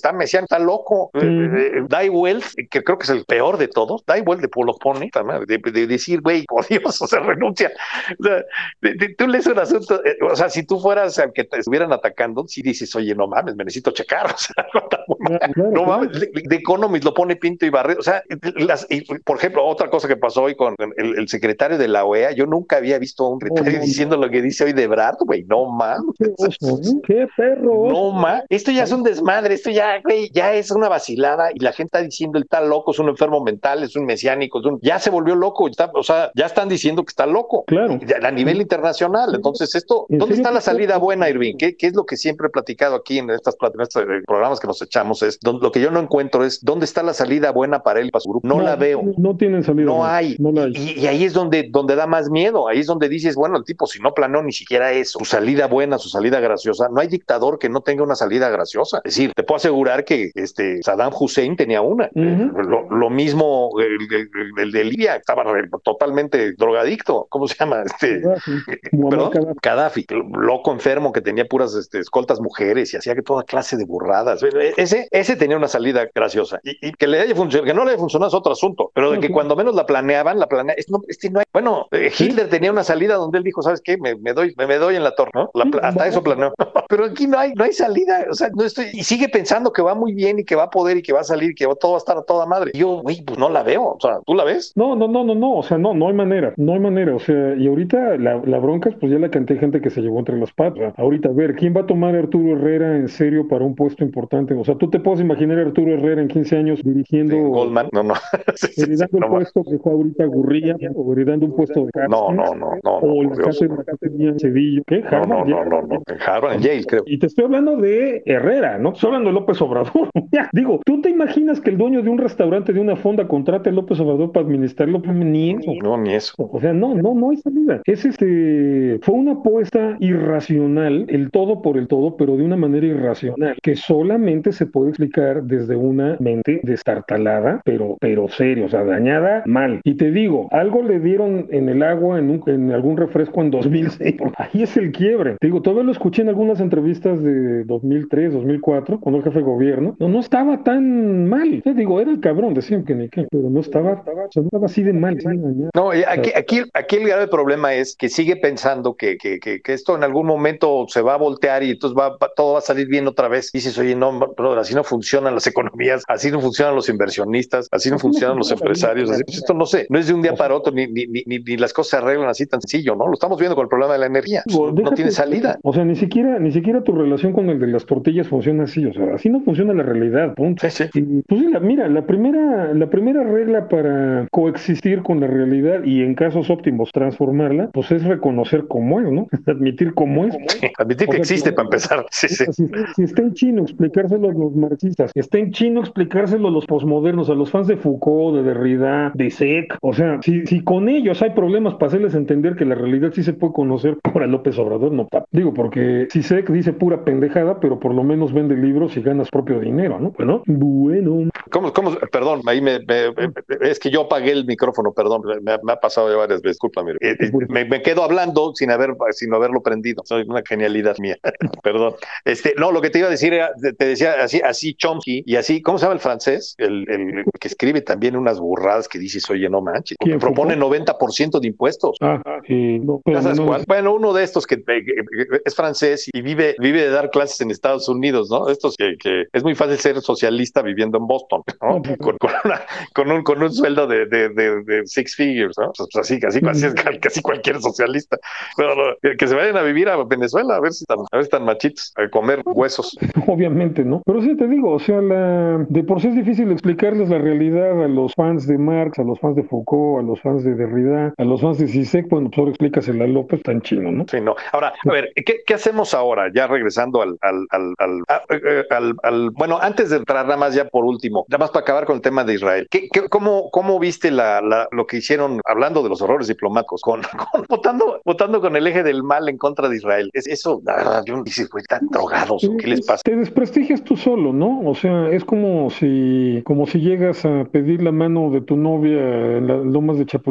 está loco. Sí. Eh, eh, Die Wells, que creo que es el peor de todos, Die Wells de lo pone, de, de, de decir, güey, por Dios, o sea, renuncia. O sea, de, de, tú lees un asunto, eh, o sea, si tú fueras al que te estuvieran atacando, si dices, oye, no mames, me necesito checar, o sea, no, Claro, claro, no claro. mames, The Economist lo pone Pinto y Barreto, o sea, las, y, por ejemplo, otra cosa que pasó hoy con el, el secretario de la O E A, yo nunca había visto a un secretario No, no, diciendo no. lo que dice hoy de Ebrard, güey, no mames. Qué oso, ¿eh? Qué perro No oso. mames, esto ya es un desmadre, esto ya, güey, ya es una vacilada y la gente está diciendo, él está loco, es un enfermo mental, es un mesiánico, es un... ya se volvió loco, está, o sea, ya están diciendo que está loco. Claro. A nivel internacional. Entonces, esto, ¿En ¿dónde serio? está la salida buena, Irving? ¿Qué, qué es lo que siempre he platicado aquí en estas en estos programas que nos echamos? Es donde, lo que yo no encuentro es dónde está la salida buena para él y para su grupo. No, no la veo. No tienen salida. No hay. No la hay. Y, y ahí es donde, donde da más miedo. Ahí es donde dices, bueno, el tipo, si no planeó ni siquiera eso, su salida buena, su salida graciosa, no hay dictador que no tenga una salida graciosa. Es decir, te puedo asegurar que este Saddam Hussein tenía una. Uh-huh. Lo, lo mismo el, el, el de Libia, estaba totalmente drogadicto. ¿Cómo se llama? Este, perdón, Gaddafi, loco enfermo que tenía puras este, escoltas mujeres y hacía que toda clase de burradas. Ese, ese tenía una salida graciosa y, y que le haya funcionado, que no le haya funcionado es otro asunto, pero de que cuando menos la planeaban, la planeaban. No, este no hay. Bueno, eh, Hitler tenía una salida donde él dijo, ¿sabes qué? Me, me doy, me, me doy en la torre, ¿no? La, hasta eso planeó. Pero aquí no hay, no hay salida. O sea, no estoy, y sigue pensando que va muy bien y que va a poder y que va a salir y que todo va a estar a toda madre. Y yo, güey, pues no la veo. O sea, ¿tú la ves? No, no, no, no, no. O sea, no, no hay manera. No hay manera. O sea, y ahorita la, la bronca es pues ya la cantidad de gente que se llevó entre las patas. Ahorita, a ver, ¿quién va a tomar a Arturo Herrera en serio para un puesto importante? O sea, tú te puedes imaginar a Arturo Herrera en quince años dirigiendo... Sí, Goldman, no, no. Sí, heredando sí, el no, puesto que fue ahorita Gurría, o heredando un puesto de cárcel. No, no, no, no. O no, la cátedra que tenía en Cedillo. ¿Qué? Harvard, no, no, no, no, no. En Harvard, en Yale, creo. Y te estoy hablando de Herrera, ¿no? Estoy hablando de López Obrador. Ya, digo, ¿tú te imaginas que el dueño de un restaurante, de una fonda, contrate a López Obrador para administrarlo? Pues ni eso. No, ni eso. O sea, no, no, no hay salida. Es este, fue una apuesta irracional, el todo por el todo, pero de una manera irracional, que solamente se puede explicar desde una mente destartalada, pero, pero serio, o sea, dañada mal. Y te digo, algo le dieron en el agua, en, un, en algún refresco en dos mil seis. Ahí es el quiebre. Te digo, todavía lo escuché en algunas entrevistas de dos mil tres, dos mil cuatro, cuando el jefe de gobierno. No, no estaba tan mal. Te digo, era el cabrón, decían que ni qué, pero no estaba, o sea, no estaba así de mal. Así de dañado. No, aquí, aquí, aquí el grave problema es que sigue pensando que, que, que, que esto en algún momento se va a voltear y entonces va, va, todo va a salir bien otra vez. Y dices, oye, no, brother, así no funcionan las economías, así no funcionan los inversionistas, así no funcionan los empresarios. Así, pues esto no sé, no es de un día para otro, ni, ni, ni, ni las cosas se arreglan así tan sencillo, ¿no? Lo estamos viendo con el problema de la energía. Pues, no tiene salida. O sea, ni siquiera, ni siquiera tu relación con el de las tortillas funciona así. O sea, así no funciona la realidad, punto. Sí, sí. Y, pues la, mira, la primera, la primera regla para coexistir con la realidad y en casos óptimos transformarla, pues es reconocer cómo es, ¿no? Admitir cómo es. Sí, admitir o que sea, existe que, para empezar. Sí, sí. Si, si está en chino explicárselo a los marxistas, está en chino explicárselo a los posmodernos, a los fans de Foucault, de Derrida, de Sec. O sea, si, si con ellos hay problemas para hacerles entender que la realidad sí se puede conocer por a López Obrador, no. Digo, porque si Sec dice pura pendejada, pero por lo menos vende libros y ganas propio dinero, ¿no? Bueno, bueno. ¿Cómo, cómo? Perdón, ahí me, me, me, es que yo apagué el micrófono, perdón, me, me ha pasado ya varias veces, discúlpame. Eh, eh, me, me quedo hablando sin haber, sin haberlo prendido. Soy una genialidad mía. Perdón. Este, no, lo que te iba a decir era, te decía así, así Chomsky y así, ¿cómo se llama el francés? El, el que escribe también unas burradas que dices, oye, no manches, porque propone noventa por ciento de impuestos. Ah, eh, no, pero ¿Sabes no, cuál? Bueno, uno de estos que, que, que es francés y vive, vive de dar clases en Estados Unidos, ¿no? Estos que, que es muy fácil ser socialista viviendo en Boston, ¿no? Con, con, una, con, un, con un sueldo de, de, de, de six figures, ¿no? Pues así, casi, casi, casi cualquier socialista. Pero no, que se vayan a vivir a Venezuela a ver si están, a ver si están machitos, a comer huesos. Obviamente, ¿no? Pero sí te digo, o sea, la, de por sí es difícil explicarles la realidad a los fans de Marx, a los fans de Foucault, a los fans de Derrida, a los fans de Zizek, bueno, pues ahora explícasela a López, tan chino, ¿no? Sí, no. Ahora, a ver, ¿qué, qué hacemos ahora? Ya regresando al, al, al, al, al, al, al bueno, antes de entrar nada más ya por último, nada más para acabar con el tema de Israel. ¿Qué, qué, cómo, ¿Cómo viste la, la, lo que hicieron, hablando de los errores diplomáticos, con, con votando, votando con el eje del mal en contra de Israel? Es, eso, la verdad, yo dice, güey, están drogados, ¿o qué les pasa? Te desprestigias tú solo, ¿no? O sea, es como si, como si llegas a pedir la mano de tu novia en las lomas de Chapultepec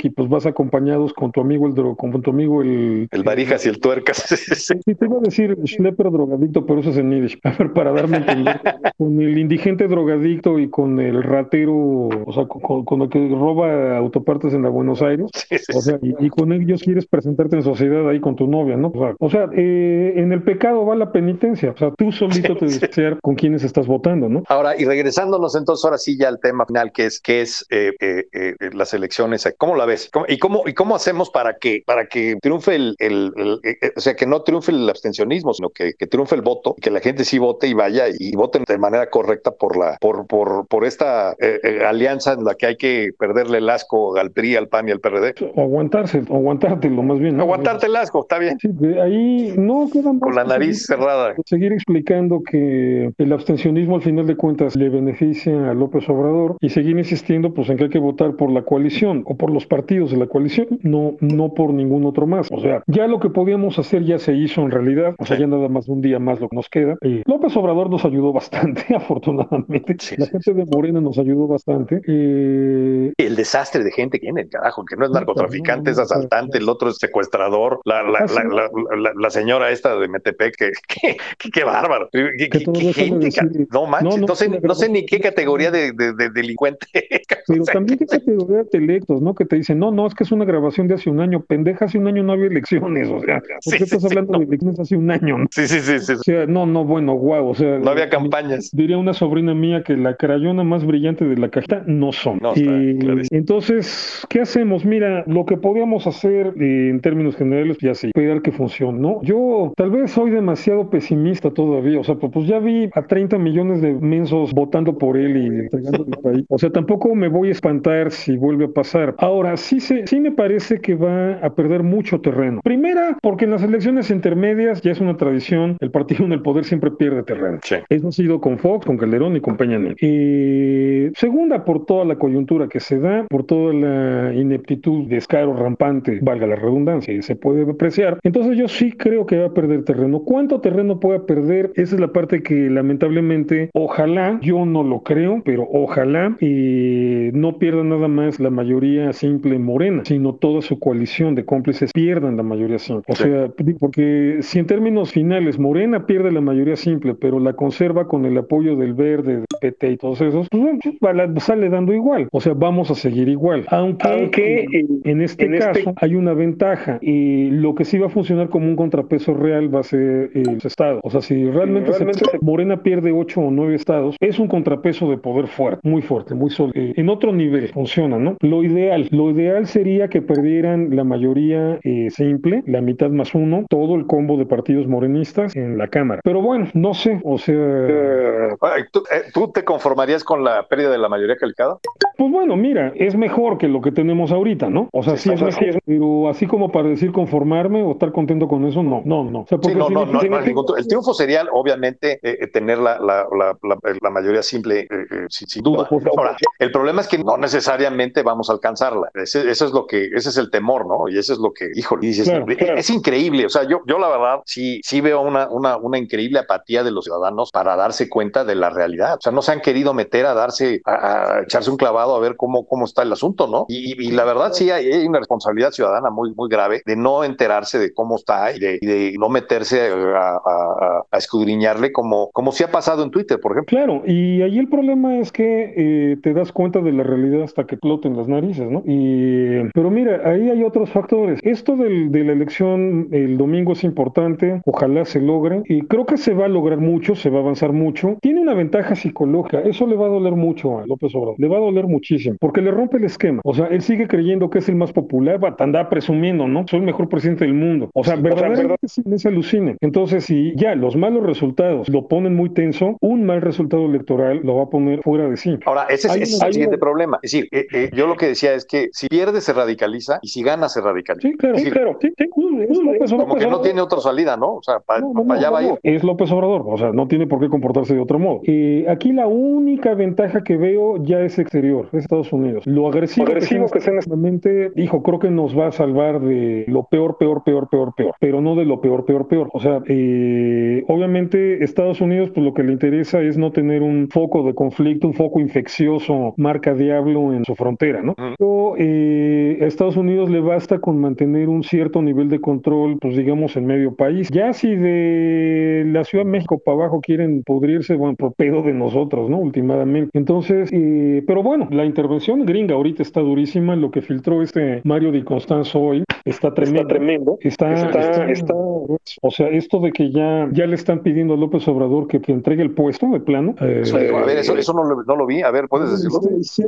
y pues vas acompañados con tu amigo el dro- con tu amigo el... El Varijas y el Tuercas. Sí, te iba a decir schlepper drogadicto, pero eso es en Yiddish. A ver, para darme a entender, con el indigente drogadicto y con el ratero, o sea, con, con el que roba autopartes en la Buenos Aires, Sí, sí, o sea, y, y con ellos quieres presentarte en sociedad ahí con tu novia, ¿no? O sea, o sea, eh, en el pecado va la penitencia, o sea, tú solito sí, te sí. desear con quienes estás votando, ¿no? Ahora, y regresándonos entonces ahora sí ya al tema final, que es, que es eh, eh, eh, las elecciones. ¿Cómo la ves? ¿Cómo, y, cómo, ¿Y cómo hacemos para que, para que triunfe el, el, el eh, eh, o sea, que no triunfe el abstencionismo, sino que, que triunfe el voto, que la gente sí vote y vaya y voten de manera correcta por la, por, por, por esta eh, eh, alianza en la que hay que perderle el asco al P R I, al P A N y al P R D? O aguantarse, o aguantártelo más bien, ¿no? Aguantarte el asco, está bien. Sí, de ahí no queda más Con la que nariz seguir, cerrada. seguir explicando que el abstencionismo al final de cuentas le beneficia a López Obrador y seguir insistiendo pues en que hay que votar por la coalición o por los partidos de la coalición, no, no por ningún otro más. O sea, ya lo que podíamos hacer ya se hizo en realidad, o sea, Sí. ya nada más un día más lo que nos queda. Eh, López Obrador nos ayudó bastante, afortunadamente. Sí, La sí, gente de Morena nos ayudó bastante. Eh, el desastre de gente que viene, el carajo, que no es narcotraficante, es asaltante, el otro es secuestrador, la, la, la, la, la, la señora esta de Metepec, que, que, que, que bárbaro, qué, que qué, qué gente, decir, no manches, no, no, no sé, no sé ni qué categoría de, de, de delincuente. pero O sea, también qué categoría de electos, ¿no? Que te dicen, no, no, es que es una grabación de hace un año, pendeja, hace un año no había elecciones, o sea, ¿por sí, qué sí, estás sí, hablando no. de elecciones hace un año, no? Sí, sí, sí, sí. O sea, no, no, bueno, guau, o sea, No había eh, campañas. diría una sobrina mía que la crayona más brillante de la cajita no son. No, está Eh, clarísimo. entonces, ¿qué hacemos? Mira, lo que podíamos hacer eh, en términos generales, ya sí, esperar que funcione, ¿no? Yo tal vez soy demasiado pesimista todavía, o sea, pues, pues ya vi a treinta millones de mensos votando por él y entregando el país. O sea, tampoco me voy a espantar si vuelve a pasar. Ahora, sí, se, sí me parece que va a perder mucho terreno. Primera, porque en las elecciones intermedias ya es una tradición, el partido en el poder siempre pierde terreno. Sí. Eso ha sido con Fox, con Calderón y con Peña Nieto. Eh, segunda, por toda la coyuntura que se da, por toda la ineptitud, descaro rampante, valga la redundancia, y se puede apreciar. Entonces yo sí creo que va a perder terreno. ¿Cuánto terreno puede perder? Esa es la parte que lamentablemente, ojalá, yo no lo creo, pero ojalá eh, no pierda nada más la mayoría simple morena, sino toda su coalición de cómplices pierdan la mayoría simple. O Sí. sea, porque si en términos finales Morena pierde la mayoría simple, pero la conserva con el apoyo del Verde, del P T y todos esos, pues bueno, sale dando igual. O sea, vamos a seguir igual. Aunque, Aunque eh, en este en caso este... hay una ventaja y lo que sí va a funcionar como un contrapeso real va a ser eh, los estados. O sea, si realmente, sí, realmente se, Morena pierde ocho o nueve estados, es un contrapeso de poder fuerte, muy fuerte, muy sólido. Eh, en otro nivel funciona, ¿no? Lo ideal, lo ideal sería que perdieran la mayoría eh, simple, la mitad más uno, todo el combo de partidos morenistas en la Cámara. Pero bueno, no sé, o sea... Eh, ¿tú, eh, ¿Tú te conformarías con la pérdida de la mayoría calificada? Pues bueno, mira, es mejor que lo que tenemos ahorita, ¿no? O sea, sí, sí es mejor, sí, pero así como para decir conformarme o estar contento con eso, no, no, no. O sea, sí, no, no, no, no, ningún, el triunfo sería, obviamente, eh, tener la, la, la, la, la mayoría simple, eh, eh, sin, sin, duda. Ahora, el problema es que no necesariamente vamos a alcanzarla. Ese, eso es lo que, ese es el temor, ¿no? Y eso es lo que, híjole, dices, claro, es, claro. es increíble. O sea, yo, yo la verdad sí, sí veo una, una, una increíble apatía de los ciudadanos para darse cuenta de la realidad. O sea, no se han querido meter a darse, a, a echarse un clavado a ver cómo, cómo está el asunto, ¿no? Y, y la verdad sí hay, hay una responsabilidad ciudadana muy, muy grave de no enterarse de cómo está y de, y de no meterse a, a, a escudriñarle como, como sí ha pasado en Twitter, por ejemplo. Claro, y ahí el problema es que eh, te das cuenta de la realidad hasta que exploten las narices, ¿no? Y, pero mira, ahí hay otros factores. Esto del, de la elección el domingo es importante, ojalá se logre, y creo que se va a lograr mucho, se va a avanzar mucho. Tiene una ventaja psicológica, eso le va a doler mucho a López Obrador, le va a doler muchísimo, porque le rompe el esquema. O sea, él sigue creyendo que es el más popular, va, anda presumiendo, ¿no? Soy el mejor presidente del mundo. O sea, sí, verdaderamente sí, se alucine. Entonces, si ya los malos resultados lo ponen muy tenso, un mal resultado electoral lo va a poner fuera de sí. Ahora, ese es, ese es el siguiente una... problema. Es decir, eh, eh, yo lo que decía es que si pierde se radicaliza y si gana se radicaliza. Sí, claro, es decir, sí, claro. Sí, sí. Es López como Obrador. que no tiene otra salida, ¿no? O sea, para no, no, pa allá no, va no, es López Obrador, o sea, no tiene por qué comportarse de otro modo. Eh, aquí la única ventaja que veo ya es exterior, es Estados Unidos. Lo agresivo, agresivo que sea en hijo, creo que nos va a salvar de lo peor, peor, peor, peor, peor, pero no de lo peor, peor, peor. O sea, eh, obviamente Estados Unidos, pues lo que le interesa es no tener un foco de conflicto, un foco infeccioso, marca diablo en su frontera, ¿no? Uh-huh. Pero, que a Estados Unidos le basta con mantener un cierto nivel de control, pues digamos, en medio país. Ya si de la Ciudad de México para abajo quieren pudrirse, bueno, por pedo de nosotros, ¿no? Últimamente. Entonces, eh, pero bueno, la intervención gringa ahorita está durísima. Lo que filtró este Mario Di Constanzo hoy está tremendo. Está tremendo. Está, está, está, está, o sea, esto de que ya, ya le están pidiendo a López Obrador que, que entregue el puesto de plano. Eh, eso, a ver, eso, eso no, lo, no lo vi. A ver, ¿puedes decirlo?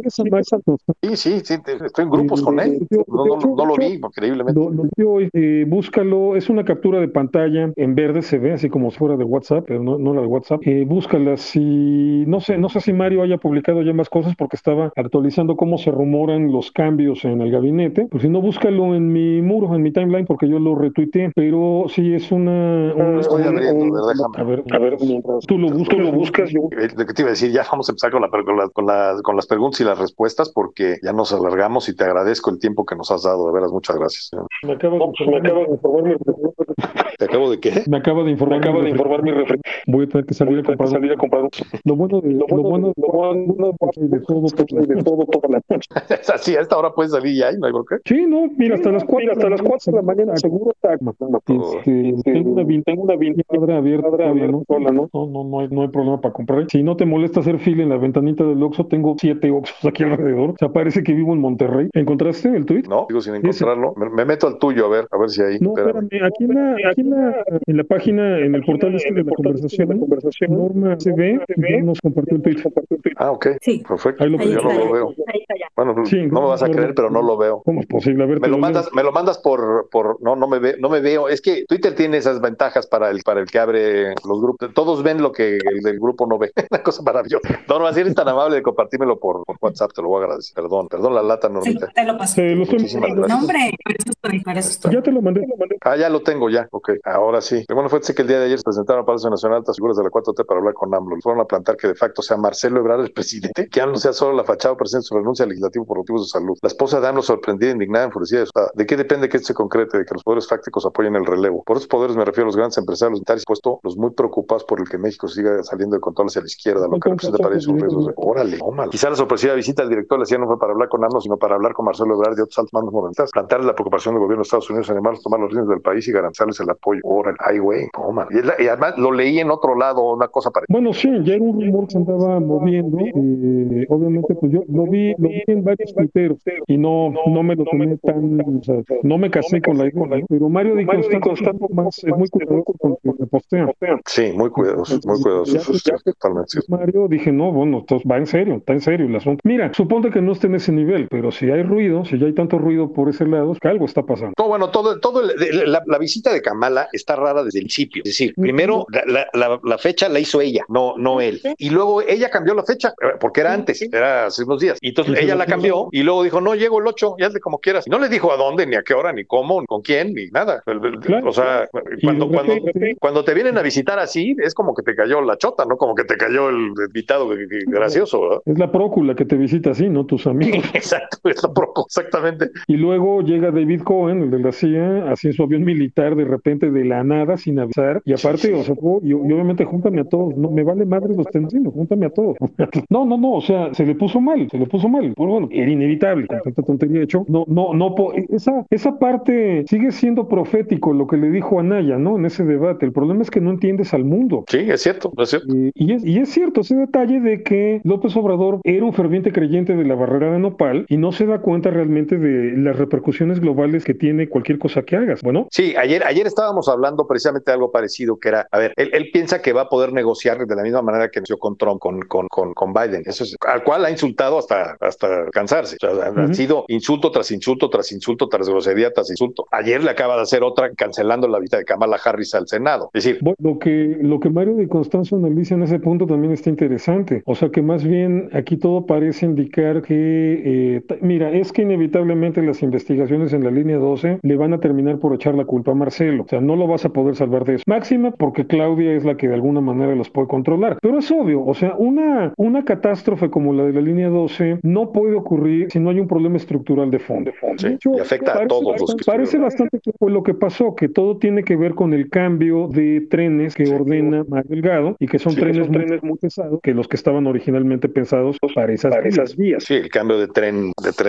Sí, sí, sí, estoy en grupos con él. No, no, no lo vi, increíblemente. Lo, lo vi hoy, eh, búscalo, es una captura de pantalla, en verde se ve, así como si fuera de WhatsApp, pero no, no la de WhatsApp. Eh, búscala, si, no sé, no sé si Mario haya publicado ya más cosas porque estaba actualizando cómo se rumoran los cambios en el gabinete. Pues si no, búscalo en mi muro, en mi timeline, porque yo lo retuiteé, pero sí es una... una estoy una, abriendo, una, a ver, déjame. A ver, a ver, mientras tú lo buscas, tú lo buscas, yo... Lo que te iba a decir, ya vamos a empezar con, la, con, la, con, la, con las preguntas y las respuestas porque ya nos alargamos y te agradezco el tiempo que nos has dado, de veras, muchas gracias. Me acabo de informar, me acabo de informar mi ¿Te acabo de qué? Me acaba de informar, me acabo de informar mi refri. Voy a tener que salir, a comprar, salir a comprar un... Lo bueno de, lo bueno, lo bueno, lo bueno de, de todo, todo, de todo toda la noche. Así, a esta hora puedes salir ya, ¿no hay por qué? Sí, no, mira, hasta las cuatro, hasta las cuatro de la mañana seguro está. Este, tengo una vin, tengo una vincuadra abierta, ¿no? Sola, ¿no? No, no, no hay, no hay problema para comprar. Si no te molesta hacer fila en la ventanita del Oxxo, tengo siete Oxxos aquí alrededor. O sea, parece que vivo en Monterrey. ¿Encontraste el tuit? No, digo sin encontrarlo. Me, me meto al tuyo a ver, a ver si ahí. No, espérame, aquí en la, aquí en la, en la página, en el portal este de la conversación, la conversación Norma se ve, ya nos compartió el tweet. Ah, ok. Sí. Perfecto. Ahí lo Yo no lo veo. Bueno, sí, no me vas a Norma, creer, pero no lo veo. ¿Cómo es posible? A ver, me lo mandas, me lo mandas por, por, no, no me ve, no me veo. Es que Twitter tiene esas ventajas para el, para el que abre los grupos. Todos ven lo que el del grupo no ve. Una cosa maravillosa. Norma, si eres tan amable de compartírmelo por, por WhatsApp, te lo voy a agradecer. Perdón, perdón la lata, Normita. Sí, te lo paso. Eh, lo estoy... Muchísimas gracias. No, hombre, para eso estoy, para eso estoy. Ya te lo mandé, te lo mandé. Ah, ya lo tengo, ya. Ok, ahora sí. Lo bueno fue que el día de ayer se presentaron al Palacio Nacional altas figuras de la cuatro T para hablar con AMLO. Fueron a plantar que de facto sea Marcelo Ebrard el presidente, que AMLO sea solo la fachada o presente su renuncia al legislativo por motivos de salud. La esposa de AMLO sorprendida, indignada, enfurecida. ¿De qué depende que esto se concrete? De que los poderes fácticos apoyen el relevo. Por esos poderes me refiero a los grandes empresarios, los militares, puesto los muy preocupados por el que México siga saliendo de control hacia la izquierda, lo que representa para ellos un riesgo. Órale, tómalo. Quizá la sorpresiva visita del director le decía no fue para hablar con AMLO, sino para hablar con Marcelo Ebrard y otros altos mandos momentales. Plantearles la preocupación del gobierno de Estados Unidos, animarlos a tomar los riesgos del país y garantizarles el apoyo. Órale, ay, güey, tómalo. Y, la, y además lo leí en otro lado, una cosa parecida. Bueno, sí, ya era un rumor que se andaba moviendo. Eh, obviamente, pues yo lo vi, lo vi en varios tuiteros y no, no me lo tomé tan, o sea, no me casé con la idea, ¿no? Pero Mario Di Constanzo más, es muy cuidadoso con lo que postea. Sí, muy cuidadoso, muy cuidadoso. Totalmente. Mario, dije, no, bueno, entonces va en serio, está en serio el asunto. Mira, suponte que no esté en ese nivel, pero si hay ruido, si ya hay tanto ruido por ese lado, que algo está pasando. No, bueno, todo, todo el, la, la visita de Kamala está rara desde el principio. Es decir, primero la, la, la fecha la hizo ella, no, no él. Y luego ella cambió la fecha, porque era antes, era hace unos días. Y entonces ella la cambió y luego dijo, no, llego el ocho, ya hazle como quieras. Y no le dijo a dónde, ni a qué hora, ni cómo, ni con quién, ni nada. Claro, o sea, cuando, cuando, cuando te vienen a visitar así, es como que te cayó la chota, ¿no? Como que te cayó el invitado gracioso, ¿verdad? Es la prócula que te visita así, ¿no? Tus amigos. Exacto, es la prócula, exactamente. Y luego llega David Cohen, el de la C I A, así en su avión militar de repente de la nada, sin avisar. Y aparte, sí, sí. o sea, y, y obviamente júntame a todos. No me vale madre los tensinos, júntame a todos. No, no, no, o sea, se le puso mal, se le puso mal. Pero bueno, era inevitable, con tanta tontería hecho. No, no, no, esa, esa parte sigue siendo profético lo que le dijo Anaya, ¿no? En ese debate. El problema es que no entiendes al mundo. Sí, es cierto, es cierto. Eh, y, es, y es cierto ese detalle de que López Obrador era un ferviente creyente de la barrera de nopal y no se da cuenta realmente de las repercusiones globales que tiene cualquier cosa que hagas. Bueno. Sí, ayer, ayer estábamos hablando precisamente de algo parecido, que era, a ver, él, él piensa que va a poder negociar de la misma manera que negoció con Trump, con, con, con, con Biden. Eso es, al cual ha insultado hasta, hasta cansarse. O sea, uh-huh. Ha sido insulto tras insulto, tras insulto, tras grosería, tras insulto. Ayer le acaba de hacer otra cancelando la visita de Kamala Harris al Senado. Es decir, bueno, lo que, lo que Mario Di Constanzo analiza en ese punto también está interesante. O sea que más bien aquí todo parece indicar que, eh, t- mira, es que inevitablemente las investigaciones en la línea doce le van a terminar por echar la culpa a Marcelo. O sea, no lo vas a poder salvar de eso. Máxima porque Claudia es la que de alguna manera los puede controlar. Pero es obvio, o sea, una, una catástrofe como la de la línea doce no puede ocurrir si no hay un problema estructural de fondo. Sí, de hecho, y afecta a todos bastante, los que Parece bastante que fue lo que pasó, que todo tiene que ver con el cambio de trenes que sí, ordena Mario Delgado y que son sí, trenes, son muy, trenes muy pesados que los que estaban originalmente pensados para esas, para esas vías. Sí, el cambio de tren, de tren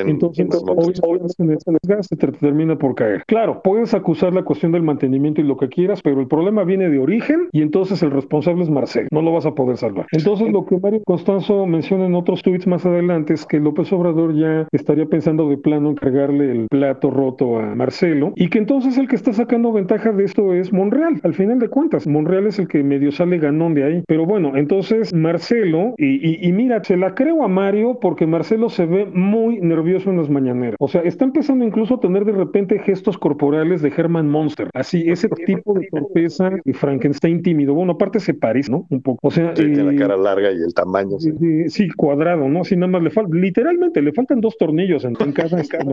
entonces, obviamente, obviamente ese desgaste te termina por caer. Claro, puedes acusar la cuestión del mantenimiento y lo que quieras, pero el problema viene de origen y entonces el responsable es Marcelo. No lo vas a poder salvar. Entonces, lo que Mario Constanzo menciona en otros tweets más adelante es que López Obrador ya estaría pensando de plano en cargarle el plato roto a Marcelo y que entonces el que está sacando ventaja de esto es Monreal. Al final de cuentas, Monreal es el que medio sale ganón de ahí. Pero bueno, entonces Marcelo, y, y, y mira, se la creo a Mario porque Marcelo se ve muy nervioso en las mañaneras. O sea, está empezando incluso a tener de repente gestos corporales de Herman Monster. Así, ese tipo de torpeza y Frankenstein tímido. Bueno, aparte se parece, ¿no? Un poco. O sea, sí, eh, tiene la cara larga y el tamaño. Sí, eh, sí cuadrado, ¿no? Así nada más le falta, literalmente le faltan dos tornillos en, en cada escala.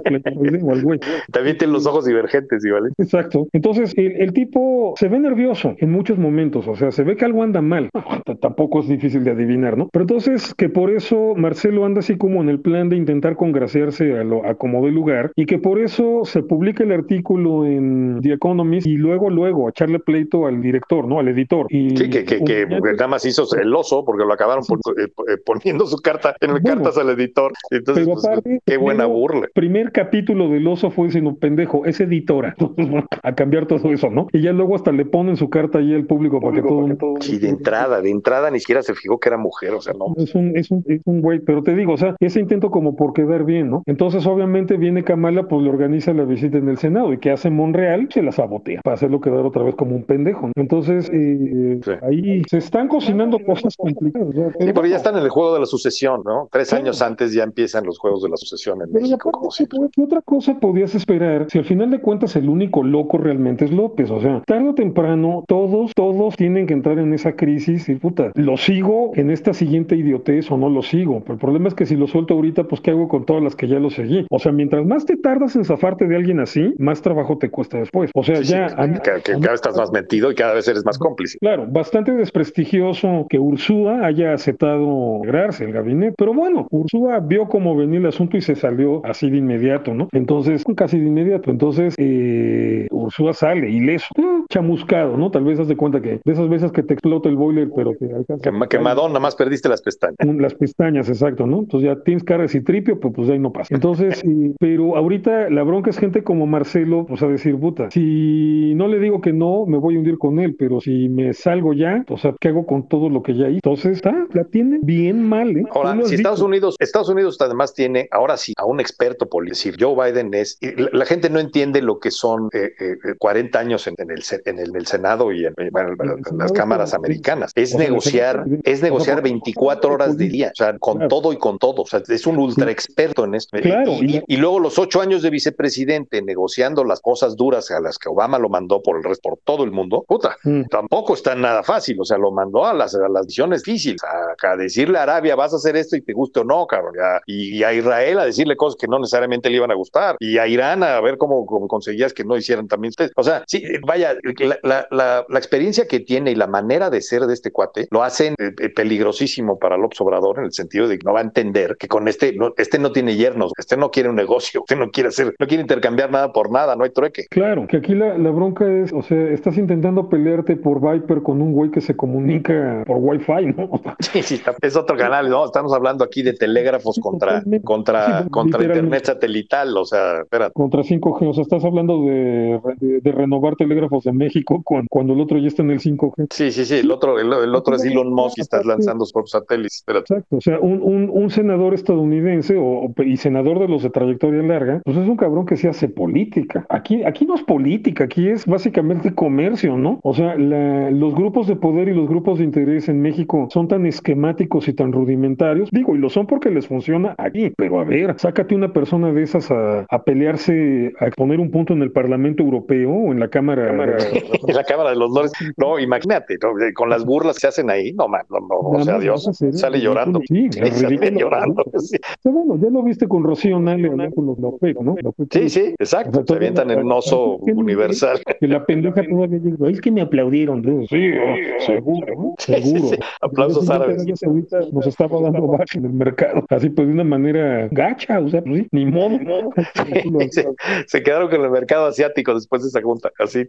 También tiene los ojos divergentes, ¿sí, vale? Exacto. Entonces, el, el tipo se ve nervioso en muchos momentos. O sea, se ve que algo anda mal. T- Tampoco es difícil de adivinar, ¿no? Pero entonces, que por eso Marcelo anda así como en el plan de intentar congraciarse a, lo, a como de lugar y que por eso se publica el artículo en The Economist y luego, luego, a echarle pleito al director, ¿no? Al editor. Y, sí, que, que, que nada más hizo el oso porque lo acabaron sí, por, eh, poniendo su carta en el bueno, cartas al editor. Entonces, pero pues, aparte, qué buena primero, burla. Primer capítulo del oso fue diciendo, pendejo, es editora. Entonces, bueno, a cambiar todo eso, ¿no? Y ya luego hasta le ponen su carta ahí al público, público para que todo... Para que todo... Sí, de entrada, de entrada ni siquiera se fijó que era mujer, o sea, no. Es un, es un, es un güey, pero te digo, o sea, ese intento como por quedar bien, ¿no? Entonces, obviamente, viene Kamala, pues le organiza la visita en el Senado, y que hace Monreal, se la sabotea, para hacerlo quedar otra vez como un pendejo, ¿no? Entonces, eh, sí. ahí se están cocinando cosas complicadas. ¿No? Sí, porque ya están en el juego de la sucesión, ¿no? Tres sí. años antes ya empiezan los juegos de la sucesión en pero México. Como ¿qué, ¿Qué otra cosa podías esperar si al final de cuentas el único loco realmente es López? O sea, tarde o temprano, todos, todos tienen que entrar en esa crisis y puta, ¿lo sigo en esta siguiente idiotez o no lo sigo? Pero el problema es que si lo suelto ahorita, pues ¿qué hago con todas las que ya lo seguí? O sea, mientras más te tardas en zafarte de alguien así, más trabajo te cuesta después. O sea, sí, ya... Sí, a mí, que, que a mí, cada vez estás más metido y cada vez eres más cómplice. Claro, bastante desprestigioso que Ursúa haya aceptado integrarse el gabinete, pero bueno, Ursúa vio cómo venía el asunto y se salió así de inmediato, ¿no? Entonces, casi de inmediato. Entonces, eh, Ursúa sale ileso, eh, chamuscado, ¿no? Tal vez haz de cuenta que de esas veces que te explota el boiler, pero te alcanza. Que, quemadón, nada más perdiste las pestañas. Las pestañas, exacto, ¿no? Entonces ya tienes cara de citripio, pues, pues ahí no pasa. Entonces, eh, pero ahorita la bronca es gente como Marcelo, pues a decir, puta, si no le digo que no, me voy a hundir con él, pero si me salgo ya, o sea, ¿qué hago con todo lo que ya hice? Entonces, está, la tiene bien mal, ¿eh? Ahora, si Estados Unidos, Estados Unidos además tiene, ahora sí, a un experto político, decir, Joe Biden es, la, la gente no entiende lo que son eh, eh, cuarenta años en, en, el, en, el, en el Senado y en, bueno, en, en las cámaras americanas. Es o sea, negociar, es negociar veinticuatro horas de día, o sea, con claro. todo y con todo. O sea, es un ultra experto en esto. Claro, y, y, y luego los ocho años de vicepresidente negociando las cosas duras a las que Obama lo mandó por el resto, por todo el mundo, puta, mm. tampoco está nada fácil. O sea, lo mandó a las, a las decisiones difíciles, a, a decirle a Arabia, vas a hacer esto y te guste o no, cabrón. Ya, y, y a Israel a decirle cosas que no necesariamente le iban a gustar. Y a Irán a ver cómo, cómo conseguías que no hicieran también ustedes. O sea, sí, vaya, la, la, la, la experiencia que tiene y la manera de ser de este cuate lo hacen eh, peligrosísimo para López Obrador en el sentido de que no va a entender que con este, no, este no tiene yernos, este no quiere un negocio, este no quiere hacer, no quiere intercambiar nada por nada, no hay trueque. Claro, que aquí la, la bronca es, o sea, estás intentando pelearte por Viper con un güey que se comunica por Wi-Fi, ¿no? Sí, sí, es otro canal, ¿no? Estamos hablando aquí de telégrafos contra, contra, sí, contra internet satelital, o sea, espérate. Contra cinco G, o sea, estás hablando de, de, de renovar telégrafos de México cuando, cuando el otro ya está en el cinco G. Sí, sí, sí, el otro, el, el otro es Elon Musk y estás lanzando por satélites, espérate. Exacto, o sea, un, un, un senador estadounidense o, y senador de los de trayectoria larga, pues es un cabrón que se hace política. Aquí, aquí no es política, aquí es básicamente comercio, ¿no? O sea, la, los grupos de poder y los grupos de interés en México son tan esquemáticos y tan rudimentarios, digo, y lo son porque les funciona aquí, pero a ver, sácate una persona de esas a, a pelearse, a exponer un punto en el Parlamento Europeo o en la Cámara... Cámara en la Cámara de los Lores, no, imagínate, ¿no? Con las burlas que se hacen ahí, no, man, no, no, o sea, Dios, sale llorando. Sí, sí sale llorando. Sí. Bueno, ya lo viste con Rocío Nale, con los López, ¿no? Sí, sí, exacto, o sea, se avientan en un oso universal. Que la pendeja todavía llegó, es que me aplaudieron, ¿no? Sí, seguro, ¿no? Seguro. Sí, sí. Aplausos árabes. Nos estaba dando baja en el mercado, así pues de una manera gacha, o sea, pues sí, ni modo. se, se quedaron con el mercado asiático después de esa junta, así está más. Por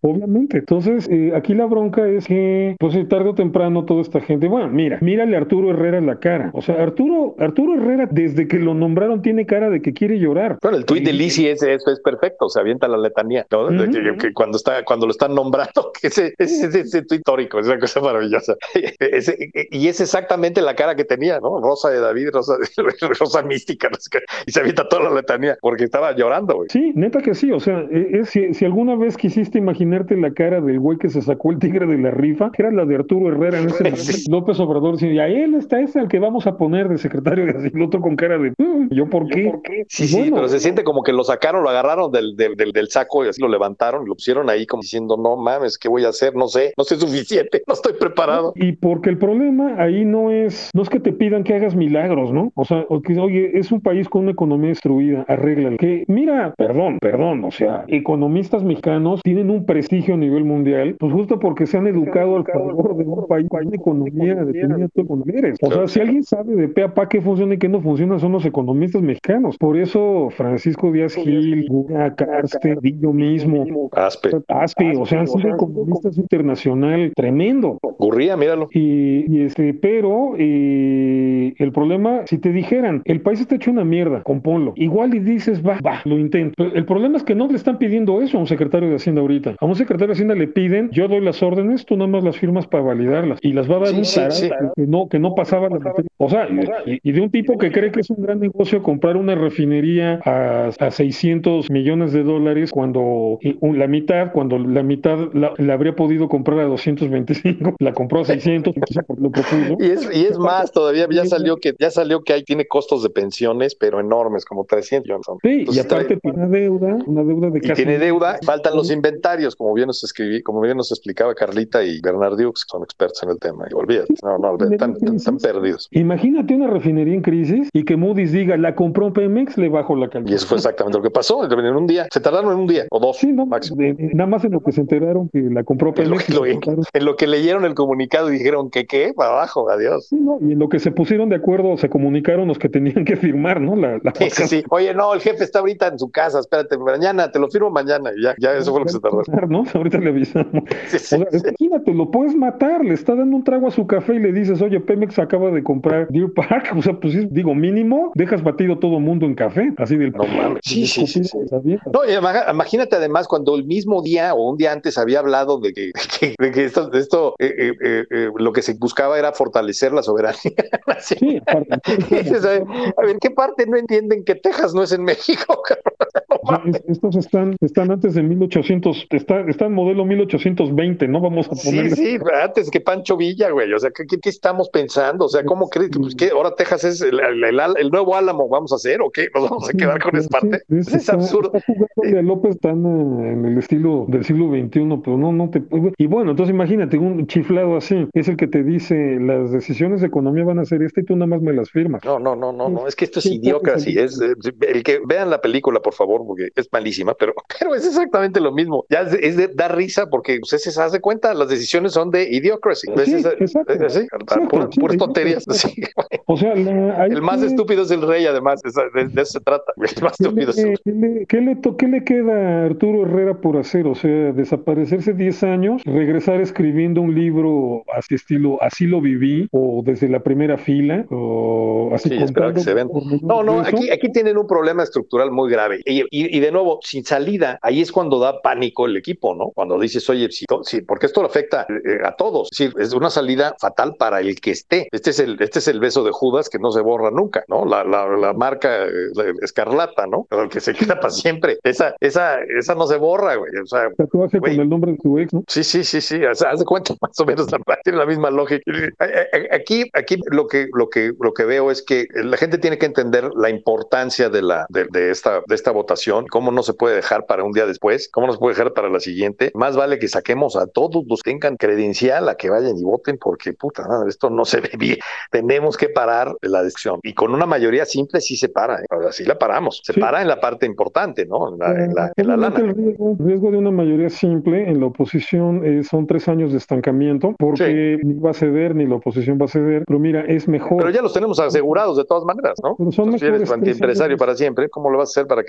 obviamente. Entonces, eh, aquí la bronca es que, pues tarde o temprano toda esta gente, bueno, mira, mírale a Arturo Herrera en la cara. O sea, Arturo, Arturo Herrera, desde que lo nombraron, tiene cara de que quiere llorar. Bueno, el tuit de Lisi es, eso es perfecto, se avienta la letanía, ¿no? Uh-huh. De que, que cuando está, cuando lo están nombrando, que ese, ese, ese, ese tuit histórico, es una cosa maravillosa. Ese, y es exactamente la cara que tenía, ¿no? Rosa de David, Rosa, Rosa mística, no sé qué, y se avienta toda la letanía, porque estaba llorando, güey. Sí, neta que sí, o sea, es, si, si alguna vez quisiste imaginarte la cara del güey que se sacó el tigre de la rifa, era la de Arturo Herrera en ese momento. Sí. López Obrador decía, y a él está ese al que vamos a poner de secretario, y el otro con cara de, ¿yo por qué? ¿Yo por qué? Sí, sí, bueno, pero se siente como que lo sacaron, lo agarraron del, del, del, del saco y así lo levantaron, lo pusieron ahí como diciendo, no mames, ¿qué voy a hacer? No sé, no sé suficiente, no estoy preparado. Y porque el problema ahí no es, no es que te pidan que hagas milagros, ¿no? O sea, o que, oye, es un país con una economía destruida, arréglalo. Que, mira, perdón, perdón, o sea, economistas mexicanos tienen un prestigio a nivel mundial, pues justo porque se han educado al favor de un país con una economía definida con líderes. O sea, si alguien sabe de pe a pa qué funciona y qué no funciona, son los economistas mexicanos. Por eso Francisco Díaz Gil, Gura, Carste, yo mismo, Aspe, Aspe, o sea, han sido economistas internacional tremendo. Gurría, míralo. Y, y este, pero eh, el problema, si te dijeran, el país está hecho una mierda, componlo. Igual y dices, va, va, lo intento. El problema es que no le están pidiendo eso a un secretario de Hacienda ahorita. A un secretario de Hacienda le piden, yo doy las órdenes, tú nada más las firmas para validarlas. Y las va a dar sí, un sí, sí. Que no, que no pasaba la materia. O sea, y, y de un tipo que cree que es un gran negocio comprar una refinería a, a seiscientos millones de dólares cuando y, un, la mitad, cuando la mitad la, la habría podido comprar a doscientos veinticinco, la compró a seiscientos, lo propuso. Y es, y es más, todavía ya salió que ya salió que ahí tiene costos de pensiones, pero enormes, como trescientos millones. Sí, entonces, y aparte trae, tiene una deuda, una deuda de y casi... tiene deuda, faltan los inventarios, como bien nos escribí, como bien nos explicaba Carlita y Bernard Dux, que son expertos en el tema, y olvídate, no, no, están, están perdidos. Imagínate una refinería en crisis y que Moody's diga, la compró Pemex, le bajó la calidad. Y eso fue exactamente lo que pasó, en un día, se tardaron en un día, o dos, sí, no, máximo. De, de, nada más en lo que se enteraron que la compró Pemex. En lo que, lo, en lo que leyeron el comunicado y dijeron que qué, para abajo, adiós. Sí, no, y en lo que se pusieron de acuerdo, se comunicaron los que tenían que firmar, ¿no? La, la sí, sí, sí. Oye, no, el jefe está ahorita en su casa, espérate, mañana, te lo firmo mañana, y ya, ya eso fue lo que se tardó. ¿No? Ahorita le avisamos. Sí, sí, o sea, sí. Imagínate, lo puedes matar, le está dando un trago a su café y le dices, oye, Pemex acaba de comprar Deer Park, o sea, pues digo, mínimo, dejas batido todo mundo en café, así del... No mames, sí, sí, sí, sí. No, imagínate además cuando el mismo día o un día antes había hablado de que, de que, de que esto, de esto eh, eh, eh, lo que se buscaba era fortalecer la soberanía. Sí, aparte. A ver, ¿qué parte no entienden que Texas no es en México? No, estos están, están antes de mil ochocientos, está, están modelo mil ochocientos veinte, ¿no? Vamos a poner. Sí, sí, antes que Pancho Villa, güey. O sea, ¿qué, qué estamos pensando? O sea, ¿cómo crees que pues, ¿qué? Ahora Texas es el, el, el, el nuevo Álamo? ¿Vamos a hacer o qué? ¿Nos vamos a quedar con esa parte? Sí, es, es absurdo. Está jugando a López tan uh, en el estilo del siglo veintiuno, pero no, no te. Y bueno, entonces imagínate, un chiflado así es el que te dice las decisiones de economía van a ser esta y tú nada más me las firmas. No, no, no, no, no. Es que esto es idiocracy. Es, el que vean la película, por favor, porque es malísima, pero, pero es exactamente lo mismo. Ya es de, es de dar risa porque pues, se hace cuenta, las decisiones son de idiocracy. Sí, esa, exacto, ¿sí? Exacto, puras, sí, puras tonterías. Sí. O sea, la, el más que... estúpido es el rey, además, de, de eso se trata. El más estúpido ¿Qué, es... ¿qué, le, ¿qué, le to, ¿Qué le queda a Arturo Herrera por hacer? O sea, desaparecerse diez años, regresar escribiendo un libro así estilo, así lo viví, o desde la primera fila, o así sí, espero que se ven. No, no, aquí, aquí tienen un problema estructural muy grave. Y, y, y de nuevo, sin salida, ahí es cuando da pánico el equipo, ¿no? Cuando dices, oye, sí, sí porque esto lo afecta eh, a todos. Es decir, es una salida fatal para el que esté. Este es el, este es el beso de Judas que no se borra nunca, ¿no? La, la, la marca la escarlata, ¿no? El que se queda para siempre. Esa, esa, esa no se borra, güey. O sea, tatuaje güey, con el nombre de tu ex, ¿no? Sí, sí, sí, sí. O sea, haz de cuenta más o menos, tiene la misma lógica. Aquí, aquí lo que, lo que, lo que veo es que la gente tiene que entender la importancia de la, de, de esta, de esta votación, cómo no se puede dejar para un día después, cómo no se puede dejar para la siguiente. Más vale que saquemos a todos los que tengan credencial a que vayan y voten, porque puta, no, esto no se ve bien. Tenemos que parar la decisión. Y con una mayoría simple sí se para, ¿eh? Así la paramos. Se sí. para en la parte importante, ¿no? En la, en la, en la lana. El riesgo, el riesgo de una mayoría simple en la oposición eh, son tres años de estancamiento, porque sí. ni va a ceder ni la oposición va a ceder. Pero mira, es mejor. Pero ya los tenemos asegurados de todas maneras, ¿no? Pero son Entonces, si eres antiempresario para siempre, ¿cómo lo vas a hacer para que esto crezca?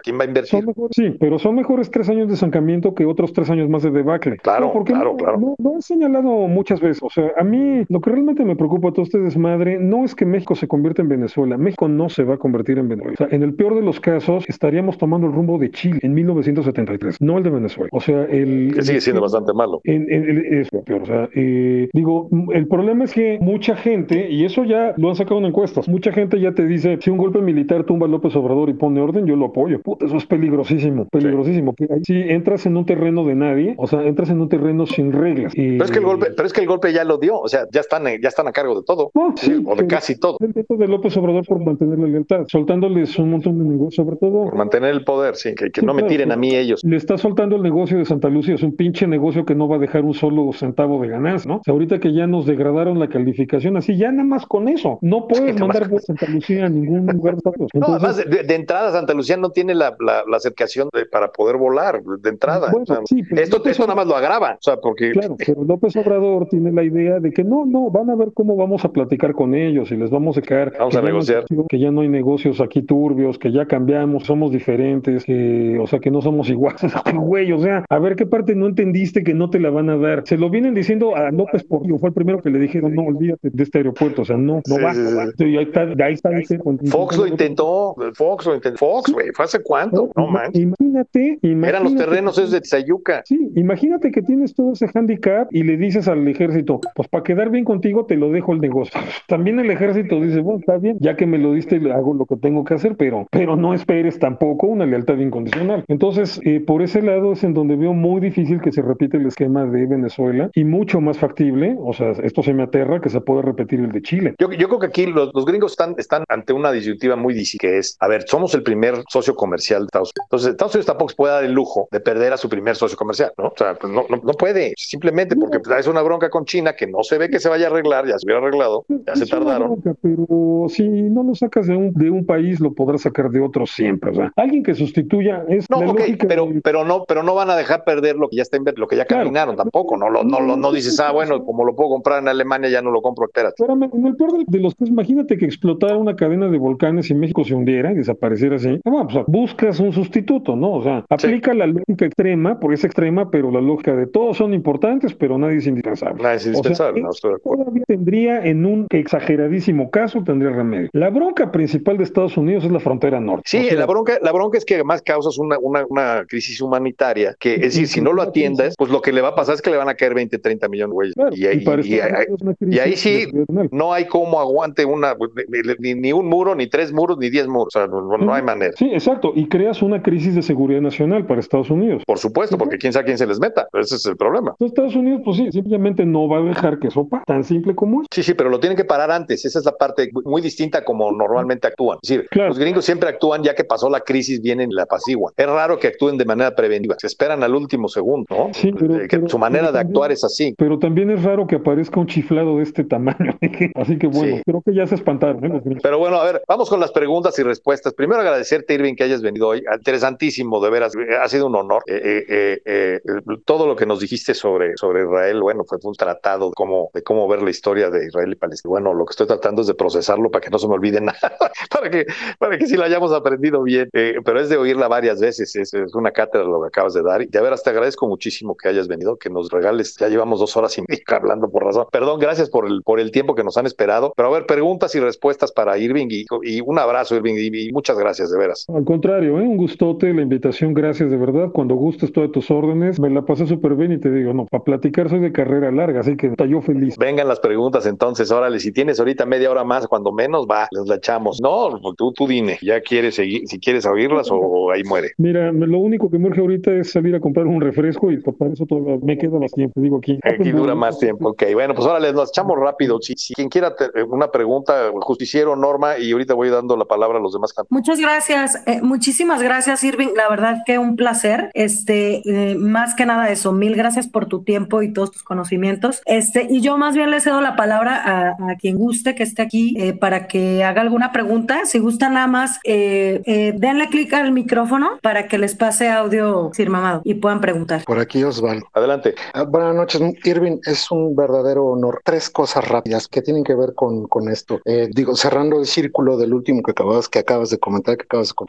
¿quién va a invertir? Son mejores, sí, pero son mejores tres años de estancamiento que otros tres años más de debacle. Claro, no, porque claro, no, claro. No, lo he señalado muchas veces. O sea, a mí lo que realmente me preocupa todo este desmadre no es que México se convierta en Venezuela. México no se va a convertir en Venezuela. O sea, en el peor de los casos estaríamos tomando el rumbo de Chile en mil novecientos setenta y tres, no el de Venezuela. O sea, el... Que sigue siendo el, bastante malo. En, en, en, es lo peor. O sea, eh, digo, el problema es que mucha gente, y eso ya lo han sacado en encuestas, mucha gente ya te dice, si un golpe militar tumba a López Obrador y pone orden, yo lo apoyo. Puta, eso es peligrosísimo, peligrosísimo. Sí. Ahí sí entras en un terreno de nadie, o sea, entras en un terreno sin reglas. Y... Pero es que el golpe, pero es que el golpe ya lo dio, o sea, ya están, ya están a cargo de todo, no, sí, o de casi todo. El veto de López Obrador por mantener la lealtad, soltándoles un montón de negocios, sobre todo. Por mantener el poder, sí, que, que sí, no claro, me tiren a mí ellos. Le está soltando el negocio de Santa Lucía, es un pinche negocio que no va a dejar un solo centavo de ganancia, ¿no? O sea, ahorita que ya nos degradaron la calificación, así ya nada más con eso, no puedes mandar a Santa Lucía a ningún lugar de Estados. Entonces, no, además de, de entrada Santa Lucía no tiene la, la, la acercación de, para poder volar, de entrada. Bueno, o sea, sí, esto, esto nada más lo agrava, o sea, porque... Claro, pero López Obrador tiene la idea de que no, no, van a ver cómo vamos a platicar con ellos y les vamos a caer. Vamos a negociar. No, que ya no hay negocios aquí turbios, que ya cambiamos, somos diferentes, que, o sea, que no somos iguales. Güey, o sea, a ver qué parte no entendiste que no te la van a dar. Se lo vienen diciendo a López Portillo, fue el primero que le dijeron, no, olvídate de este aeropuerto, o sea, no, no sí, va. Sí, no va. Sí, ahí está, ahí está, ahí está, Fox lo intentó, Fox lo intentó, Fox, güey, ¿fue hace cuánto? No, no manches. Imagínate, imagínate. Eran los terrenos esos de Tizayuca. Sí, imagínate que tienes todo ese handicap y le dices al ejército, pues para quedar bien contigo te lo dejo el negocio. También el ejército dice, bueno, está bien, ya que me lo diste, hago lo que tengo que hacer, pero, pero no esperes tampoco una lealtad incondicional. Entonces, eh, por ese lado es en donde veo muy difícil que se repita el esquema de Venezuela y mucho más factible, o sea, esto se me aterra, que se puede repetir el de Chile. Yo, yo creo que aquí los, los gringos están, están ante una disyuntiva muy difícil, que es, a ver, somos el primer socio comercial de Estados Unidos. Entonces, Estados Unidos tampoco se puede dar el lujo de perder a su primer socio comercial, ¿no? O sea, pues no, no, no puede, simplemente porque pues, es una bronca con China que no se ve que se vaya a arreglar, ya se hubiera arreglado, ya es se tardaron. Bronca, pero si no lo sacas de un, de un país, lo podrás sacar de otro siempre. O sea, alguien que sustituya es no, la okay, lógica pero, de... pero no, pero no van a dejar perder lo que ya está en, lo que ya Claro. caminaron tampoco, no, no, no, no, no dices, ah, bueno, como lo puedo comprar en Alemania, ya no lo compro, espérate. Espérame, en el peor de, de los casos, imagínate que explotara una cadena de volcanes y México se hundiera y desapareciera así. Bueno, pues, buscas un sustituto, ¿no? O sea, aplica sí. la lógica extrema, porque es extrema, pero la lógica de todos son importantes, pero nadie es indispensable. Nadie es indispensable, o sea, no estoy de acuerdo. Todavía tendría, en un exageradísimo caso, tendría remedio. La bronca principal de Estados Unidos es la frontera norte. Sí, o sea, la bronca, la bronca es que además causas una, una, una crisis humanitaria, que es decir, si no lo atiendes, pues lo que le va a pasar es que le van a caer veinte, treinta millones de güeyes. Claro, y, ahí, y, y, ahí, y ahí sí, no hay cómo aguante una, ni, ni un muro, ni tres muros, ni diez muros. O sea, no, no hay manera. Sí, exacto. Y creas una crisis de seguridad nacional para Estados Unidos. Por supuesto, porque quién sabe quién se les meta. Ese es el problema. Entonces, Estados Unidos, pues sí, simplemente no va a dejar que eso pase, tan simple como es. Sí, sí, pero lo tienen que parar antes. Esa es la parte muy distinta como normalmente actúan. Es decir, claro. Los gringos siempre actúan ya que pasó la crisis, vienen y la apaciguan. Es raro que actúen de manera preventiva. Se esperan al último segundo, ¿no? Sí, pero, que pero, su manera pero de actuar también, es así. Pero también es raro que aparezca un chiflado de este tamaño. Así que bueno, sí. Creo que ya se espantaron, ¿eh? Los gringos. Pero bueno, a ver, vamos con las preguntas y respuestas. Primero agradecerte, Irving, que hayas venido hoy. Interesantísimo, de veras. Ha sido un honor. Eh, eh, eh, todo lo que nos dijiste sobre, sobre Israel, bueno, fue un tratado de cómo, de cómo ver la historia de Israel y Palestina. Bueno, lo que estoy tratando es de procesarlo para que no se me olvide nada, para que, para que sí lo hayamos aprendido bien. Eh, pero es de oírla varias veces. Es, es una cátedra lo que acabas de dar. Y de veras te agradezco muchísimo que hayas venido, que nos regales. Ya llevamos dos horas y media hablando por razón. Perdón, gracias por el, por el tiempo que nos han esperado. Pero a ver, preguntas y respuestas para Irving y, y un abrazo, Irving, y, y muchas gracias, de veras. Al contrario, ¿eh? Un gustote, la invitación, gracias de verdad. Cuando gustes todas tus órdenes, me la pasé súper bien y te digo, no, para platicar soy de carrera larga, así que está yo feliz. Vengan las preguntas entonces, órale, si tienes ahorita media hora más, cuando menos, va, les la echamos. No, tú, tú dime, ya quieres seguir, si quieres oírlas o ahí muere. Mira, lo único que me urge ahorita es salir a comprar un refresco y para eso todo, me queda más tiempo, digo aquí. Aquí dura más tiempo, ok, bueno, pues órale, nos echamos rápido. Si, si quien quiera te, una pregunta, justiciero, Norma, y ahorita voy dando la palabra a los demás. Muchas gracias, eh, muchísimas gracias, Irving, la verdad que un placer, este, eh, más que nada eso, mil gracias por tu tiempo y todos tus conocimientos, este, y yo más bien le cedo la palabra a, a quien guste que esté aquí eh, para que haga alguna pregunta. Si gustan nada más, eh, eh, denle clic al micrófono para que les pase audio Sir Mamado y puedan preguntar. Por aquí Osvaldo. Adelante. Uh, buenas noches, Irving, es un verdadero honor. Tres cosas rápidas que tienen que ver con, con esto. Eh, digo, cerrando el círculo del último que acabas, que acabas de comentar, que acabas de compartir con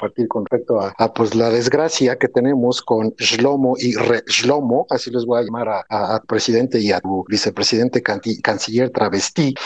con respecto a, a pues la desgracia que tenemos con Shlomo y Re Shlomo, así les voy a llamar a, a, a presidente y a tu vicepresidente canti, canciller travesti.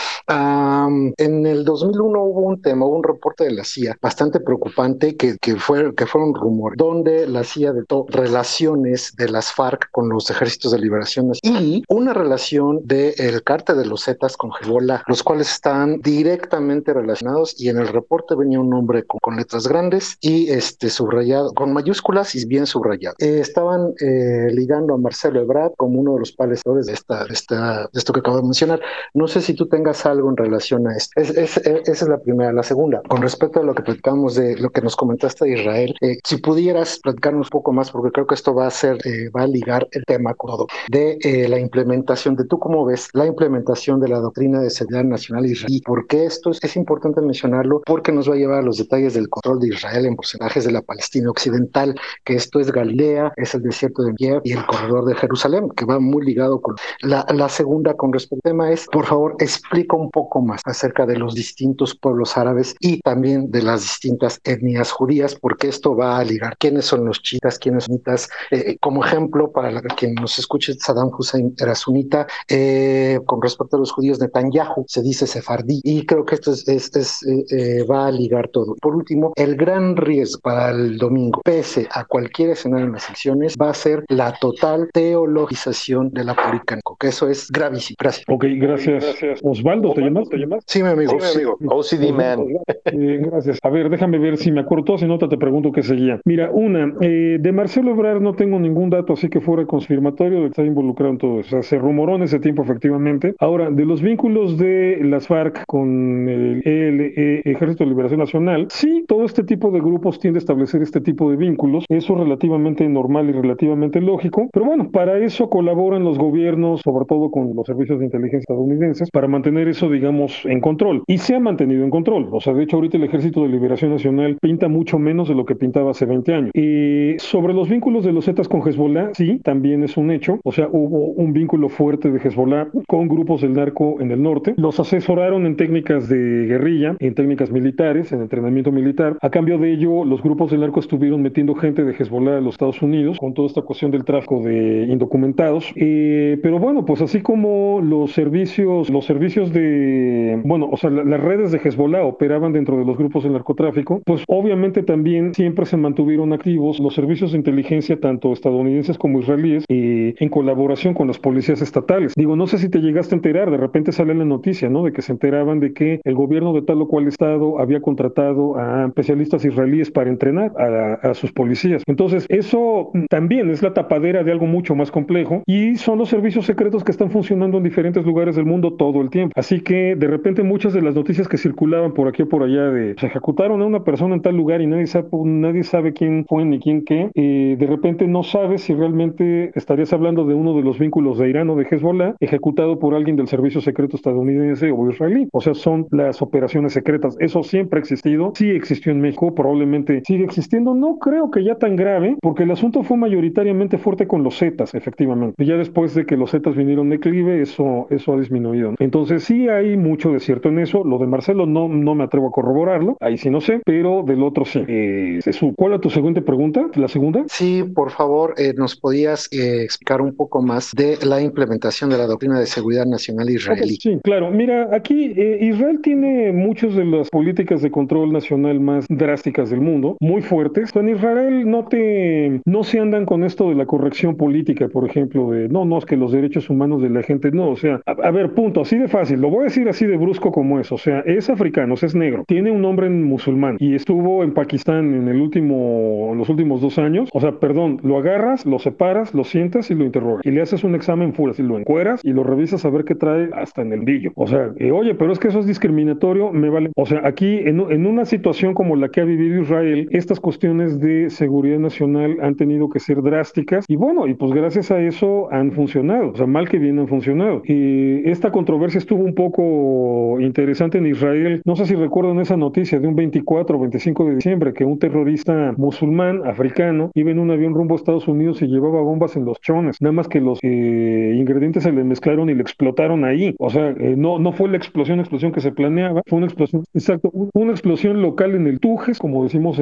Um, en el dos mil uno hubo un tema, hubo un reporte de la C I A bastante preocupante que, que, fue, que fue un rumor, donde la C I A detectó relaciones de las FARC con los ejércitos de liberación y una relación del cártel de los Zetas con Hezbollah, los cuales están directamente relacionados, y en el reporte venía un nombre con, con letras grandes y este subrayado, con mayúsculas y bien subrayado. Eh, estaban eh, ligando a Marcelo Ebrard como uno de los palestores de, esta, de, esta, de esto que acabo de mencionar. No sé si tú tengas algo en relación a esto. Es, es, es, esa es la primera. La segunda, con respecto a lo que platicamos de lo que nos comentaste de Israel, eh, si pudieras platicarnos un poco más, porque creo que esto va a ser, eh, va a ligar el tema con todo, de eh, la implementación, de tú cómo ves la implementación de la doctrina de seguridad nacional israelí. ¿Por qué esto es, es importante mencionarlo? Porque nos va a llevar a los detalles del control de Israel en porcentajes de la Palestina occidental, que esto es Galilea, es el desierto de Kiev y el corredor de Jerusalén, que va muy ligado con la, la segunda. Con respecto al tema es, por favor, explica un poco más acerca de los distintos pueblos árabes y también de las distintas etnias judías, porque esto va a ligar quiénes son los chiitas, quiénes son sunitas. Eh, como ejemplo, para la, quien nos escuche, Saddam Hussein era sunita. Eh, con respecto a los judíos, Netanyahu se dice sefardí, y creo que esto es, es, es eh, eh, va a ligar todo. Por último, el gran riesgo para el domingo, pese a cualquier escenario en las elecciones, va a ser la total teologización de la política, que eso es gravísimo. Gracias. Ok, gracias. gracias. Osvaldo, ¿te llamas? ¿Te llamas? Sí, mi amigo. Sí, mi amigo. O C D Man. Eh, gracias. A ver, déjame ver si me acuerdo. Si no, te pregunto qué seguía. Mira, una, eh, de Marcelo Ebrard no tengo ningún dato así que fuera confirmatorio de que está involucrado en todo eso. O sea, se rumoró en ese tiempo, efectivamente. Ahora, de los vínculos de las FARC con el E L E, Ejército de Liberación Nacional, sí, todo este tipo de grupos tiende a establecer este tipo de vínculos. Eso es relativamente normal y relativamente lógico. Pero bueno, para eso colaboran los gobiernos, sobre todo con los servicios de inteligencia estadounidenses, para mantener eso, digamos, en control. Y se ha mantenido en control. O sea, de hecho, ahorita el Ejército de Liberación Nacional pinta mucho menos de lo que pintaba hace veinte años. Y sobre los vínculos de los Zetas con Hezbollah, sí, también es un hecho. O sea, hubo un vínculo fuerte de Hezbollah con grupos del narco en el norte. Los asesoraron en técnicas de guerrilla, en técnicas militares, en entrenamiento militar. A cambio de ello, los grupos del narco estuvieron metiendo gente de Hezbollah a los Estados Unidos con toda esta cuestión del tráfico de indocumentados. Eh, pero bueno, pues así como los servicios, los servicios de, bueno, o sea, la, las redes de Hezbollah operaban dentro de los grupos del narcotráfico, pues obviamente también siempre se mantuvieron activos los servicios de inteligencia, tanto estadounidenses como israelíes, eh, en colaboración con las policías estatales. Digo, no sé si te llegaste a enterar, de repente sale la noticia, ¿no? De que se enteraban de que el gobierno de tal o cual estado había contratado a especialistas israelíes para entrenar a, a sus policías. Entonces, eso también es la tapadera de algo mucho más complejo, y son los servicios secretos que están funcionando en diferentes lugares del mundo todo el tiempo. Así que, de repente, muchas de las noticias que circulaban por aquí o por allá de se ejecutaron a una persona en tal lugar y nadie sabe, nadie sabe quién fue ni quién qué, eh, de repente no sabes si realmente estarías hablando de uno de los vínculos de Irán o de Hezbollah ejecutado por alguien del servicio secreto estadounidense o israelí. O sea, son las operaciones secretas. Eso siempre ha existido, sí existió en México, probablemente sigue existiendo. No creo que ya tan grave, porque el asunto fue mayoritariamente fuerte con los Zetas, efectivamente. Y ya después de que los Zetas vinieron de declive, eso, eso ha disminuido. Entonces sí hay mucho de cierto en eso. Lo de Marcelo no, no me atrevo a corroborarlo, ahí sí no sé, pero del otro sí. Eh, ¿Cuál es tu segunda pregunta? ¿La segunda? Sí, por favor, eh, nos podías eh, explicar un poco más de la implementación de la doctrina de seguridad nacional israelí. Okay, sí, claro. Mira, aquí eh, Israel tiene muchas de las políticas de control nacional más drásticas del mundo, muy fuertes. En Israel no te, no se andan con esto de la corrección política, por ejemplo, de no, no, es que los derechos humanos de la gente, no, o sea, a, a ver, punto, así de fácil, lo voy a decir así de brusco como es, o sea, es africano, es negro, tiene un nombre musulmán y estuvo en Pakistán en el último, los últimos dos años, o sea, perdón, lo agarras, lo separas, lo sientas y lo interrogas y le haces un examen full, así lo encueras y lo revisas a ver qué trae hasta en el brillo, o sea, eh, oye, pero es que eso es discriminatorio, me vale, o sea, aquí en, en una situación como la que ha vivido Israel, estas cuestiones de seguridad nacional han tenido que ser drásticas y bueno, y pues gracias a eso han funcionado, o sea, mal que bien han funcionado. Y esta controversia estuvo un poco interesante en Israel, no sé si recuerdan esa noticia de un veinticuatro o veinticinco de diciembre, que un terrorista musulmán africano iba en un avión rumbo a Estados Unidos y llevaba bombas en los chones, nada más que los eh, ingredientes se le mezclaron y le explotaron ahí, o sea, eh, no, no fue la explosión, explosión que se planeaba, fue una explosión, exacto, una explosión local en el Tujes, como decimos en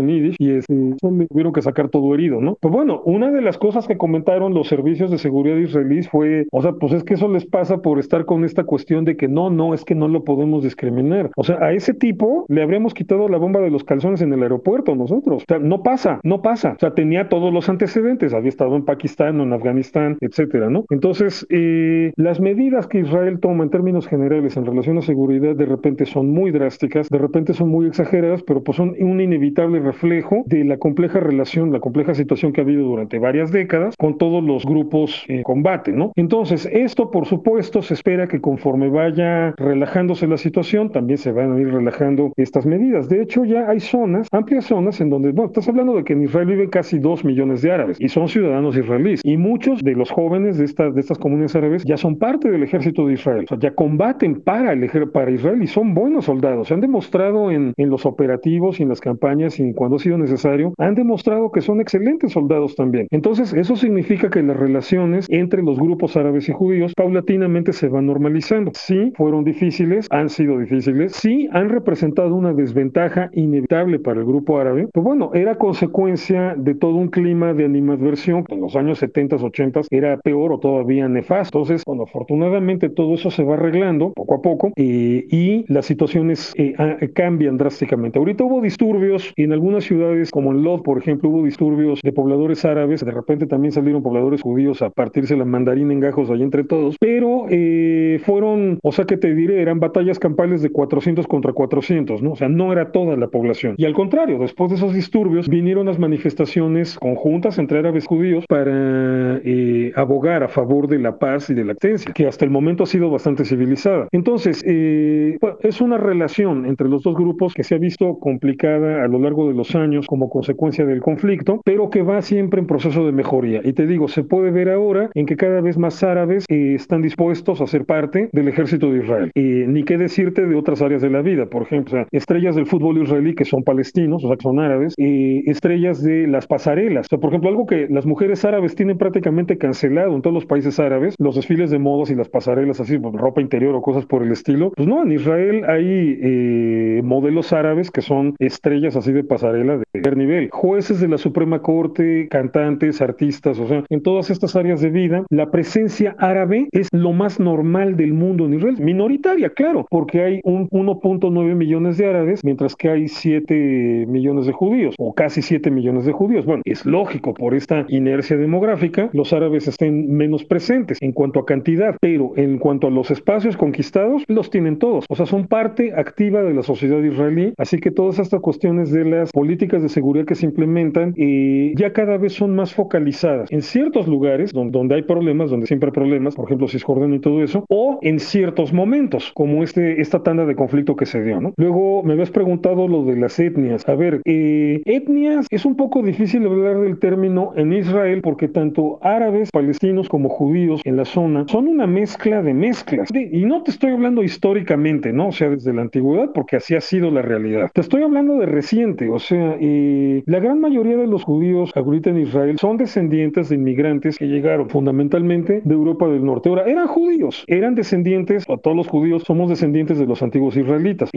en Yiddish, y este, le tuvieron que sacar todo herido, ¿no? Pues bueno, una de las cosas que comentaron los servicios de seguridad israelíes fue, o sea, pues es que eso les pasa por estar con esta cuestión de que no, no, es que no lo podemos discriminar. O sea, a ese tipo le habríamos quitado la bomba de los calzones en el aeropuerto nosotros. O sea, no pasa, no pasa. O sea, tenía todos los antecedentes, había estado en Pakistán o en Afganistán, etcétera, ¿no? Entonces, eh, las medidas que Israel toma en términos generales en relación a seguridad de repente son muy drásticas, de repente son muy exageradas, pero pues son un inevitable reflejo de la compleja relación, la compleja situación que ha habido durante varias décadas con todos los grupos en combate, ¿no? Entonces, esto, por supuesto, se espera que conforme vaya relajándose la situación, también se van a ir relajando estas medidas. De hecho, ya hay zonas, amplias zonas, en donde, bueno, estás hablando de que en Israel viven casi dos millones de árabes y son ciudadanos israelíes. Y muchos de los jóvenes de estas, de estas comunidades árabes ya son parte del ejército de Israel. O sea, ya combaten para, el ejer- para Israel y son buenos soldados. Se han demostrado en, en los operativos y en las campañas y cuando ha sido necesario, han demostrado que son excelentes soldados también. Entonces, eso significa que las relaciones entre los grupos árabes y judíos paulatinamente se van normalizando. Sí, fueron difíciles, han sido difíciles, sí, han representado una desventaja inevitable para el grupo árabe, pero bueno, era consecuencia de todo un clima de animadversión que en los años setenta, ochenta era peor o todavía nefasto. Entonces, bueno, afortunadamente todo eso se va arreglando poco a poco eh, y las situaciones eh, a, cambian drásticamente. Ahorita hubo disturbios en algunas ciudades, como en Lod, por ejemplo, hubo disturbios de pobladores árabes, de repente también salieron pobladores judíos a partirse la mandarina en gajos ahí entre todos, pero eh, fueron, o sea que te diré, eran batallas campales de cuatrocientos contra cuatrocientos, ¿no? O sea, no era toda la población. Y al contrario, después de esos disturbios vinieron las manifestaciones conjuntas entre árabes y judíos para eh, abogar a favor de la paz y de la existencia, que hasta el momento ha sido bastante civilizada. Entonces, eh, bueno, es una relación entre los dos grupos que se ha visto complicada a lo largo de los años como consecuencia del conflicto, pero que va siempre en proceso de mejoría. Y te digo, se puede ver ahora en que cada vez más árabes eh, están dispuestos a ser parte del ejército de Israel. Eh, ni qué decirte de otras áreas de la vida, por ejemplo, o sea, estrellas del fútbol israelí que son palestinos, o sea, que son árabes, eh, estrellas de las pasarelas. O sea, por ejemplo, algo que las mujeres árabes tienen prácticamente cancelado en todos los países árabes, los desfiles de modas y las pasarelas, así, pues, ropa interior o cosas por el estilo. Pues no, en Israel hay eh, modelos árabes que son estrellas así de pasarela de primer nivel, jueces de la Suprema Corte, cantantes, artistas, o sea, en todas estas áreas de vida, la presencia árabe es lo más normal del mundo en Israel, minoritaria, claro, porque hay un uno punto nueve millones de árabes, mientras que hay siete millones de judíos, o casi siete millones de judíos. Bueno, es lógico, por esta inercia demográfica, los árabes estén menos presentes en cuanto a cantidad, pero en cuanto a los espacios conquistados, los tienen todos, o sea, son parte activa de la sociedad israelí, así que todas estas cuestiones de las políticas de seguridad que se implementan eh, ya cada vez son más focalizadas en ciertos lugares donde, donde hay problemas, donde siempre hay problemas, por ejemplo Cisjordania y todo eso, o en ciertos momentos, como este, esta tanda de conflicto que se dio, ¿no? Luego me habías preguntado lo de las etnias. A ver, eh, etnias es un poco difícil hablar del término en Israel porque tanto árabes, palestinos como judíos en la zona son una mezcla de mezclas. De, y no te estoy hablando históricamente, ¿no? O sea, desde la antigüedad, porque así ha sido la realidad. Te estoy hablando de reciente, o sea, eh, la gran mayoría de los judíos ahorita en Israel son descendientes de inmigrantes que llegaron fundamentalmente de Europa del Norte. Ahora, eran judíos, eran descendientes, o todos los judíos somos descendientes de los antiguos israelitas.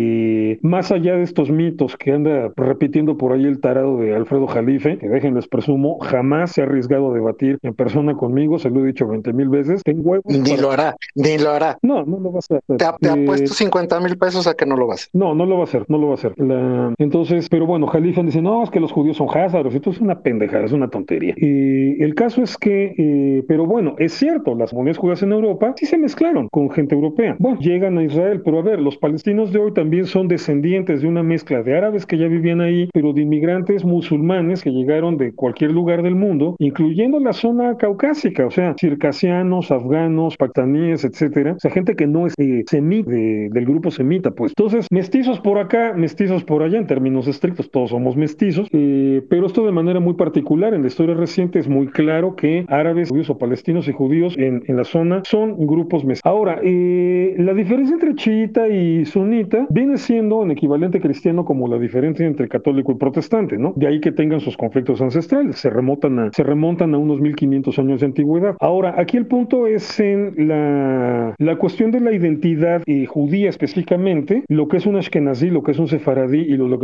Y más allá de estos mitos que anda repitiendo por ahí el tarado de Alfredo Jalife, que déjenles presumo, jamás se ha arriesgado a debatir en persona conmigo, se lo he dicho veinte mil veces. Tengo huevos Ni para... lo hará, ni lo hará. No, no lo vas a hacer. Te, te Eh, apuesto cincuenta mil pesos a que no lo vas a hacer. No, no lo va a hacer, no lo va a hacer. La... Entonces, pero bueno, Jalife dice, no, es que los judíos son házaros, esto es una pendejada, es una tontería. Y el caso es que, eh, pero bueno, es cierto, las comunidades judías en Europa sí se mezclaron con gente europea. Bueno, llegan a Israel, pero a ver, los palestinos de hoy también son descendientes de una mezcla de árabes que ya vivían ahí, pero de inmigrantes musulmanes que llegaron de cualquier lugar del mundo, incluyendo la zona caucásica, o sea, circasianos, afganos, pakistaníes, etcétera. O sea, gente que no es eh, semita, de, del grupo semita, pues. Entonces, mestizos por acá, mestizos por allá, en términos estrictos, todos somos mestizos, eh, pero esto de manera muy particular, en la historia reciente es muy claro que árabes, judíos o palestinos y judíos en, en la zona son grupos mestizos. Ahora, eh, la diferencia entre chiita y sunita viene siendo en equivalente cristiano como la diferencia entre católico y protestante, ¿no? De ahí que tengan sus conflictos ancestrales, se remontan a, se remontan a unos mil quinientos años de antigüedad. Ahora, aquí el punto es en la, la cuestión de la identidad eh, judía específicamente, lo que es un ashkenazí, lo que es un sefaradí y lo, lo que son los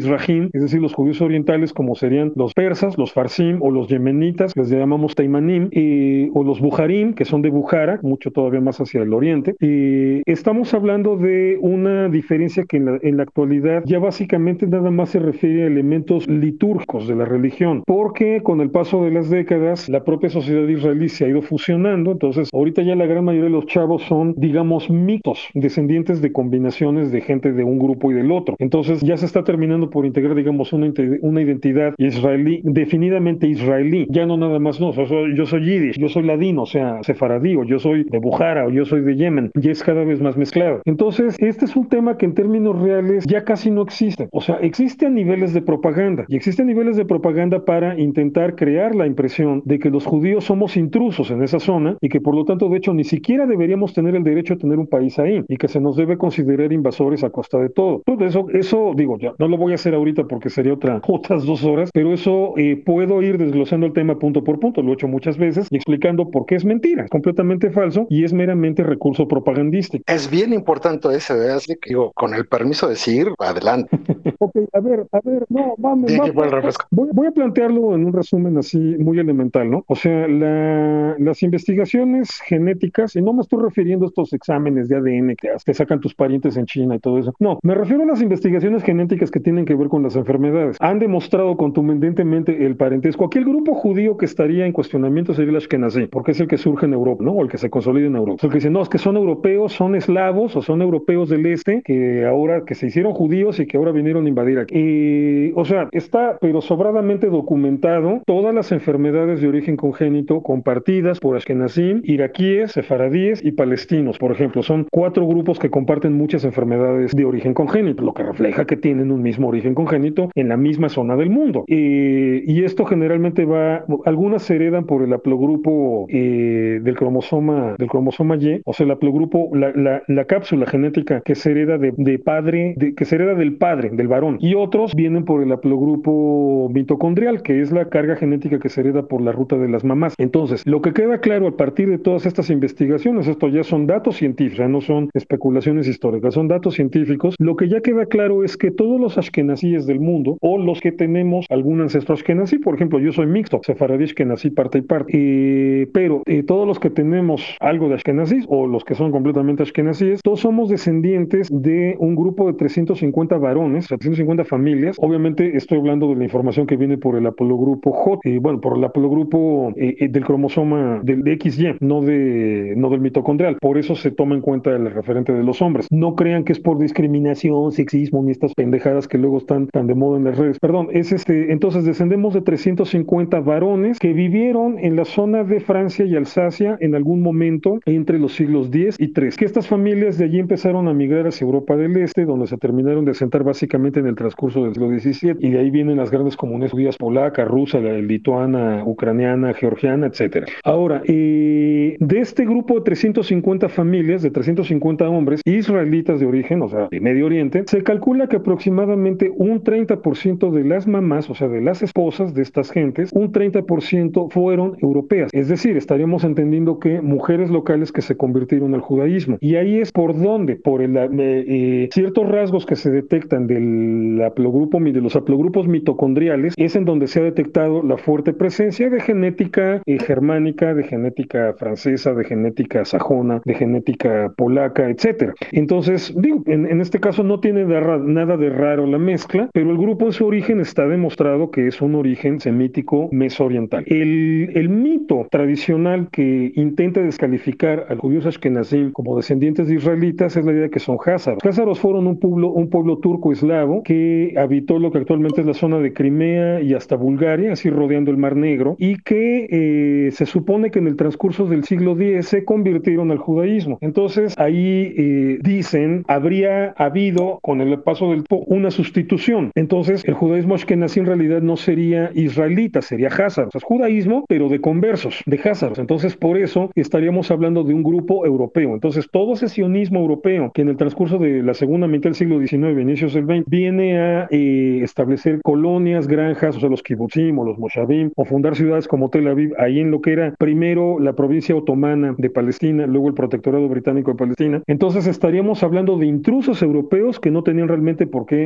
Mizrahim, es decir, los judíos orientales, como serían los persas, los farsim o los yemenitas, les llamamos taimanim, eh, o los bujarim, que son de Bujara, mucho todavía más hacia el oriente. Eh, estamos hablando de una diferencia que en la, en la actualidad ya básicamente nada más se refiere a elementos litúrgicos de la religión, porque con el paso de las décadas la propia sociedad israelí se ha ido fusionando. Entonces ahorita ya la gran mayoría de los chavos son, digamos, mitos, descendientes de combinaciones de gente de un grupo y del otro. Entonces ya se está terminando por integrar, digamos, una, una identidad israelí, definidamente israelí, ya no nada más, no, o sea, soy, yo soy yiddish, yo soy ladino, o sea, sefaradí, o yo soy de Bujara, o yo soy de Yemen, ya es cada vez más mezclado. Entonces, este es un tema que en términos reales ya casi no existe. O sea, existe a niveles de propaganda, y existe a niveles de propaganda para intentar crear la impresión de que los judíos somos intrusos en esa zona, y que por lo tanto, de hecho, ni siquiera deberíamos tener el derecho a tener un país ahí, y que se nos debe considerar invasores a costa de todo. Todo eso, eso digo, ya no lo voy a hacer ahorita porque sería otra, otras dos horas, pero eso eh, puedo ir desglosando el tema punto por punto, lo he hecho muchas veces, y explicando por qué es mentira, es completamente falso, y es meramente recurso propagandístico. Es bien importante ese, ¿eh? Así que digo, con el permiso de seguir, adelante. Ok, a ver, a ver, no, vamos, Sí, vamos, fue el refresco. voy, voy a plantearlo en un resumen así muy elemental, ¿no? O sea, la, las investigaciones genéticas, y no me estoy refiriendo a estos exámenes de A D N que te sacan tus parientes en China y todo eso, no, me refiero a las investigaciones genéticas que tienen que ver con las enfermedades. Han demostrado contundentemente el parentesco. Aquel grupo judío que estaría en cuestionamiento sería el Ashkenazí, porque es el que surge en Europa, ¿no? O el que se consolida en Europa. O el que dice, no, es que son europeos, son eslavos o son europeos del este, que ahora, que se hicieron judíos y que ahora vinieron a invadir aquí. Y, o sea, está, pero sobradamente documentado, todas las enfermedades de origen congénito compartidas por Ashkenazim, iraquíes, sefaradíes y palestinos, por ejemplo. Son cuatro grupos que comparten muchas enfermedades de origen congénito, lo que refleja que tienen un mismo origen congénito en la misma zona del mundo. Eh, y esto generalmente va, algunas se heredan por el haplogrupo eh, del cromosoma del cromosoma Y, o sea, el haplogrupo, la, la, la cápsula genética que se hereda de, de padre, de, que se hereda del padre, del varón, y otros vienen por el haplogrupo mitocondrial, que es la carga genética que se hereda por la ruta de las mamás. Entonces, lo que queda claro a partir de todas estas investigaciones, esto ya son datos científicos, ya no son especulaciones históricas, son datos científicos, lo que ya queda claro es que todos los ashkenazíes del mundo, o los que tenemos algún ancestro ashkenazí, por ejemplo, yo soy mixto, sefaradí, ashkenazí, parte y parte, eh, pero eh, todos los que tenemos algo de ashkenazí, o los que son completamente ashkenazíes, todos somos descendientes de un grupo de trescientos cincuenta varones, trescientas cincuenta familias. Obviamente estoy hablando de la información que viene por el haplogrupo J, eh, bueno, por el haplogrupo eh, del cromosoma del de X Y, no, de, no del mitocondrial. Por eso se toma en cuenta el referente de los hombres. No crean que es por discriminación, sexismo, ni estas pendejadas que luego están tan de moda en las redes. Perdón, es este, entonces descendemos de trescientos cincuenta varones que vivieron en la zona de Francia y Alsacia en algún momento entre los siglos diez y trece. Que estas familias de allí empezaron a migrar hacia Europa del Este, donde se terminaron de asentar básicamente en el transcurso del siglo diecisiete, y de ahí vienen las grandes comunidades judías polaca, rusa, lituana, ucraniana, georgiana, etcétera. Ahora, eh, de este grupo de trescientas cincuenta familias, de trescientos cincuenta hombres israelitas de origen, o sea, de Medio Oriente, se calcula que aproximadamente un treinta por ciento de las mamás, o sea, de las esposas de estas gentes, un treinta por ciento fueron europeas. Es decir, estaríamos entendiendo que mujeres locales que se convirtieron al judaísmo. Y ahí es por donde, por el, eh, eh, ciertos rasgos que se detectan del haplogrupo, de los haplogrupos mitocondriales, es en donde se ha detectado la fuerte presencia de genética eh, germánica, de genética francesa, de genética sajona, de genética polaca, etcétera. Entonces, digo, en, en este caso no tiene de ra- nada de raro la mezcla, pero el grupo en su origen está demostrado que es un origen semítico mesooriental. El, el mito tradicional que intenta descalificar a los judíos ashkenazim como descendientes de israelitas es la idea de que son házaros. Házaros fueron un pueblo, un pueblo turco-eslavo que habitó lo que actualmente es la zona de Crimea y hasta Bulgaria, así rodeando el Mar Negro, y que eh, se supone que en el transcurso del siglo diez se convirtieron al judaísmo. Entonces, ahí eh, dicen, habría habido con el paso del tiempo una sustitución. Entonces, el judaísmo ashkenazí en realidad no sería israelita, sería házaros. O sea, es judaísmo, pero de conversos, de házaros. Entonces, por eso estaríamos hablando de un grupo europeo. Entonces, todo ese sionismo europeo que en el transcurso de la segunda mitad del siglo diecinueve, inicios del veinte, viene a eh, establecer colonias, granjas, o sea, los kibutzim o los moshavim, o fundar ciudades como Tel Aviv, ahí en lo que era primero la provincia otomana de Palestina, luego el protectorado británico de Palestina. Entonces estaríamos hablando de intrusos europeos que no tenían realmente por qué estar ahí.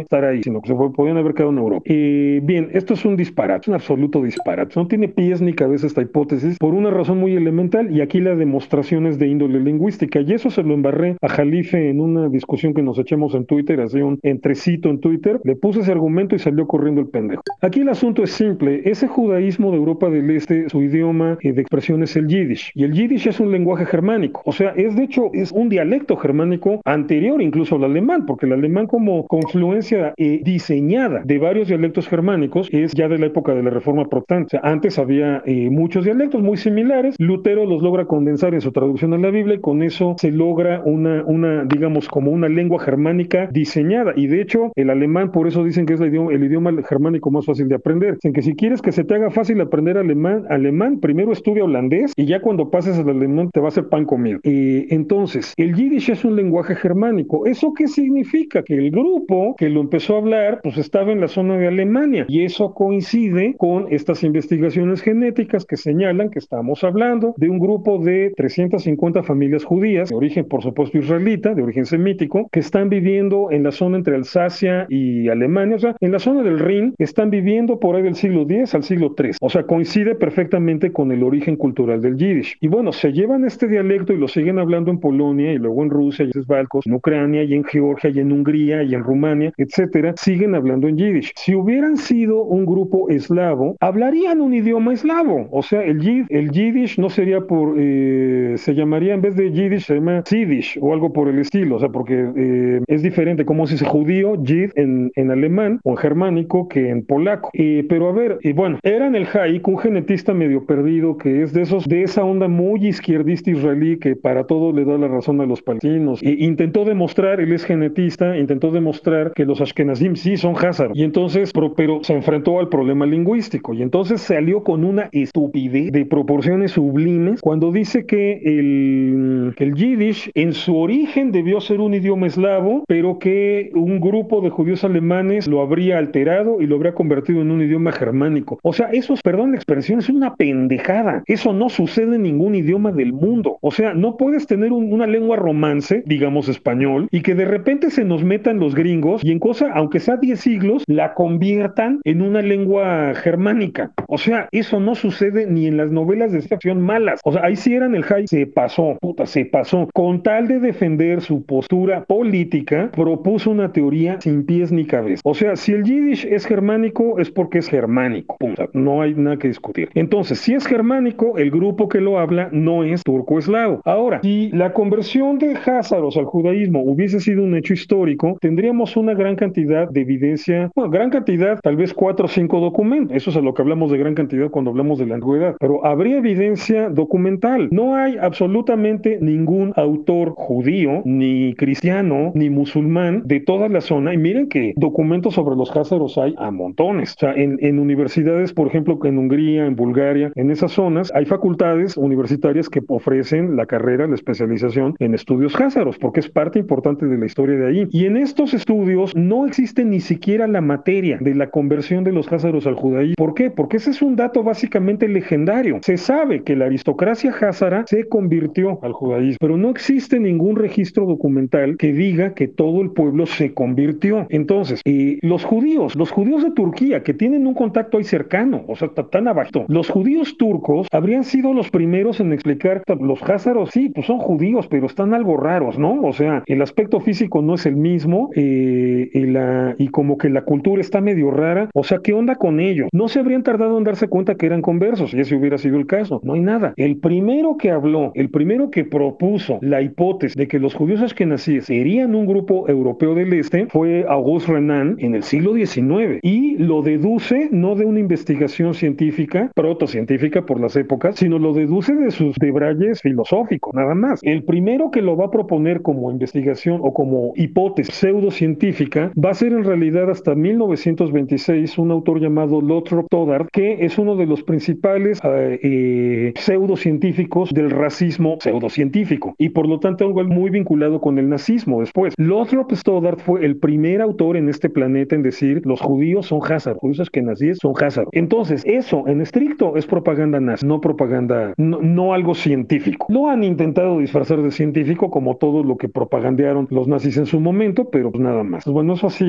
sino que se podían haber quedado en Europa. Eh, bien, esto es un disparate, un absoluto disparate. No tiene pies ni cabeza esta hipótesis por una razón muy elemental, y aquí la demostración es de índole lingüística, y eso se lo embarré a Jalife en una discusión que nos echamos en Twitter, así un entrecito en Twitter, le puse ese argumento y salió corriendo el pendejo. Aquí el asunto es simple, ese judaísmo de Europa del Este, su idioma eh, de expresión es el yiddish, y el yiddish es un lenguaje germánico, o sea, es de hecho, es un dialecto germánico anterior incluso al alemán, porque el alemán como confluencia eh, diseñada de varios dialectos germánicos es ya de la época de la Reforma Protestante. O sea, antes había eh, muchos dialectos muy similares, Lutero los logra condensar en su traducción a la Biblia, y con eso se logra una, una digamos, como una lengua germánica diseñada, y de hecho, el alemán, por eso dicen que es el idioma, el idioma germánico más fácil de aprender. Dicen que si quieres que se te haga fácil aprender alemán, alemán, primero estudia holandés, y ya cuando pases al alemán te va a hacer pan comido. Eh, entonces, el yiddish es un lenguaje germánico. ¿Eso qué significa? Que el grupo que lo empezó a hablar, pues estaba en la zona de Alemania, y eso coincide con estas investigaciones genéticas que señalan que estamos hablando de un grupo de trescientas cincuenta familias judías, de origen por supuesto israelita, de origen semítico, que están viviendo en la zona entre Alsacia y Alemania, o sea, en la zona del Rin, están viviendo por ahí del siglo diez al siglo tres, o sea, coincide perfectamente con el origen cultural del yiddish. Y bueno, se llevan este dialecto y lo siguen hablando en Polonia, y luego en Rusia, y en Balcos, en Ucrania, y en Georgia, y en Hungría, y en Rumania, etcétera, siguen hablando en yiddish. Si hubieran sido un grupo eslavo, hablarían un idioma eslavo, o sea, el, yid, el yiddish no sería por, eh, se llamaría en vez de yiddish, se llama yiddish, o algo por el estilo, o sea, porque eh, es diferente, como si dice judío, yid, en, en alemán, o en germánico, que en polaco. Eh, pero a ver, y bueno, Eran el Haik, un genetista medio perdido, que es de esos, de esa onda muy izquierdista israelí, que para todo le da la razón a los palestinos, e intentó demostrar, él es genetista, intentó demostrar que los ashkenazim sí son hazar, y entonces, pero, pero se enfrentó al problema lingüístico, y entonces salió con una estupidez de proporciones sublimes, cuando dice que el, que el yiddish en su origen debió ser un idioma eslavo, pero que un grupo de judíos alemanes lo habría alterado y lo habría convertido en un idioma germánico. O sea, eso es, perdón la expresión, es una pendejada. Eso no sucede en ningún idioma del mundo. O sea, no puedes tener un, una lengua romance, digamos español, y que de repente se nos metan los gringos y en cosa, aunque sea diez siglos, la conviertan en una lengua germánica. O sea, eso no sucede ni en las novelas de ciencia ficción malas. O sea, ahí sí Eran el Haik se pasó, puta, se pasó. Con tal de defender su postura política, propuso una teoría sin pies ni cabeza. O sea, si el yiddish es germánico, es porque es germánico. Punto. No hay nada que discutir. Entonces, si es germánico, el grupo que lo habla no es turco-eslavo. Ahora, si la conversión de házaros al judaísmo hubiese sido un hecho histórico, tendríamos una gran cantidad de evidencia, bueno, gran cantidad, tal vez cuatro o cinco documentos. Eso es a lo que hablamos de gran cantidad cuando hablamos de la antigüedad. Pero habría evidencia documental. No hay absolutamente ningún autor judío, ni cristiano, ni musulmán de toda la zona. Y miren que documentos sobre los házaros hay a montones. O sea, en, en universidades, por ejemplo, en Hungría, en Bulgaria, en esas zonas, hay facultades universitarias que ofrecen la carrera, la especialización en estudios házaros, porque es parte importante de la historia de ahí. Y en estos estudios no existe ni siquiera la materia de la conversión de los házaros al judaísmo. ¿Por qué? Porque ese es un dato básicamente legendario. Se sabe que la aristocracia házara se convirtió al judaísmo, pero no existe ningún registro documental que diga que todo el pueblo se convirtió. Entonces, eh, los judíos, los judíos de Turquía, que tienen un contacto ahí cercano, o sea, tan abajo, los judíos turcos habrían sido los primeros en explicar, los házaros, sí, pues son judíos, pero están algo raros, ¿no? O sea, el aspecto físico no es el mismo, eh, y, la, y como que la cultura está medio rara, o sea, ¿qué onda con ellos? No se habrían tardado en darse cuenta que eran conversos, y ese hubiera sido el caso, no hay nada. El primero que habló, el primero que propuso la hipótesis de que los judíos ashkenazíes serían un grupo europeo del este fue Auguste Renan en el siglo diecinueve, y lo deduce no de una investigación científica, protocientífica por las épocas, sino lo deduce de sus debrayes filosóficos, nada más. El primero que lo va a proponer como investigación o como hipótesis pseudocientífica va a ser en realidad hasta mil novecientos veintiséis un autor llamado Lothrop Stoddard, que es uno de los principales eh, eh, pseudocientíficos del racismo pseudocientífico, y por lo tanto algo muy vinculado con el nazismo después. Lothrop Stoddard fue el primer autor en este planeta en decir los judíos son hazard, judíos ashkenazíes son hazard. Entonces, eso en estricto es propaganda nazi, no propaganda, no, no algo científico. Lo han intentado disfrazar de científico como todo lo que propagandearon los nazis en su momento, pero pues nada más. Bueno, eso sí,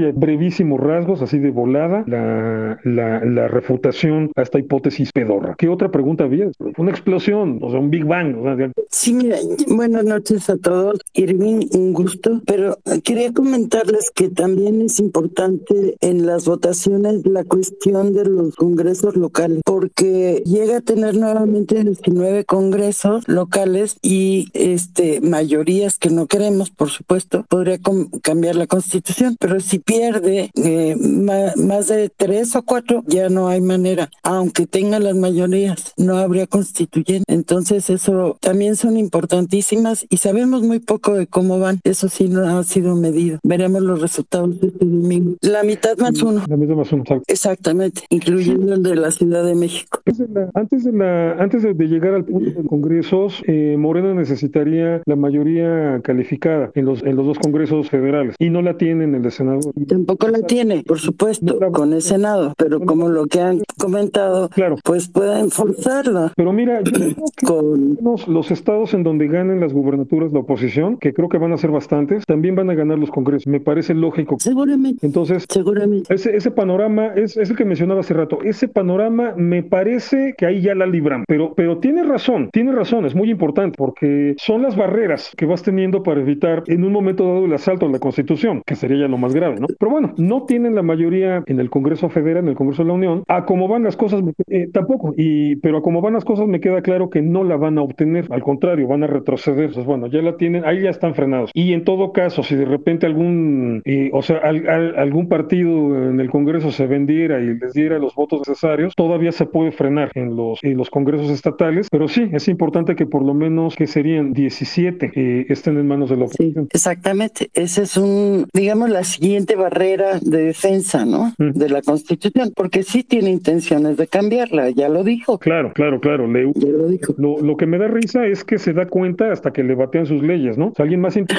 a brevísimos rasgos, así de volada, la, la, la refutación a esta hipótesis pedorra. ¿Qué otra pregunta había? Una explosión, o sea, un Big Bang. O sea, sí, mira, buenas noches a todos. Irving, un gusto, pero quería comentarles que también es importante en las votaciones la cuestión de los congresos locales, porque llega a tener nuevamente diecinueve congresos locales y este mayorías que no queremos, por supuesto, podría com- cambiar la constitución, pero si pierde eh, ma- más de tres o cuatro, ya no hay manera, aunque tenga las mayorías, no habría constituyente. Entonces eso también son importantísimas y sabemos muy poco de cómo van, eso sí no ha sido medido. Veremos los resultados de este domingo. La mitad más uno. La mitad más uno, exacto. Exactamente, incluyendo el de la Ciudad de México. Antes de, la, antes de, la, antes de, de llegar al punto de los congresos, eh, Morena necesitaría la mayoría calificada en los, en los dos congresos federales y no la tiene en el de Senado. Tampoco la tiene, por supuesto, con el Senado, pero como lo que han comentado, claro, pues pueden forzarla. Pero mira, yo creo que con los, los estados en donde ganen las gubernaturas la oposición, que creo que van a ser bastantes, también van a ganar los congresos. Me parece lógico. Seguramente. Entonces, seguramente. Ese, ese panorama es, es el que mencionaba hace rato. Ese panorama me parece que ahí ya la libramos. Pero, pero tiene razón, tiene razón, es muy importante, porque son las barreras que vas teniendo para evitar en un momento dado el asalto a la Constitución, que sería ya lo más grave, ¿no? Pero bueno, no tienen la mayoría en el Congreso Federal, en el Congreso de la Unión. A cómo van las cosas, eh, tampoco. Y, pero a cómo van las cosas me queda claro que no la van a obtener. Al contrario, van a retroceder. Entonces, bueno, ya la tienen, ahí ya están frenados. Y en todo caso, si de repente algún, eh, o sea, al, al, algún partido en el Congreso se vendiera y les diera los votos necesarios, todavía se puede frenar en los, en los congresos estatales, pero sí, es importante que por lo menos, que serían diecisiete, eh, estén en manos de la oposición. Sí, exactamente. Ese es un, digamos, la siguiente barrera de defensa, ¿no? Uh-huh. De la Constitución, porque sí tiene intenciones de cambiarla, ya lo dijo. Claro, claro, claro. Le, ya lo dijo. Lo, lo que me da risa es que se da cuenta hasta que le batean sus leyes, ¿no? O sea, alguien más sí.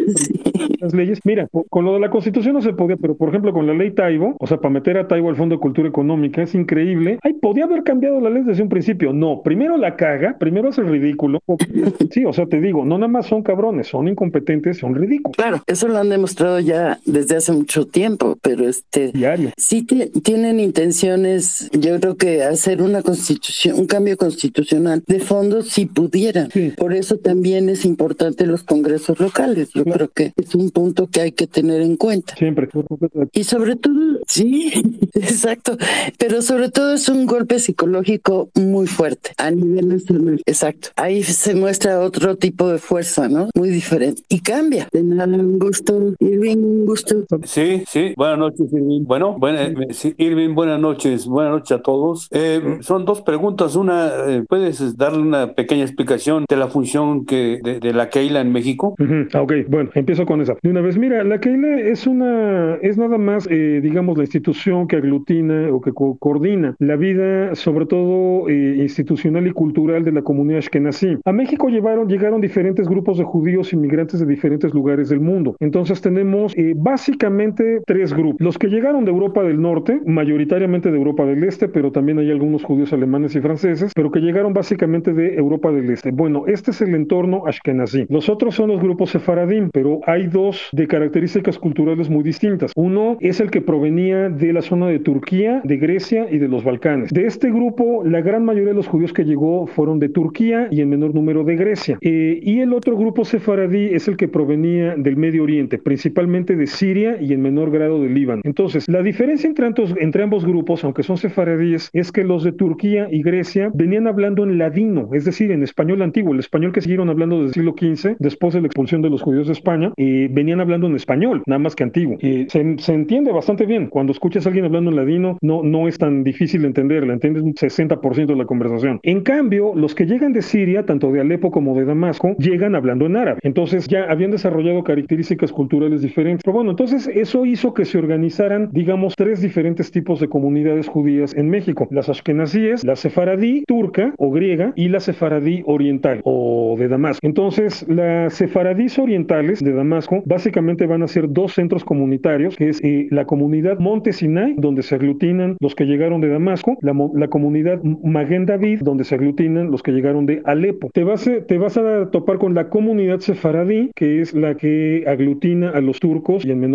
Las leyes. Mira, con lo de la Constitución no se podía, pero por ejemplo con la ley Taibo, o sea, para meter a Taibo al Fondo de Cultura Económica, es increíble. Ay, podía haber cambiado la ley desde un principio. No, primero la caga, primero hace el ridículo. Sí, o sea, te digo, no nada más son cabrones, son incompetentes, son ridículos. Claro, eso lo han demostrado ya desde hace mucho tiempo, pero este diario. Sí t- tienen intenciones, yo creo que hacer una constitución, un cambio constitucional de fondo si pudieran. Sí. Por eso también es importante los congresos locales. Yo claro. creo que es un punto que hay que tener en cuenta. Siempre. Y sobre todo, sí, exacto, pero sobre todo es un golpe psicológico muy fuerte a nivel nacional. Exacto. Ahí se muestra otro tipo de fuerza, ¿no? Muy diferente. Y cambia. De nada, un gusto. Irving, un gusto. Sí, sí. Buenas noches, Irving. Bueno, buena, sí, Irving, buenas noches. Buenas noches a todos. Eh, son dos preguntas. Una, eh, ¿puedes darle una pequeña explicación de la función que de, de la Keila en México? Uh-huh. Ah, ok, bueno, empiezo con esa. De una vez, mira, la Keila es una, es nada más, eh, digamos, la institución que aglutina o que co- coordina la vida, sobre todo eh, institucional y cultural de la comunidad ashkenazí. A México llevaron, llegaron diferentes grupos de judíos inmigrantes de diferentes lugares del mundo. Entonces tenemos eh, básicamente tres grupos. Los que llegaron de Europa del Norte, mayoritariamente de Europa del Este, pero también hay algunos judíos alemanes y franceses, pero que llegaron básicamente de Europa del Este. Bueno, este es el entorno ashkenazí. Los otros son los grupos sefaradim, pero hay dos de características culturales muy distintas. Uno es el que provenía de la zona de Turquía, de Grecia y de los Balcanes. De este grupo, la gran mayoría de los judíos que llegó fueron de Turquía y en menor número de Grecia. Eh, y el otro grupo sefaradí es el que provenía del Medio Oriente, principalmente de Siria y en menor grado de Líbano. Entonces, la diferencia entre, antos, entre ambos grupos, aunque son sefaradíes, es que los de Turquía y Grecia venían hablando en ladino, es decir, en español antiguo, el español que siguieron hablando desde el siglo quince, después de la expulsión de los judíos de España, eh, venían hablando en español, nada más que antiguo. Eh, se, se entiende bastante bien. Cuando escuchas a alguien hablando en ladino, no, no es tan difícil de entender, la entiendes un sesenta por ciento de la conversación. En cambio, los que llegan de Siria, tanto de Alepo como de Damasco, llegan hablando en árabe. Entonces ya habían desarrollado características culturales diferentes. Pero bueno, entonces eso hizo que se organizaran, digamos, tres diferentes tipos de comunidades judías en México. Las ashkenazíes, la sefaradí turca o griega y la sefaradí oriental o de Damasco. Entonces, las sefaradís orientales de Damasco básicamente van a ser dos centros comunitarios, que es eh, la comunidad Monte Sinai, donde se aglutinan los que llegaron de Damasco, la, la comunidad Maguen David, donde se aglutinan los que llegaron de Alepo. Te vas, a, te vas a topar con la comunidad sefaradí, que es la que aglutina a los turcos y en menor número a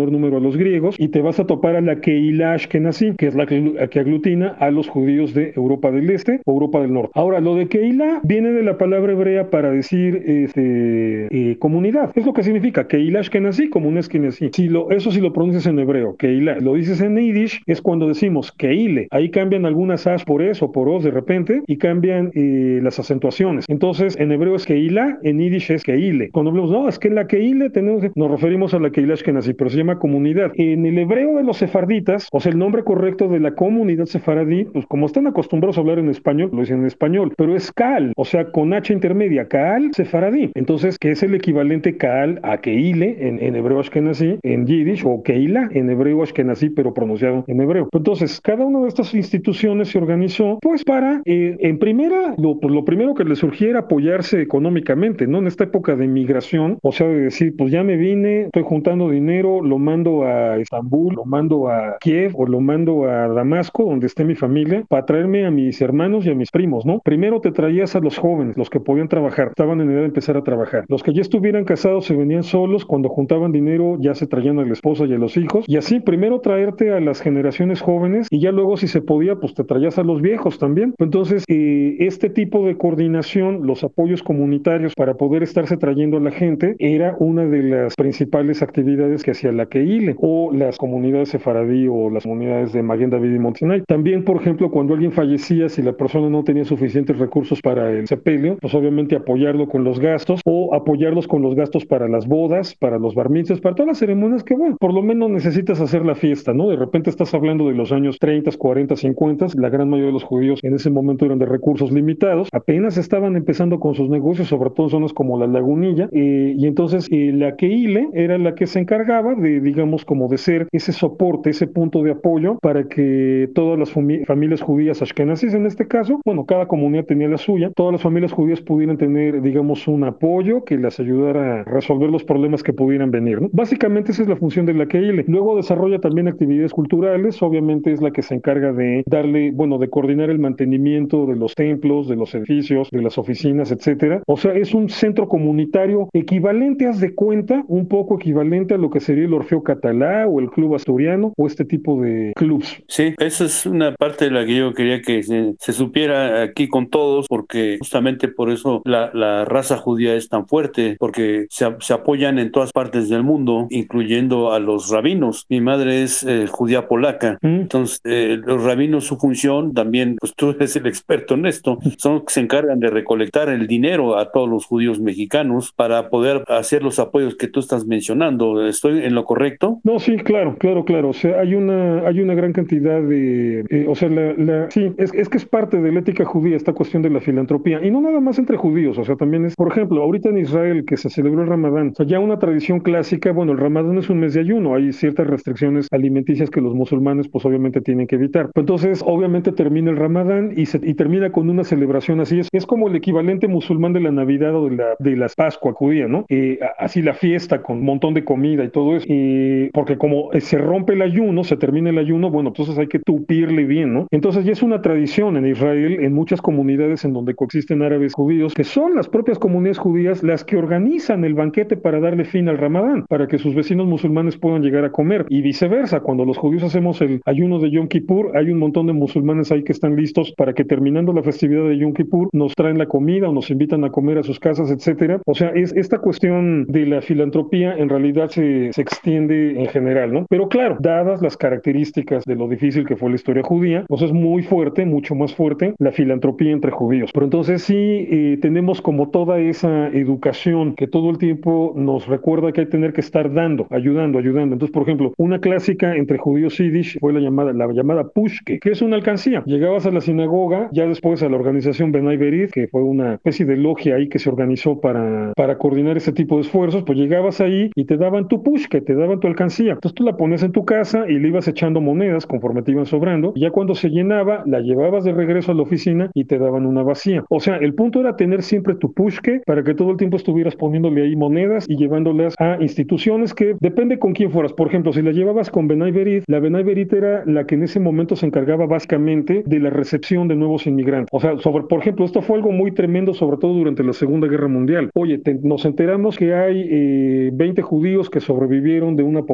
los griegos, y te vas a topar a la Keilah Ashkenazí, que es la que, la que aglutina a los judíos de Europa del Este o Europa del Norte. Ahora, lo de Keilah viene de la palabra hebrea para decir este, eh, comunidad. Es lo que significa Keilah Ashkenazí, comunidad Ashkenazí. Si lo, eso si lo pronuncias en hebreo, Keilah. Lo dices en yiddish, es cuando decimos Keile. Ahí cambian algunas as por es o por os de repente y cambian eh, las acentuaciones. Entonces, en hebreo es Keilah, en yiddish es Keile. Cuando hablamos, no, es que en la Keile tenemos, nos referimos a la Keilah Ashkenazí, pero se llama comunidad. En el hebreo de los sefarditas, o sea, el nombre correcto de la comunidad sefaradí, pues como están acostumbrados a hablar en español, lo dicen en español, pero es Kaal, o sea, con H intermedia, Kaal sefaradí. Entonces, que es el equivalente Kaal a Keile en, en hebreo Ashkenazí, en yiddish, o Keilah en hebreo Ashkenazí, pero pronunciado en hebreo. Entonces, cada una de estas instituciones se organizó, pues, para, eh, en primera, lo, pues, lo primero que le surgiera era apoyarse económicamente, ¿no? En esta época de migración, o sea, de decir, pues ya me vine, estoy juntando dinero, lo mando a Estambul, lo mando a Kiev, o lo mando a Damasco, donde esté mi familia, para traerme a mis hermanos y a mis primos, ¿no? Primero te traías a los jóvenes, los que podían trabajar, estaban en edad de empezar a trabajar. Los que ya estuvieran casados se venían solos, cuando juntaban dinero ya se traían a la esposa y a los hijos, y así primero traerte a las generaciones jóvenes, y ya luego si se podía, pues te traías a los viejos también. Entonces, eh, este tipo de coordinación, los apoyos comunitarios para poder estarse trayendo a la gente, era una de las principales actividades que hacía la Keile, o las comunidades sefaradí, o las comunidades de Maguen David y Mount Sinai. También, por ejemplo, cuando alguien fallecía, si la persona no tenía suficientes recursos para el sepelio, pues obviamente apoyarlo con los gastos, o apoyarlos con los gastos para las bodas, para los bar mitzvahs, para todas las ceremonias que, bueno, por lo menos necesitas hacer la fiesta, ¿no? De repente estás hablando de los años treinta, cuarenta, cincuenta, la gran mayoría de los judíos en ese momento eran de recursos limitados, apenas estaban empezando con sus negocios, sobre todo en zonas como la Lagunilla, eh, y entonces eh, la Keile era la que se encargaba de, digamos, como de ser ese soporte, ese punto de apoyo para que todas las fami- familias judías ashkenazíes, en este caso, bueno, cada comunidad tenía la suya, todas las familias judías pudieran tener, digamos, un apoyo que les ayudara a resolver los problemas que pudieran venir, ¿no? Básicamente esa es la función de la Keile. Luego desarrolla también actividades culturales, obviamente es la que se encarga de darle, bueno, de coordinar el mantenimiento de los templos, de los edificios, de las oficinas, etcétera. O sea, es un centro comunitario equivalente, haz de cuenta, un poco equivalente a lo que sería el Orfeo Catalá o el Club Asturiano o este tipo de clubs. Sí, esa es una parte de la que yo quería que se, se supiera aquí con todos, porque justamente por eso la, la raza judía es tan fuerte, porque se, se apoyan en todas partes del mundo, incluyendo a los rabinos. Mi madre es eh, judía polaca, mm. entonces eh, los rabinos, su función también, pues tú eres el experto en esto, son los que se encargan de recolectar el dinero a todos los judíos mexicanos para poder hacer los apoyos que tú estás mencionando. ¿Estoy en lo correcto? No, sí, claro, claro, claro. O sea, hay una, hay una gran cantidad de, eh, o sea, la, la, sí, es, es que es parte de la ética judía esta cuestión de la filantropía, y no nada más entre judíos, o sea, también es, por ejemplo, ahorita en Israel que se celebró el Ramadán, o sea, ya una tradición clásica, bueno, el Ramadán es un mes de ayuno, hay ciertas restricciones alimenticias que los musulmanes pues obviamente tienen que evitar. Entonces, obviamente termina el Ramadán y, se, y termina con una celebración así, es, es como el equivalente musulmán de la Navidad o de la, de la Pascua judía, ¿no? Eh, así la fiesta con un montón de comida y todo eso, eh, porque como se rompe el ayuno, se termina el ayuno, bueno, entonces hay que tupirle bien, ¿no? Entonces ya es una tradición en Israel, en muchas comunidades en donde coexisten árabes judíos, que son las propias comunidades judías las que organizan el banquete para darle fin al Ramadán, para que sus vecinos musulmanes puedan llegar a comer, y viceversa, cuando los judíos hacemos el ayuno de Yom Kippur, hay un montón de musulmanes ahí que están listos para que terminando la festividad de Yom Kippur nos traen la comida o nos invitan a comer a sus casas, etcétera. O sea, es esta cuestión de la filantropía en realidad se, se extiende en general, ¿no? Pero claro, dadas las características de lo difícil que fue la historia judía, pues es muy fuerte, mucho más fuerte la filantropía entre judíos. Pero entonces sí eh, tenemos como toda esa educación que todo el tiempo nos recuerda que hay que tener que estar dando, ayudando, ayudando. Entonces, por ejemplo, una clásica entre judíos yiddish fue la llamada, la llamada pushke, que es una alcancía. Llegabas a la sinagoga, ya después a la organización Benay Berit, que fue una especie de logia ahí que se organizó para, para coordinar ese tipo de esfuerzos, pues llegabas ahí y te daban tu pushke, te daban tu alcancía. Entonces tú la ponías en tu casa y le ibas echando monedas conforme te iban sobrando, y ya cuando se llenaba, la llevabas de regreso a la oficina y te daban una vacía. O sea, el punto era tener siempre tu pushke para que todo el tiempo estuvieras poniéndole ahí monedas y llevándolas a instituciones que depende con quién fueras. Por ejemplo, si la llevabas con Benay Berit, la Benay Berit era la que en ese momento se encargaba básicamente de la recepción de nuevos inmigrantes. O sea, sobre, por ejemplo, esto fue algo muy tremendo, sobre todo durante la Segunda Guerra Mundial. Oye, te, nos enteramos que hay eh, veinte judíos que sobrevivieron de una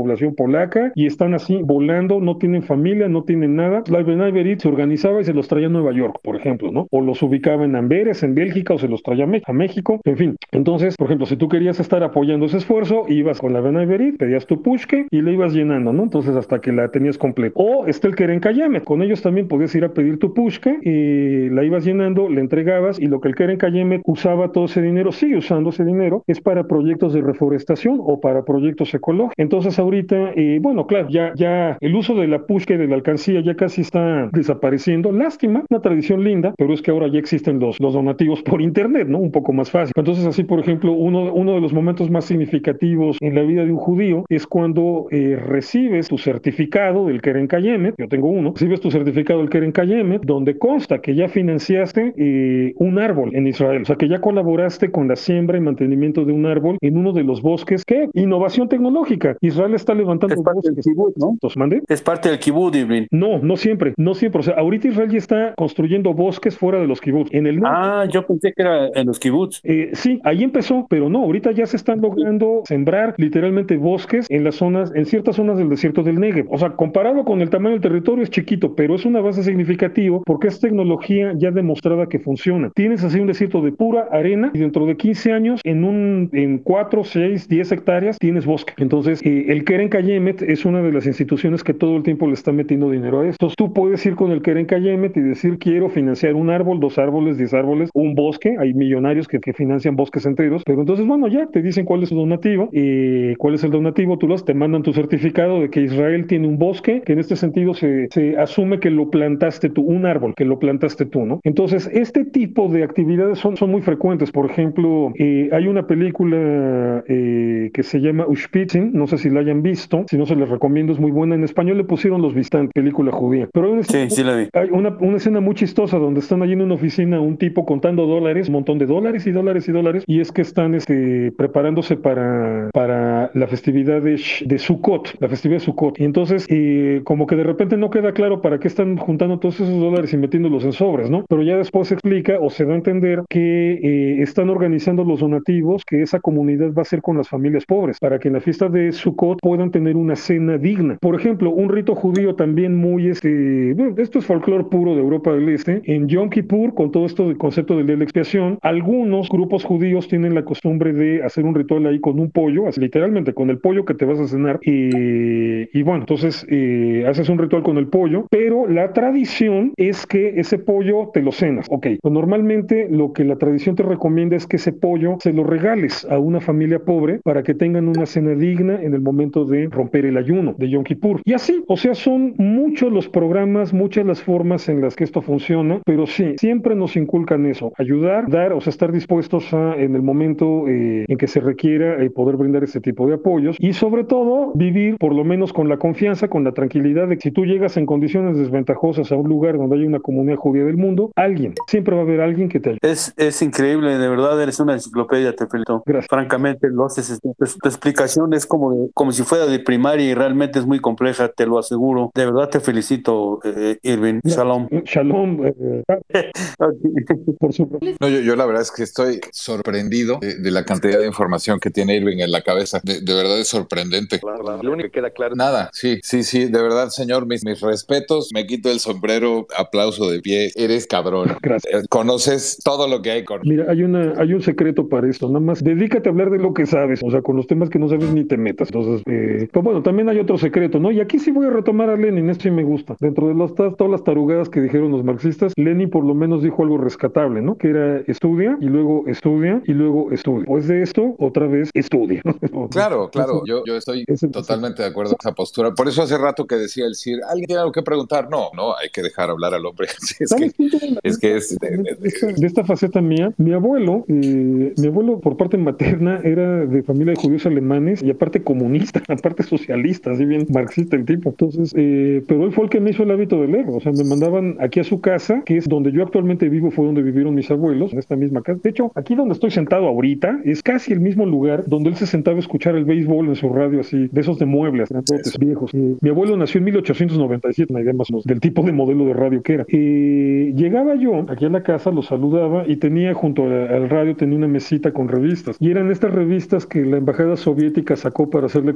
población polaca y están así volando, no tienen familia, no tienen nada. Live and Uber Eats se organizaba y se los traía a Nueva York, por ejemplo, ¿no? O los ubicaba en Amberes, en Bélgica, o se los traía a México, en fin. Entonces, por ejemplo, si tú querías estar apoyando ese esfuerzo, ibas con la Live and Uber Eats, pedías tu pushke y le ibas llenando, ¿no? Entonces, hasta que la tenías completa. O está el Keren Kayemet, con ellos también podías ir a pedir tu pushke y la ibas llenando, le entregabas y lo que el Keren Kayemet usaba todo ese dinero, sigue usando ese dinero, es para proyectos de reforestación o para proyectos ecológicos. Entonces, ahorita, eh, bueno, claro, ya, ya el uso de la pushke, de la alcancía, ya casi está desapareciendo. Lástima, una tradición linda, pero es que ahora ya existen los, los donativos por internet, ¿no? Un poco más fácil. Entonces, así, por ejemplo, uno, uno de los momentos más significativos en la vida de un judío es cuando eh, recibes tu certificado del Keren Kayemet, yo tengo uno, recibes tu certificado del Keren Kayemet, donde consta que ya financiaste eh, un árbol en Israel, o sea, que ya colaboraste con la siembra y mantenimiento de un árbol en uno de los bosques. ¿Qué? Innovación tecnológica. Israel está levantando es parte bosques. Del kibutz, ¿no? ¿Los mande? Es parte del kibutz, Irving. No, no siempre, no siempre. O sea, ahorita Israel ya está construyendo bosques fuera de los kibutz. En el norte, Ah, yo pensé que era en los kibutz. Eh, sí, ahí empezó, pero no, ahorita ya se están logrando sembrar literalmente bosques en las zonas, en ciertas zonas del desierto del Negev. O sea, comparado con el tamaño del territorio es chiquito, pero es una base significativa porque es tecnología ya demostrada que funciona. Tienes así un desierto de pura arena y dentro de quince años, en un, en cuatro, seis, diez hectáreas, tienes bosque. Entonces, eh, el Keren Kayemet es una de las instituciones que todo el tiempo le está metiendo dinero a esto. Entonces, tú puedes ir con el Keren Kayemet y decir, quiero financiar un árbol, dos árboles, diez árboles, un bosque. Hay millonarios que, que financian bosques enteros, pero entonces, bueno, ya te dicen cuál es su donativo, y cuál es el donativo, tú los te mandan tu certificado de que Israel tiene un bosque, que en este sentido se, se asume que lo plantaste tú, un árbol que lo plantaste tú, ¿no? Entonces, este tipo de actividades son, son muy frecuentes. Por ejemplo, eh, hay una película eh, que se llama Ushpitzin, no sé si la hayan visto, si no se les recomiendo, es muy buena. En español le pusieron Los Visitantes, película judía. Pero hay una, sí, sí la vi. Hay una, una escena muy chistosa donde están allí en una oficina un tipo contando dólares, un montón de dólares y dólares y dólares, y es que están este, preparándose para, para la festividad de, de Sukkot, la festividad de Sukkot. Y entonces, eh, como que de repente no queda claro para qué están juntando todos esos dólares y metiéndolos en sobres, ¿no? Pero ya después se explica o se da a entender que eh, están organizando los donativos que esa comunidad va a hacer con las familias pobres, para que en la fiesta de Sukkot puedan tener una cena digna. Por ejemplo, un rito judío también muy, este, bueno, esto es folclore puro de Europa del Este, en Yom Kippur, con todo esto del concepto del día de la expiación, algunos grupos judíos tienen la costumbre de hacer un ritual ahí con un pollo, así, literalmente con el pollo que te vas a cenar, y, y bueno, entonces eh, haces un ritual con el pollo, pero la tradición es que ese pollo te lo cenas. Ok, pues normalmente lo que la tradición te recomienda es que ese pollo se lo regales a una familia pobre para que tengan una cena digna en el momento de romper el ayuno de Yom Kippur. Y así, o sea, son muchos los programas, muchas las formas en las que esto funciona, pero sí, siempre nos inculcan eso, ayudar, dar, o sea, estar dispuestos a, en el momento eh, en que se requiera, eh, poder brindar este tipo de apoyos y sobre todo vivir por lo menos con la confianza, con la tranquilidad de que si tú llegas en condiciones desventajosas a un lugar donde hay una comunidad judía del mundo, alguien, siempre va a haber alguien que te ayude. Es, es increíble, de verdad, eres una enciclopedia, te felicito. Gracias. Francamente, lo haces, tu, tu explicación es como, de, como si fuera de primaria y realmente es muy compleja, te lo aseguro. De verdad te felicito, eh, Irving. Shalom. Shalom. Eh, por su... No, yo, yo la verdad es que estoy sorprendido de, de la cantidad de información que tiene Irving en la cabeza. De, de verdad es sorprendente. Claro, claro. Lo único que queda claro. Nada, sí, sí, sí, de verdad, señor, mis, mis respetos. Me quito el sombrero, aplauso de pie. Eres cabrón. Gracias. Eh, conoces todo lo que hay con... Mira, hay una, hay un secreto para esto. Nada más dedícate a hablar de lo que sabes. O sea, con los temas que no sabes ni te metas. Entonces, eh, pues bueno, también hay otro secreto, ¿no? Y aquí sí voy a retomar a Lenin. Esto sí me gusta. Dentro de las, todas las tarugadas que dijeron los marxistas, Lenin por lo menos dijo algo rescatable, ¿no? Que era estudia y luego estudia y luego estudia. Pues de esto, otra vez estudia. Claro, claro. Yo, yo estoy totalmente de acuerdo con esa postura. Por eso hace rato que decía el C I R, ¿alguien tiene algo que preguntar? No, no, hay que dejar hablar al hombre. Es que es... Que es de, de, de, esta, de esta faceta mía, mi abuelo, eh, mi abuelo por parte materna era de familia de judíos alemanes y aparte comunista, aparte socialista, así bien marxista el tipo. Entonces, eh, pero él fue el que me hizo el hábito de leer. O sea, me mandaban aquí a su casa, que es donde yo actualmente vivo, fue donde vivieron mis abuelos, en esta misma casa. De hecho, aquí donde estoy sentado ahorita, es casi el mismo lugar donde él se sentaba a escuchar el béisbol en su radio, así, de esos de muebles, grandotes, viejos. Eh, mi abuelo nació en mil ochocientos noventa y siete, una idea más o menos del tipo de modelo de radio que era. Eh, llegaba yo aquí a la casa, lo saludaba y tenía junto a, al radio, tenía una mesita con revistas. Y eran estas revistas que la embajada soviética sacó para hacerle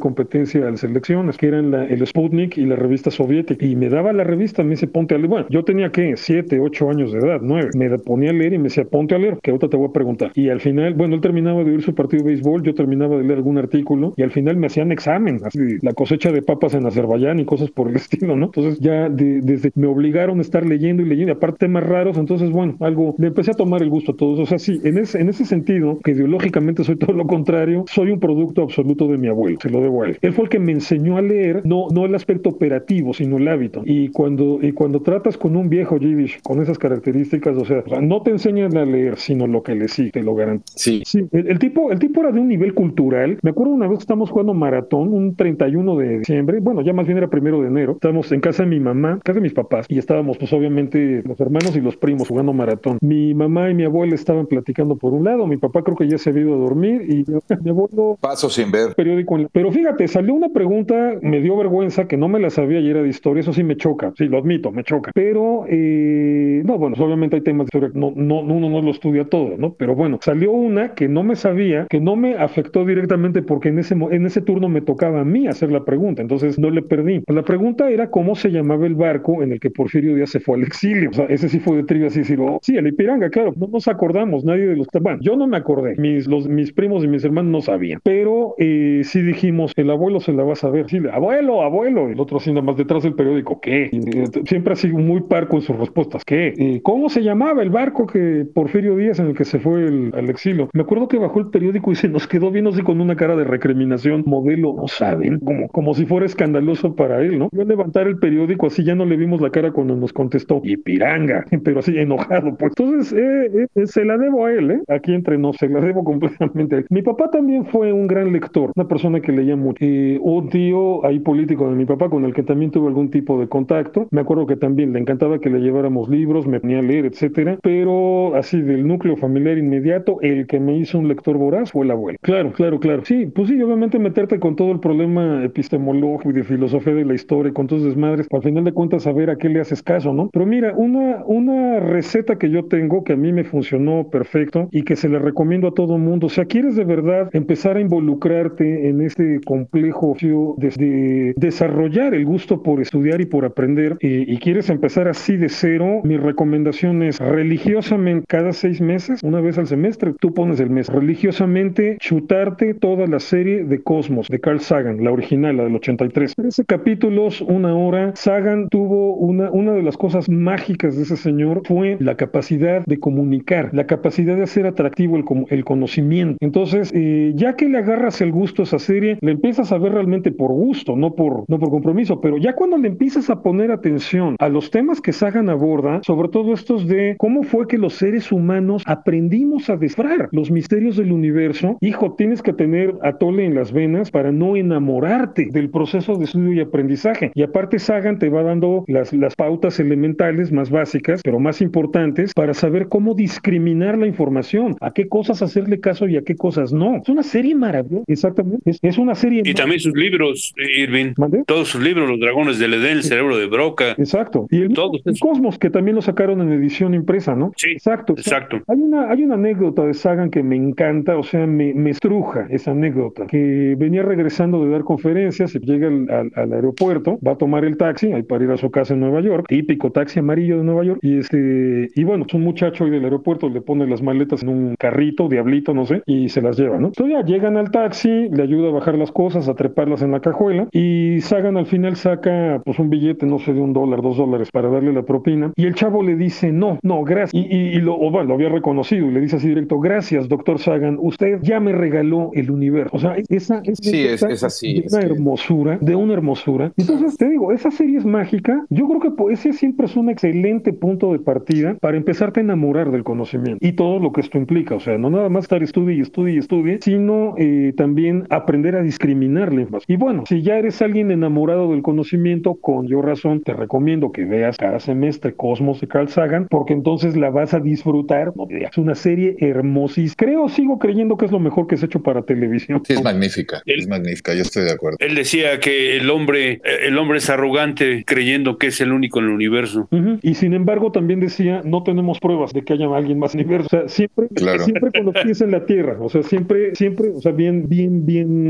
competencia al Selecciones, que eran la, el Sputnik y la revista soviética, y me daba la revista, me dice, ponte a leer. Bueno, yo tenía, ¿qué? Siete, ocho años de edad, nueve. Me ponía a leer y me decía, ponte a leer, que ahorita te voy a preguntar. Y al final, bueno, él terminaba de oír su partido de béisbol, yo terminaba de leer algún artículo, y al final me hacían examen, así, la cosecha de papas en Azerbaiyán y cosas por el estilo, ¿no? Entonces ya de, desde me obligaron a estar leyendo y leyendo, y aparte temas raros, entonces, bueno, algo, le empecé a tomar el gusto a todos. O sea, sí, en ese, en ese sentido, que ideológicamente soy todo lo contrario, soy un producto absoluto de mi abuelo, se lo debo a él. Él fue el que me enseñó a leer, no, no el aspecto operativo, sino el hábito. Y cuando, y cuando tratas con un viejo Yiddish con esas características, o sea, o sea, no te enseñan a leer, sino lo que le sigue, te lo garantizo. Sí. Sí, el, el tipo, el tipo era de un nivel cultural. Me acuerdo una vez que estábamos jugando maratón, un treinta y uno de diciembre, bueno, ya más bien era primero de enero, estábamos en casa de mi mamá, casa de mis papás, y estábamos, pues obviamente, los hermanos y los primos jugando maratón. Mi mamá y mi abuela estaban platicando por un lado, mi papá creo que ya se había ido a dormir, y mi abuelo... Paso sin ver. Periódico. Pero fíjate, salió una pregunta, me dio vergüenza, que no me la sabía y era de historia, eso sí me choca, sí, lo admito, me choca. Pero, eh, no, bueno, obviamente hay temas de historia, no, no, uno no lo estudia todo, ¿no? Pero bueno, salió una que no me sabía, que no me afectó directamente porque en ese, en ese turno me tocaba a mí hacer la pregunta, entonces no le perdí. La pregunta era cómo se llamaba el barco en el que Porfirio Díaz se fue al exilio. O sea, ese sí fue de trivia, así decir, oh, sí, el Ipiranga, claro, no nos acordamos, nadie de los... Bueno, yo no me acordé, mis, los, mis primos y mis hermanos no sabían, pero eh, sí dijimos, el abuelo se la va a saber, sí, abuelo, abuelo, y el otro así nada más detrás del periódico, ¿qué? Y, eh, siempre así muy parco en sus respuestas, ¿qué? Eh, ¿Cómo se llamaba el barco que Porfirio Díaz en el que se fue el, al exilio? Me acuerdo que bajó el periódico y se nos quedó viendo así con una cara de recriminación, modelo, no saben, como, como si fuera escandaloso para él, ¿no? Yo al levantar el periódico así ya no le vimos la cara cuando nos contestó, Ipiranga, pero así enojado, pues. Entonces, eh, eh, se la debo a él, ¿eh? Aquí entre nos, se la debo completamente a él. Mi papá también fue un gran lector, una persona que leía mucho. Eh, un tío ahí político de mi papá con el que también tuve algún tipo de contacto. Me acuerdo que también le encantaba que le lleváramos libros, me ponía a leer, etcétera. Pero así del núcleo familiar inmediato, el que me hizo un lector voraz fue el abuelo. Claro, claro, claro. Sí, pues sí, obviamente meterte con todo el problema epistemológico y de filosofía de la historia, con tus desmadres, al final de cuentas saber a qué le haces caso, ¿no? Pero mira, una, una receta que yo tengo que a mí me funcionó perfecto y que se le recomiendo a todo mundo, o sea, quieres de verdad empezar a involucrarte en este complejo de, de desarrollar el gusto por estudiar y por aprender, eh, y quieres empezar así de cero, mi recomendación es religiosamente cada seis meses, una vez al semestre, tú pones el mes, religiosamente chutarte toda la serie de Cosmos, de Carl Sagan, la original, la del ochenta y tres. trece capítulos, una hora. Sagan tuvo una, una de las cosas mágicas de ese señor fue la capacidad de comunicar, la capacidad de hacer atractivo el, el conocimiento. Entonces, eh, ya que le agarras el gusto a esa serie, le empiezas a ver realmente por gusto, no por, no por compromiso, pero ya cuando le empiezas a poner atención a los temas que Sagan aborda, sobre todo estos de cómo fue que los seres humanos aprendimos a descifrar los misterios del universo, hijo, tienes que tener atole en las venas para no enamorarte del proceso de estudio y aprendizaje. Y aparte Sagan te va dando las, las pautas elementales más básicas, pero más importantes, para saber cómo discriminar la información, a qué cosas hacerle caso y a qué cosas no. Es una serie maravillosa, exactamente. Es, es una serie... Y también sus libros, Irving. ¿Mande? Todos sus libros, Los Dragones del Edén, El Cerebro de Broca. Exacto. Y el, Todos el Cosmos, que también lo sacaron en edición impresa, ¿no? Sí, exacto. Exacto. O sea, hay, una, hay una anécdota de Sagan que me encanta, o sea, me, me estruja esa anécdota, que venía regresando de dar conferencias y llega al, al, al aeropuerto, va a tomar el taxi ahí para ir a su casa en Nueva York, típico taxi amarillo de Nueva York, y este, y bueno, un muchacho ahí del aeropuerto le pone las maletas en un carrito, diablito, no sé, y se las lleva, ¿no? Entonces ya llegan al taxi, le ayuda a bajar las cosas, a treparlas en la cajuela, y Sagan al final saca pues un billete, no sé, de un dólar, dos dólares para darle la propina, y el chavo le dice, no, no, gracias, y, y, y lo, o, bueno, lo había reconocido, y le dice así directo, gracias, doctor Sagan, usted ya me regaló el universo. O sea, esa, esa, sí, esa, es, es así. de una es hermosura, que... de una hermosura. Entonces, te digo, esa serie es mágica. Yo creo que ese siempre es un excelente punto de partida para empezarte a enamorar del conocimiento y todo lo que esto implica. O sea, no nada más estar estudie y estudie y estudie, sino eh, también aprender a discriminarle más. Y bueno, si ya eres alguien enamorado del conocimiento, con yo razón, te recomiendo que veas cada semestre Cosmos de Carl Sagan, porque entonces la vas a disfrutar. No, es una serie hermosísima. Creo, sigo creyendo que es lo mejor que se ha hecho para televisión. Sí, es magnífica, él, es magnífica, yo estoy de acuerdo. Él decía que el hombre, el hombre es arrogante creyendo que es el único en el universo. Uh-huh. Y sin embargo también decía, no tenemos pruebas de que haya alguien más en el universo. O sea, siempre, claro. siempre con los pies en la tierra, o sea, siempre, siempre, o sea, bien, bien, bien quisquilloso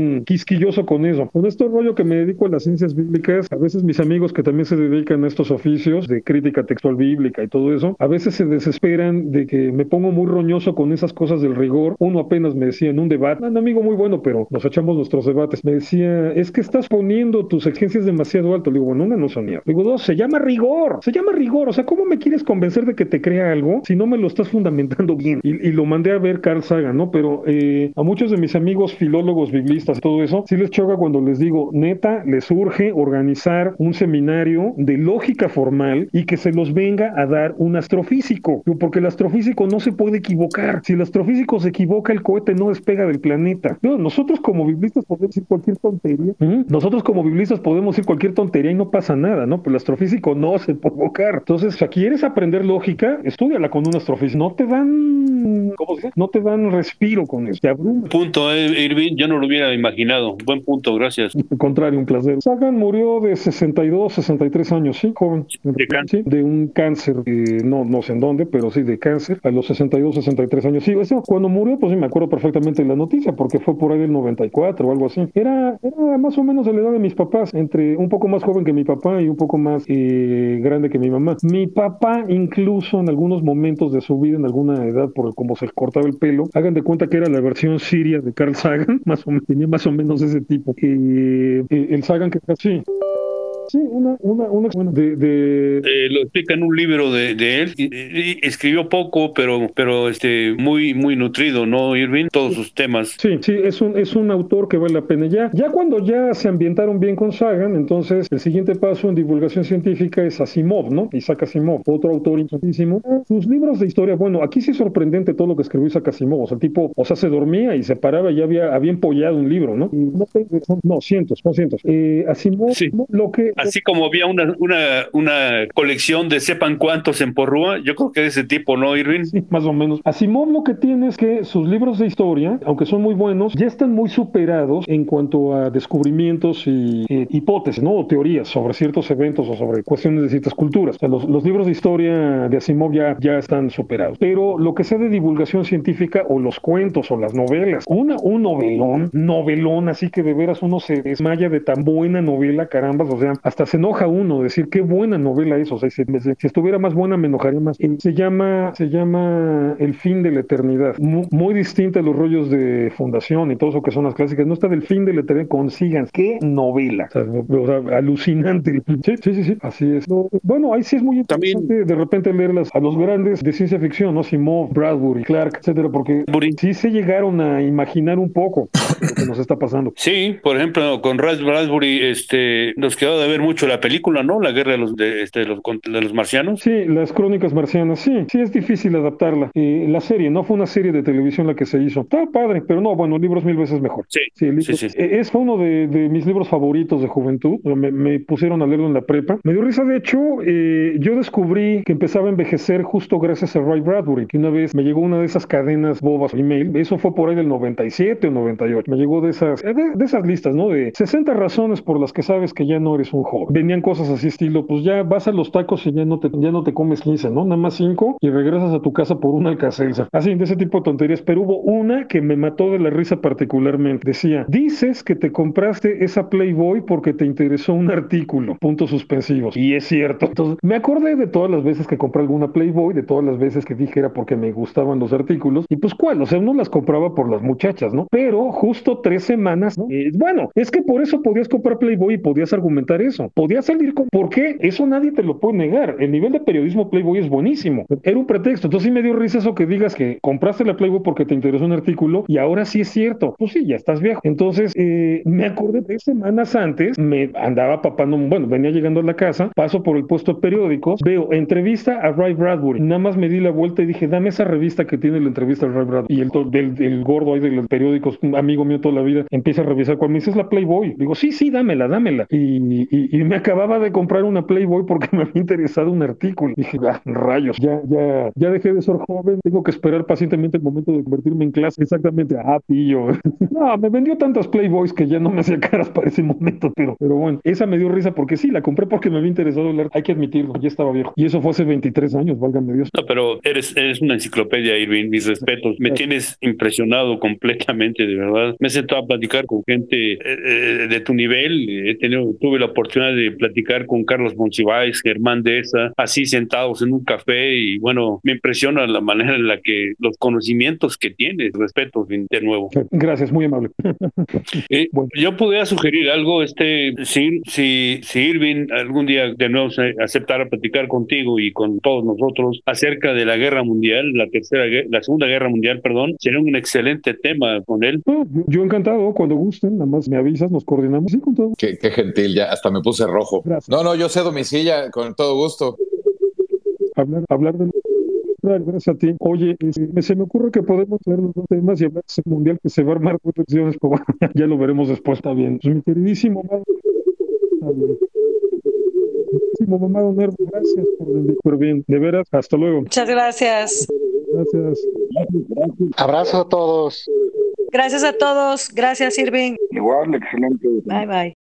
quisquilloso con eso. Con este rollo que me dedico a las ciencias bíblicas, a veces mis amigos que también se dedican a estos oficios de crítica textual bíblica y todo eso, a veces se desesperan de que me pongo muy roñoso con esas cosas del rigor. Uno apenas me decía en un debate, un amigo muy bueno, pero nos echamos nuestros debates, me decía, es que estás poniendo tus exigencias demasiado alto. Le digo, bueno, una no son mía. Le digo, dos, se llama rigor, se llama rigor. O sea, ¿cómo me quieres convencer de que te crea algo si no me lo estás fundamentando bien? Y, y lo mandé a ver Carl Sagan, ¿no? Pero eh, a muchos de mis amigos filólogos, biblistas y todo eso, sí les choca cuando les digo, neta, les urge organizar un seminario de lógica formal y que se los venga a dar un astrofísico, porque el astrofísico no se puede equivocar. Si el astrofísico se equivoca, el cohete no despega del planeta. No, nosotros como biblistas podemos decir cualquier tontería. ¿Mm? Nosotros como biblistas podemos decir cualquier tontería y no pasa nada, ¿no? Pero el astrofísico no se puede equivocar. Entonces, o sea, ¿quieres aprender lógica? Estúdiala con un astrofísico. No te dan, ¿cómo se dice? No te dan respiro con eso. Te abruma. Punto, eh, Irving, yo no lo hubiera imaginado. Buen punto, gracias. Al contrario, un placer. Sagan murió de sesenta y dos, sesenta y tres años, sí, joven. De cáncer. Sí, de un cáncer, eh, no, no sé en dónde, pero sí, de cáncer, a los sesenta y dos, sesenta y tres años. Sí, eso, cuando murió, pues sí, me acuerdo perfectamente de la noticia, porque fue por ahí del noventa y cuatro o algo así. Era, era más o menos de la edad de mis papás, entre un poco más joven que mi papá y un poco más eh, grande que mi mamá. Mi papá, incluso en algunos momentos de su vida, en alguna edad, por cómo se cortaba el pelo, hagan de cuenta que era la versión siria de Carl Sagan, más o menos, tenía más o menos ese tipo. Eh, eh, el Sagan que sí. Sí, una, una, una bueno, de, de... Eh, lo explica en un libro de, de él. Y, y escribió poco, pero, pero este, muy, muy nutrido, ¿no, Irving? Todos sus temas. Sí, sí, es un, es un autor que vale la pena. Ya, ya cuando ya se ambientaron bien con Sagan, entonces el siguiente paso en divulgación científica es Asimov, ¿no? Isaac Asimov, otro autor importantísimo. Sus libros de historia, bueno, aquí sí es sorprendente todo lo que escribió Isaac Asimov. O sea, el tipo, o sea, se dormía y se paraba y ya había, había empollado un libro, ¿no? Y no, no, cientos, son cientos. Eh, Asimov, sí. no, lo que... Así como había una, una, una colección de sepan cuántos en Porrúa, yo creo que de ese tipo, ¿no, Irving? Sí, más o menos. Asimov lo que tiene es que sus libros de historia, aunque son muy buenos, ya están muy superados en cuanto a descubrimientos y eh, hipótesis, ¿no? O teorías sobre ciertos eventos o sobre cuestiones de ciertas culturas. O sea, los, los libros de historia de Asimov ya, ya están superados. Pero lo que sea de divulgación científica o los cuentos o las novelas, una, un novelón, novelón, así que de veras uno se desmaya de tan buena novela, carambas, o sea, hasta se enoja uno decir qué buena novela es, o sea, si, si estuviera más buena me enojaría más. Se llama, se llama El fin de la eternidad, muy, muy distinta a los rollos de Fundación y todo eso que son las clásicas, no está del fin de la eternidad, consigan, qué novela, o sea, o sea, alucinante. Sí, sí, sí, sí, así es. No, bueno, ahí sí es muy interesante también de repente leerlas a los grandes de ciencia ficción, ¿no? Asimov, Bradbury, Clark, etcétera, porque Bury. sí se llegaron a imaginar un poco lo que nos está pasando. Sí, por ejemplo, con Ray Bradbury, este, nos quedó de ver mucho la película, ¿no? La guerra de los, de, este, de los, de los marcianos. Sí, las crónicas marcianas, sí, sí es difícil adaptarla. Eh, la serie, no fue una serie de televisión la que se hizo. Está padre, pero no, bueno, libros mil veces mejor. Sí, sí, libros, sí, sí. Eh, es uno de, de mis libros favoritos de juventud. Me, me pusieron a leerlo en la prepa. Me dio risa, de hecho, eh, yo descubrí que empezaba a envejecer justo gracias a Ray Bradbury, que una vez me llegó una de esas cadenas bobas email, eso fue por ahí del noventa y siete o noventa y ocho. Me llegó de esas, de, de esas listas, ¿no? De sesenta razones por las que sabes que ya no eres un joven. Venían cosas así estilo, pues ya vas a los tacos y ya no te, ya no te comes quince, ¿no? Nada más cinco y regresas a tu casa por una Alka-Seltzer. Así, de ese tipo de tonterías. Pero hubo una que me mató de la risa particularmente. Decía, dices que te compraste esa Playboy porque te interesó un artículo, puntos suspensivos. Y es cierto. Entonces, me acordé de todas las veces que compré alguna Playboy, de todas las veces que dije era porque me gustaban los artículos. Y pues, ¿cuál? O sea, no las compraba por las muchachas, ¿no? Pero justo tres semanas, ¿no? Eh, bueno, es que por eso podías comprar Playboy y podías argumentar eso. Podías salir con... ¿Por qué? Eso nadie te lo puede negar. El nivel de periodismo Playboy es buenísimo. Era un pretexto. Entonces sí me dio risa eso que digas que compraste la Playboy porque te interesó un artículo y ahora sí es cierto. Pues sí, ya estás viejo. Entonces eh, me acordé de semanas antes, me andaba papando, bueno, venía llegando a la casa, paso por el puesto de periódicos, veo entrevista a Ray Bradbury. Nada más me di la vuelta y dije, dame esa revista que tiene la entrevista a Ray Bradbury. Y el, del, del gordo ahí de los periódicos, un amigo mío toda la vida, empieza a revisar cuando me dice, es la Playboy. Digo, sí, sí, dámela, dámela. Y, y, y, y me acababa de comprar una Playboy porque me había interesado un artículo. Y dije, ah, rayos, ya, ya, ya dejé de ser joven, tengo que esperar pacientemente el momento de convertirme en clase. Exactamente, ah, pillo. No, me vendió tantas Playboys que ya no me hacía caras para ese momento, pero, pero bueno, esa me dio risa porque sí, la compré porque me había interesado el arte. Hay que admitirlo, ya estaba viejo. Y eso fue hace veintitrés años, válgame Dios. No, pero eres, eres una enciclopedia, Irving, mis respetos. Me tienes impresionado completamente, de verdad. Me he sentado a platicar con gente eh, de tu nivel. He tenido, tuve la oportunidad de platicar con Carlos Monsiváis, Germán Deza, así sentados en un café, y bueno, me impresiona la manera en la que los conocimientos que tienes. Respeto de nuevo. Gracias, muy amable. Eh, bueno. Yo podría sugerir algo, este, si, si, si Irving algún día de nuevo se aceptara platicar contigo y con todos nosotros acerca de la guerra mundial, la tercera, la segunda guerra mundial, perdón, sería un excelente tema con él. No, yo encantado, cuando gusten, nada más me avisas, nos coordinamos y con todo. Qué, qué gentil, ya hasta me puse rojo. Gracias. No, no, yo cedo mi silla con todo gusto. Hablar, hablar de... Gracias a ti. Oye, eh, se me ocurre que podemos ver los dos temas y hablar de ese mundial que se va a armar por elecciones, pero bueno, ya lo veremos después. Está bien. Pues mi queridísimo Mamado, está bien. Queridísimo Mamado Nerd, gracias por el súper bien. De veras, hasta luego. Muchas gracias. Gracias. Abrazo a todos. Gracias a todos. Gracias, Irving. Igual, excelente. Bye, bye.